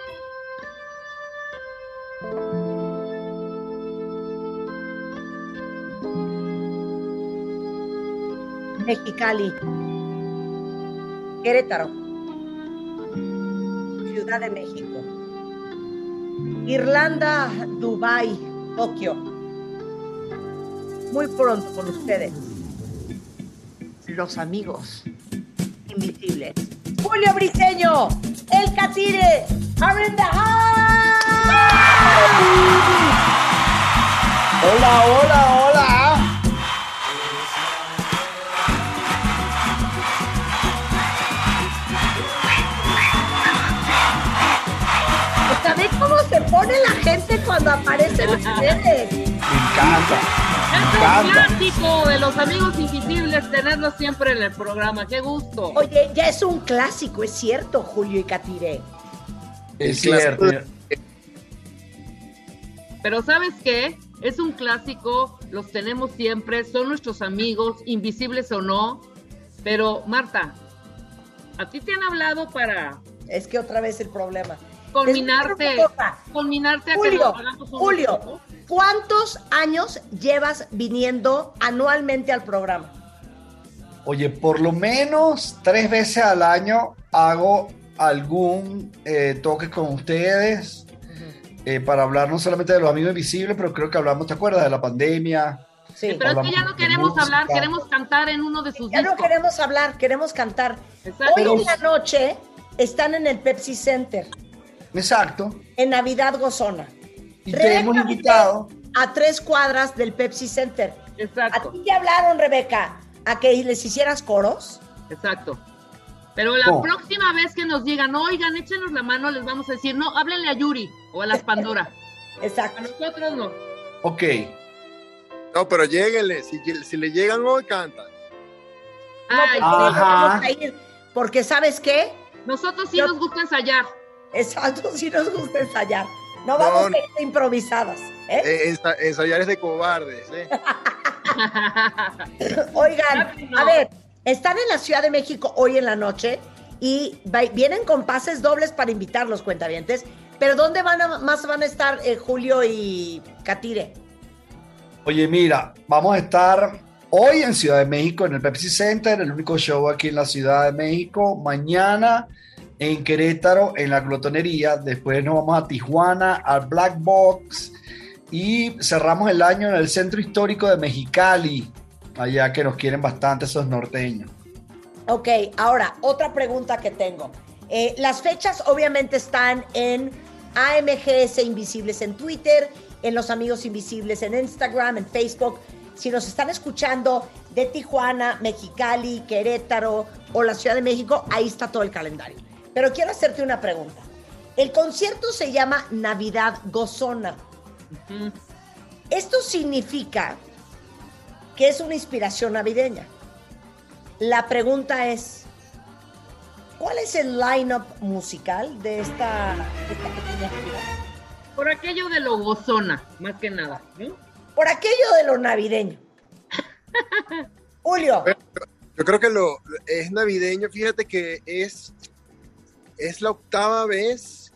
Mexicali, Querétaro, Ciudad de México, Irlanda, Dubái, Tokio. Muy pronto con ustedes, los amigos invisibles. Julio Briseño, El Catire, are in the house. Hola, hola, hola. ¿Sabes cómo se pone la gente cuando aparecen ustedes? Me encanta. un clásico de los amigos invisibles tenerlos siempre en el programa. ¡Qué gusto! Oye, ya es un clásico, es cierto, Julio y Katire. Es cierto. Pero ¿sabes qué? Es un clásico, los tenemos siempre, son nuestros amigos, invisibles o no. Pero, Marta, ¿a ti te han hablado para...? Es que otra vez el problema. Culminarte, culminarte a Julio, que nos hagamos un Julio, grupo. ¿cuántos años llevas viniendo anualmente al programa? Oye, por lo menos tres veces al año hago algún eh, toque con ustedes uh-huh. eh, para hablar no solamente de los amigos invisibles, pero creo que hablamos, ¿te acuerdas? De la pandemia. Sí. Pero es que ya no queremos música. hablar, queremos cantar en uno de sus ya discos. Ya no queremos hablar, queremos cantar. Exacto. Hoy en la noche están en el Pepsi Center. Exacto. En Navidad Gozona. Y te hemos invitado a tres cuadras del Pepsi Center. Exacto. ¿A ti te hablaron, Rebeca, a que les hicieras coros? Exacto. Pero la oh. próxima vez que nos digan, oigan, échenos la mano, les vamos a decir, no, háblenle a Yuri o a las Pandora. Exacto. A nosotros no. Ok. No, pero lléguenle, si, si le llegan hoy, cantan. Ay, no, pues, vamos a ir, porque ¿sabes qué? Nosotros sí Yo... nos gusta ensayar. Exacto, sí nos gusta ensayar. No vamos no, a ir improvisadas. ¿eh? Eh, ensa ensayar es de cobardes. ¿eh? Oigan, no. a ver, están en la Ciudad de México hoy en la noche y vienen con pases dobles para invitarlos, cuentavientes. Pero ¿dónde van a, más van a estar eh, Julio y Katire? Oye, mira, vamos a estar hoy en Ciudad de México, en el Pepsi Center, el único show aquí en la Ciudad de México. Mañana en Querétaro, en la Glotonería. Después nos vamos a Tijuana, al Black Box. Y cerramos el año en el Centro Histórico de Mexicali, allá que nos quieren bastante esos norteños. Ok, ahora, otra pregunta que tengo. Eh, las fechas obviamente están en A M G S Invisibles en Twitter, en Los Amigos Invisibles en Instagram, en Facebook. Si nos están escuchando de Tijuana, Mexicali, Querétaro o la Ciudad de México, ahí está todo el calendario. Pero quiero hacerte una pregunta. El concierto se llama Navidad Gozona. Uh-huh. Esto significa que es una inspiración navideña. La pregunta es, ¿cuál es el line-up musical de esta, de esta pequeña gira? Por aquello de lo gozona, más que nada, ¿no? Por aquello de lo navideño. Julio. Yo creo que lo es navideño. Fíjate que es, es la octava vez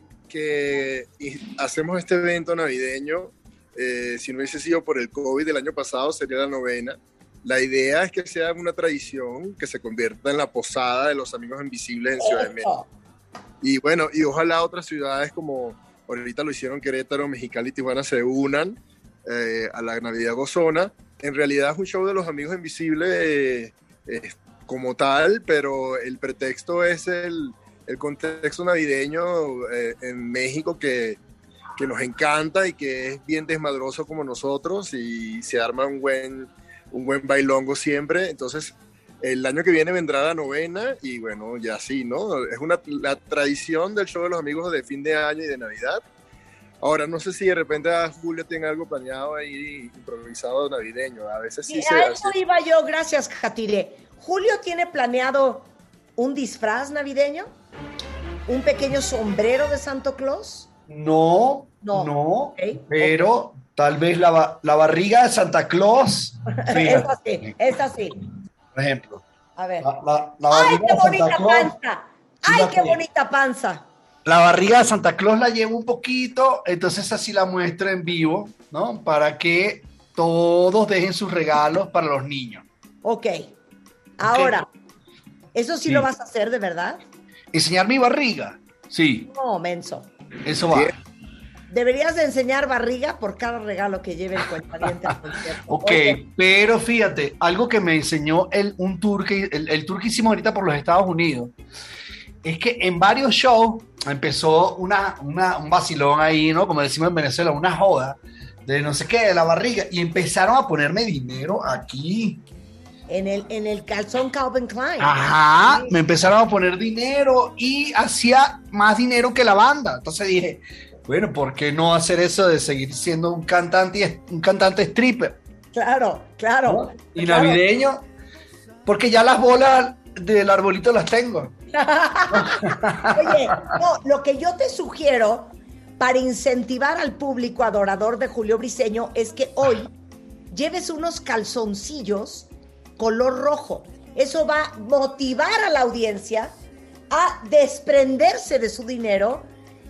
que hacemos este evento navideño. Eh, si no hubiese sido por el COVID del año pasado, sería la novena. La idea es que sea una tradición que se convierta en la posada de los amigos invisibles en Ciudad de México. Y bueno, y ojalá otras ciudades como ahorita lo hicieron Querétaro, Mexicali y Tijuana se unan eh, a la Navidad Gozona. En realidad es un show de los amigos invisibles eh, eh, como tal, pero el pretexto es el, el contexto navideño eh, en México que, que nos encanta y que es bien desmadroso como nosotros y se arma un buen, un buen bailongo siempre. Entonces el año que viene vendrá la novena y bueno, ya sí, ¿no? Es una, la tradición del show de los amigos de fin de año y de Navidad. Ahora, no sé si de repente a Julio tenga algo planeado ahí, improvisado navideño. A veces sí, sí se hace. A eso iba yo, gracias, Katire. ¿Julio tiene planeado un disfraz navideño? ¿Un pequeño sombrero de Santa Claus? No, no, no okay, pero okay. Tal vez la, la barriga de Santa Claus. Es así, es así. Por ejemplo. A ver. La, la, la ¡Ay, qué bonita panza! ¡Ay, qué bonita panza! La barriga de Santa Claus la llevo un poquito, entonces así la muestro en vivo, ¿no? Para que todos dejen sus regalos para los niños. Ok. Ahora, okay. ¿eso sí, sí lo vas a hacer de verdad? ¿Enseñar mi barriga? Sí. No, menso. Eso va. Deberías de enseñar barriga por cada regalo que lleve el cuentaviente al concierto. Ok, Oye. Pero fíjate, algo que me enseñó el, un tour que, el, el tour que hicimos ahorita por los Estados Unidos, es que en varios shows empezó una, una, un vacilón ahí, ¿no? Como decimos en Venezuela, una joda de no sé qué, de la barriga, y empezaron a ponerme dinero aquí. En el, en el calzón Calvin Klein. Ajá, sí. Me empezaron a poner dinero y hacía más dinero que la banda. Entonces dije, bueno, ¿por qué no hacer eso de seguir siendo un cantante, un cantante stripper? Claro, claro. ¿No? Y claro. navideño, porque ya las bolas del arbolito las tengo. Oye, no, lo que yo te sugiero para incentivar al público adorador de Julio Briseño es que hoy lleves unos calzoncillos color rojo. Eso va a motivar a la audiencia a desprenderse de su dinero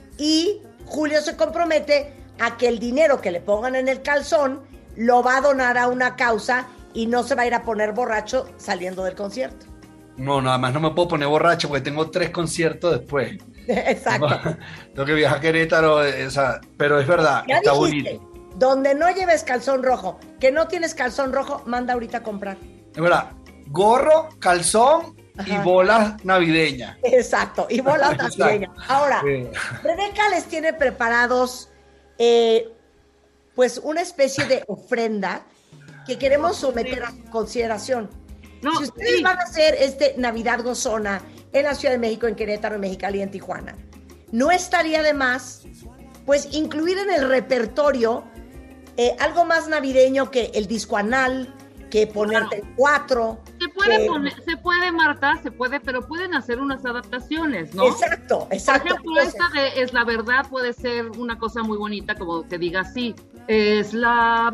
y Julio se compromete a que el dinero que le pongan en el calzón lo va a donar a una causa y no se va a ir a poner borracho saliendo del concierto. No, nada más no me puedo poner borracho porque tengo tres conciertos después. Exacto. Tengo que viajar a Querétaro, esa, pero es verdad, Ya está dijiste, bonito. donde no lleves calzón rojo, que no tienes calzón rojo, manda ahorita a comprar. Es verdad, gorro, calzón y Ajá. bolas navideñas. Exacto, y bolas Exacto. navideñas. Ahora, Sí. Rebeca les tiene preparados eh, pues una especie de ofrenda que queremos someter a su consideración. No, si ustedes sí. van a hacer este Navidad Gozona en la Ciudad de México, en Querétaro, en Mexicali y en Tijuana, no estaría de más pues incluir en el repertorio eh, algo más navideño que el disco anal, que ponerte el cuatro. Se puede que- poner, se puede, Marta, se puede, pero pueden hacer unas adaptaciones, ¿no? Exacto, exacto. Por ejemplo, Entonces- esta de Es la verdad puede ser una cosa muy bonita, como que diga así, es la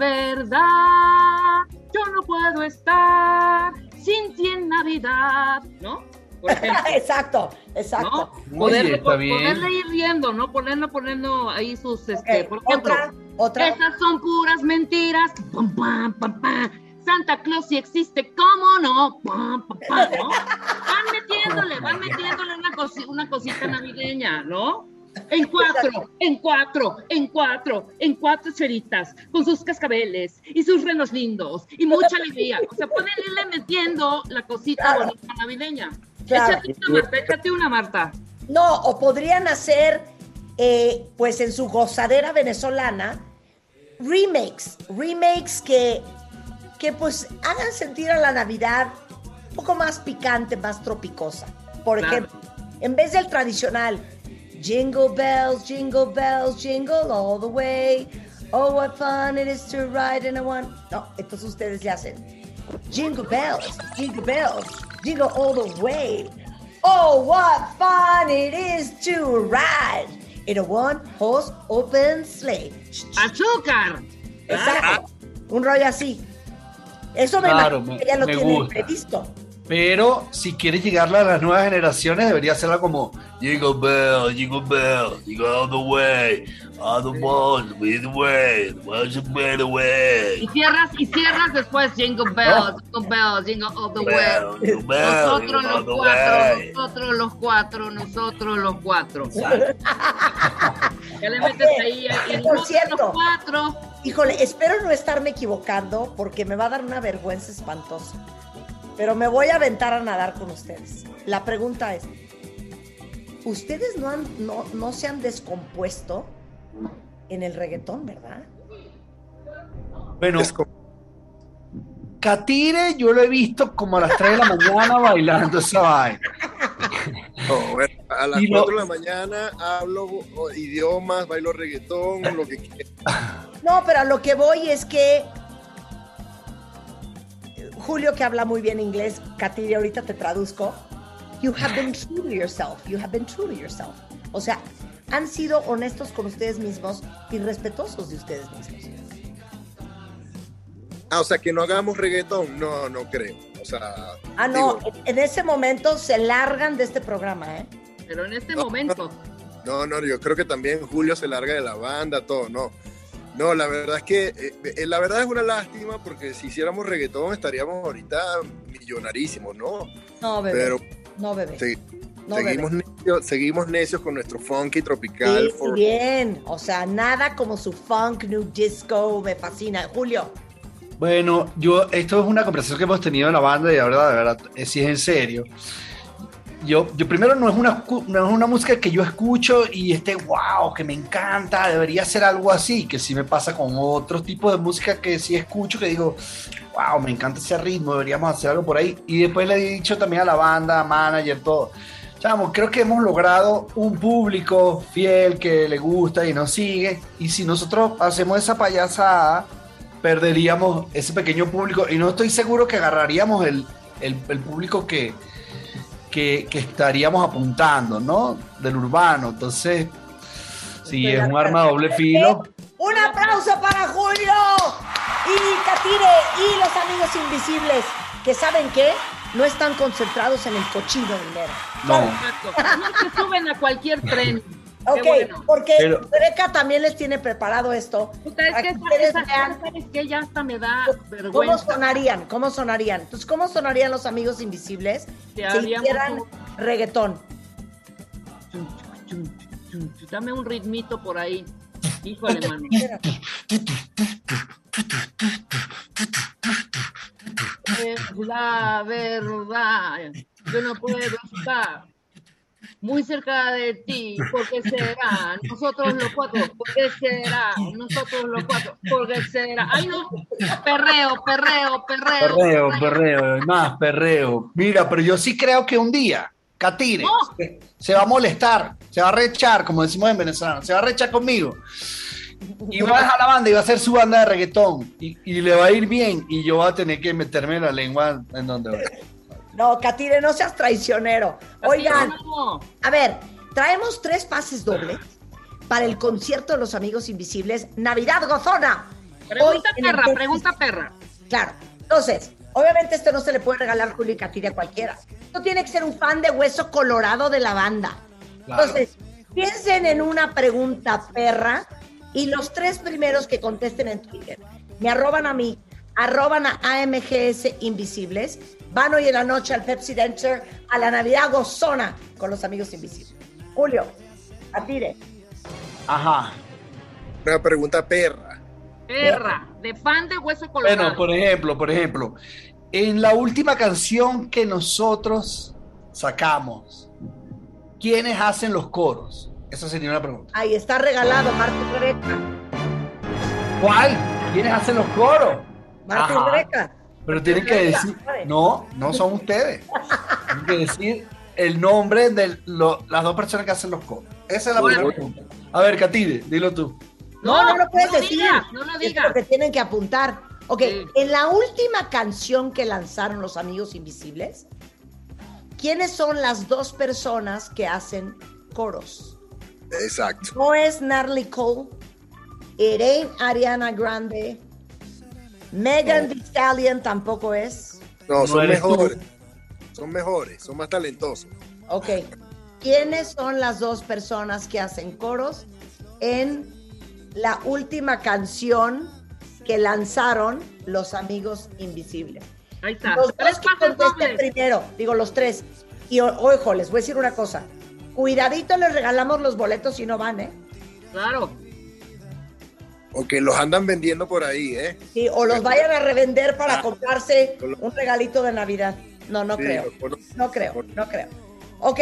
verdad, yo no puedo estar sin ti en Navidad, ¿no? Por ejemplo. exacto, exacto. ¿no? Poderle, Oye, está bien. poderle ir riendo, ¿no? Ponerlo, poniendo ahí sus, este, Ok, por ejemplo, otra, otra. esas son puras mentiras, pam, pam, pam, pam. Santa Claus sí existe, ¿cómo no? Pam, pam, pam, ¿no? Van metiéndole, van metiéndole una, cosi- una cosita navideña, ¿no? En cuatro, en cuatro, en cuatro, en cuatro cheritas, con sus cascabeles y sus renos lindos y mucha alegría. O sea, pueden irle metiendo la cosita Claro. bonita navideña. Claro. Échate una, Marta, échate una, Marta. No, o podrían hacer, eh, pues en su gozadera venezolana, remakes, remakes que, que pues hagan sentir a la Navidad un poco más picante, más tropicosa. Por Claro. ejemplo, en vez del tradicional, Jingle bells, jingle bells, jingle all the way. Oh, what fun it is to ride in a one. No, entonces ustedes le hacen Jingle bells, jingle bells, jingle all the way. Oh, what fun it is to ride in a one-horse open sleigh. ¡Azúcar! Exacto. Un rollo así. Eso me Claro, imagino me- que ya lo me tienen gusta. previsto. Pero si quieres llegarle a las nuevas generaciones, debería hacerla como Jingle Bell, Jingle Bell, Jingle all the way, all the balls, with the way, what's the better way. Y cierras, y cierras después Jingle Bells, Jingle Bells, Jingle All the Way. Jingle bell, Nosotros jingle los all the cuatro, way. nosotros los cuatro, nosotros los cuatro. Ya le metes ahí, ahí Por nosotros cierto. los cuatro. Híjole, espero no estarme equivocando porque me va a dar una vergüenza espantosa. Pero me voy a aventar a nadar con ustedes. La pregunta es, ¿ustedes no, han, no, no se han descompuesto en el reggaetón, verdad? Bueno, Katire yo lo he visto como a las tres de la mañana bailando esa vaina. No, bueno, a las Y lo- cuatro de la mañana hablo oh, idiomas, bailo reggaetón, lo que quiera. No, pero a lo que voy es que Julio, que habla muy bien inglés, Katiri, ahorita te traduzco. You have been true to yourself. You have been true to yourself. O sea, han sido honestos con ustedes mismos y respetuosos de ustedes mismos. Ah, o sea, que no hagamos reggaetón, no, no creo. O sea, Ah, no, digo, en ese momento se largan de este programa, ¿eh? Pero en este No, momento. no, no, yo creo que también Julio se larga de la banda, todo, no. No, la verdad es que, eh, eh, la verdad es una lástima porque si hiciéramos reggaetón estaríamos ahorita millonarísimos, ¿no? No, bebé. Pero no, bebé. se- No, seguimos, bebé. necios, seguimos necios con nuestro funky tropical. Sí, for- bien. O sea, nada como su funk, new disco, me fascina. Julio. Bueno, yo, esto es una conversación que hemos tenido en la banda y la verdad, de verdad, eh, si es en serio. Yo, yo primero no es, una, cu- no es una música que yo escucho y esté, wow, que me encanta, debería ser algo así, que sí me pasa con otros tipos de música que sí escucho, que digo, wow, me encanta ese ritmo, deberíamos hacer algo por ahí. Y después le he dicho también a la banda, manager, todo. Chamo, creo que hemos logrado un público fiel que le gusta y nos sigue. Y si nosotros hacemos esa payasada, perderíamos ese pequeño público y no estoy seguro que agarraríamos el, el, el público que, que, que estaríamos apuntando, ¿no? Del urbano. Entonces, sí, es un arma de doble filo. Un aplauso para Julio y Katire y los amigos invisibles, que ¿saben qué? No están concentrados en el cochino dinero. No. No se suben a cualquier tren. Ok, bueno. porque Pero- Eureka también les tiene preparado esto. Puta, es para que que esa- ustedes esa- vean ¿sabes qué? Ya hasta me da ¿Cómo vergüenza. sonarían? ¿Cómo sonarían? Entonces, ¿cómo sonarían los amigos invisibles Si si haríamos hicieran un- reggaetón? Chum, chum, chum, chum. Dame un ritmito por ahí. Híjole, mano. Es la verdad. Yo no puedo estar muy cerca de ti. ¿Por qué será? Nosotros los cuatro. ¿Por qué será? Nosotros los cuatro. ¿Por qué será? Ay, no. Perreo, perreo, perreo. Perreo, perreo, más perreo. Mira, pero yo sí creo que un día, Katire, No. se, se va a molestar, se va a rechar, como decimos en venezolano, se va a rechar conmigo. Y va a dejar la banda y va a hacer su banda de reggaetón. Y, y le va a ir bien. Y yo voy a tener que meterme la lengua en donde va. No, Katire, no seas traicionero. Oigan, No. a ver, traemos tres pases dobles para el concierto de los amigos invisibles, Navidad Gozona. Pregunta Hoy en el perra, Pepsi. pregunta perra. Claro. Entonces, obviamente esto no se le puede regalar Julio y Katire a cualquiera. Esto tiene que ser un fan de Hueso Colorado de la banda. Claro. Entonces, piensen en una pregunta perra y los tres primeros que contesten en Twitter me arroban a mí, arroban a A M G S Invisibles, van hoy en la noche al Pepsi Center a la Navidad Gozona con los amigos invisibles. Julio, Katire. Ajá. Una pregunta perra. Perra, de fan de Hueso Colorado. Bueno, por ejemplo, por ejemplo, en la última canción que nosotros sacamos, ¿quiénes hacen los coros? Esa sería una pregunta. Ahí está regalado Martín Greca. ¿Cuál? ¿Quiénes hacen los coros? Martín Ajá. Greca. Pero tienen que decir, no, no son ustedes. Tienen que decir el nombre de lo- las dos personas que hacen los coros. Esa es la Bueno. primera pregunta. A ver, Katire, dilo tú. No, no, lo puedes no decir. digas, no lo Es digas. lo que tienen que apuntar. Ok, Sí. en la última canción que lanzaron los amigos invisibles, ¿quiénes son las dos personas que hacen coros? Exacto. No es Natalie Cole, it ain't Ariana Grande, Megan Thee Stallion tampoco es. No, No son eres tú. mejores. Son mejores, son más talentosos. Ok, ¿quiénes son las dos personas que hacen coros en la última canción que lanzaron los amigos invisibles? Ahí está. Los Tres dos que pases contesten dobles. primero, digo los tres. Y o- ojo, les voy a decir una cosa. Cuidadito, les regalamos los boletos y no van, ¿eh? Claro. O que los andan vendiendo por ahí, ¿eh? Sí, o los vayan a revender para Ah. comprarse un regalito de Navidad. No, no Sí, creo. los conozco. No creo, no creo. Ok.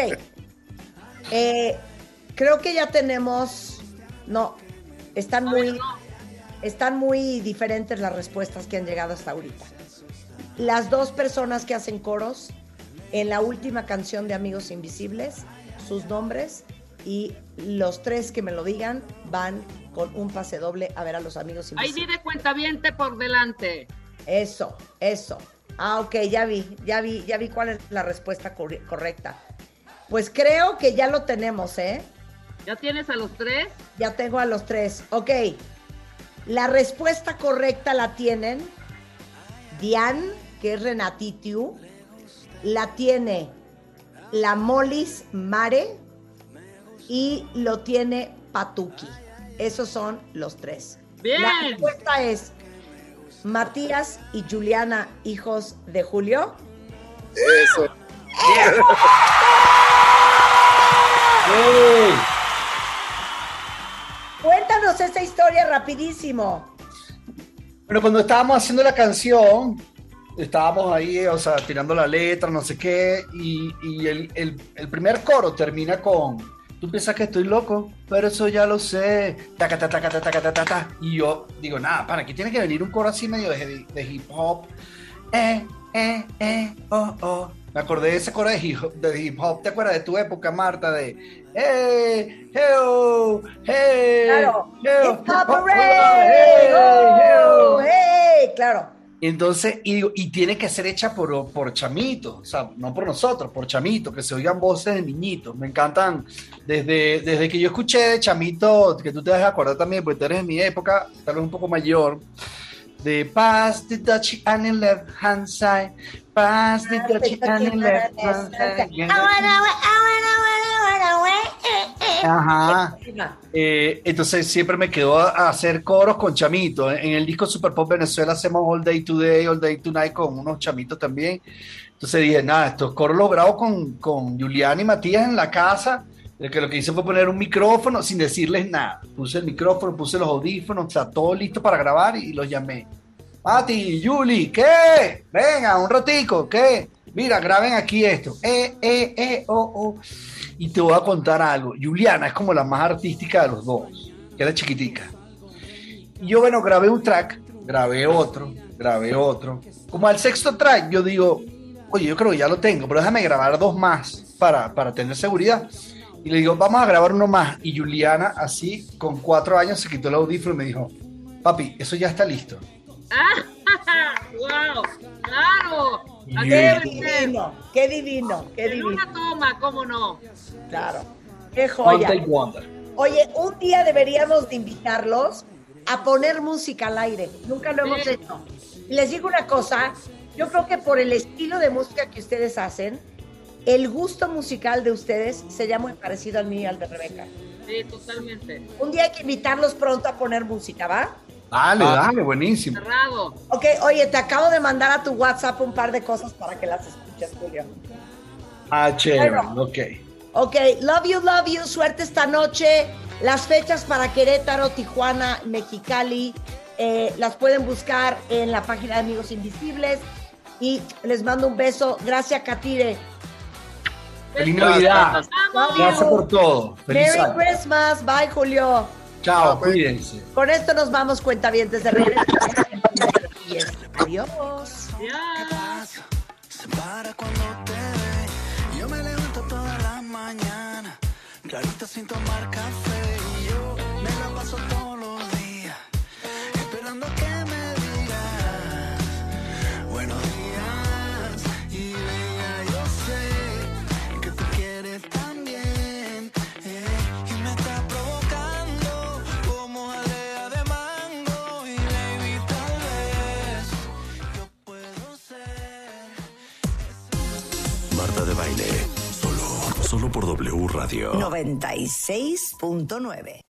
Eh, creo que ya tenemos. No, están muy. Están muy diferentes las respuestas que han llegado hasta ahorita. Las dos personas que hacen coros en la última canción de Amigos Invisibles, sus nombres, y los tres que me lo digan van con un pase doble a ver a los Amigos Ahí Invisibles. di de cuentaviente por delante. Eso, eso. Ah, ok, ya vi, ya vi, ya vi cuál es la respuesta cor- correcta. Pues creo que ya lo tenemos, ¿eh? ¿Ya tienes a los tres? Ya tengo a los tres. Ok. La respuesta correcta la tienen Diane, que es Renatitiu. La tiene la Molis Mare y lo tiene Patuki. Esos son los tres. Bien. La respuesta es Matías y Juliana, hijos de Julio. Eso. ¡Ey! Cuéntanos esa historia rapidísimo. Bueno, cuando estábamos haciendo la canción, estábamos ahí, o sea, tirando la letra, no sé qué, y, y el, el- el primer coro termina con, tú piensas que estoy loco, pero eso ya lo sé, taca, taca, taca, taca, taca, taca. Y yo digo, nada, para, aquí tiene que venir un coro así medio de, de hip hop, eh, eh, eh, oh, oh. Me acordé de ese coro de hip, hop, de hip hop, ¿te acuerdas de tu época, Marta? De, hey, hey, oh, hey, Claro. hey, Hip hop oh, hooray, hey, hey, oh, oh. hey. Entonces, y, digo, y tiene que ser hecha por, por chamitos, o sea, no por nosotros, por chamitos, que se oigan voces de niñitos. Me encantan, desde, desde que yo escuché de chamito, que tú te vas a acordar también, porque tú eres de mi época, tal vez un poco mayor, de pass the Dutch and the left hand side, pass the Dutch and the left hand side. Ajá. Eh, entonces siempre me quedó a, a hacer coros con chamitos. En el disco Super Pop Venezuela hacemos All Day Today, All Day Tonight con unos chamitos también. Entonces dije, nada, estos coros los grabo con, con Julián y Matías en la casa. De que lo que hice fue poner un micrófono sin decirles nada. Puse el micrófono, puse los audífonos, o sea, todo listo para grabar y los llamé. Mati, Juli, ¿qué? Venga, un ratico, ¿qué? Mira, graben aquí esto. Eh, eh, eh, oh, oh. Y te voy a contar algo. Juliana es como la más artística de los dos, que era chiquitica. Y yo, bueno, grabé un track, grabé otro, grabé otro. Como al sexto track, yo digo, oye, yo creo que ya lo tengo, pero déjame grabar dos más para, para tener seguridad. Y le digo, vamos a grabar uno más. Y Juliana, así, con cuatro años, se quitó el audífono y me dijo, papi, eso ya está listo. ¡Ah! ¡Wow! ¡Claro! ¡Qué divino! ¡Qué divino! ¡Qué divino! En una toma, ¿cómo no? Claro. ¡Qué joya! Wonder. Oye, un día deberíamos de invitarlos a poner música al aire. Nunca lo hemos hecho. Y les digo una cosa, yo creo que por el estilo de música que ustedes hacen, el gusto musical de ustedes sería muy parecido al mío y al de Rebeca. Sí, totalmente. Un día hay que invitarlos pronto a poner música, ¿va? Dale, ah, dale, buenísimo. Cerrado. Ok, oye, te acabo de mandar a tu WhatsApp un par de cosas para que las escuches, Julio. Ah, chévere, Bueno. ok. Ok, love you, love you, suerte esta noche. Las fechas para Querétaro, Tijuana, Mexicali, eh, las pueden buscar en la página de Amigos Invisibles. Y les mando un beso. Gracias, Katire. Feliz Navidad. Love Gracias you. por todo. Feliz Merry año. Christmas. Bye, Julio. Chao, cuídense. Con esto nos vamos, cuentavientes de regreso. Adiós. Se para cuando te ve. Yo me levanto todas las mañanas, clarito sin tomar café. Y yo me la paso todos los días, esperando que me digas buenos días. Y bella, yo sé que tú quieres también. eh, y me estás provocando como jalea de mango. Y baby, tal vez yo puedo ser. Marta de Baile. Solo, solo por W Radio. noventa y seis punto nueve.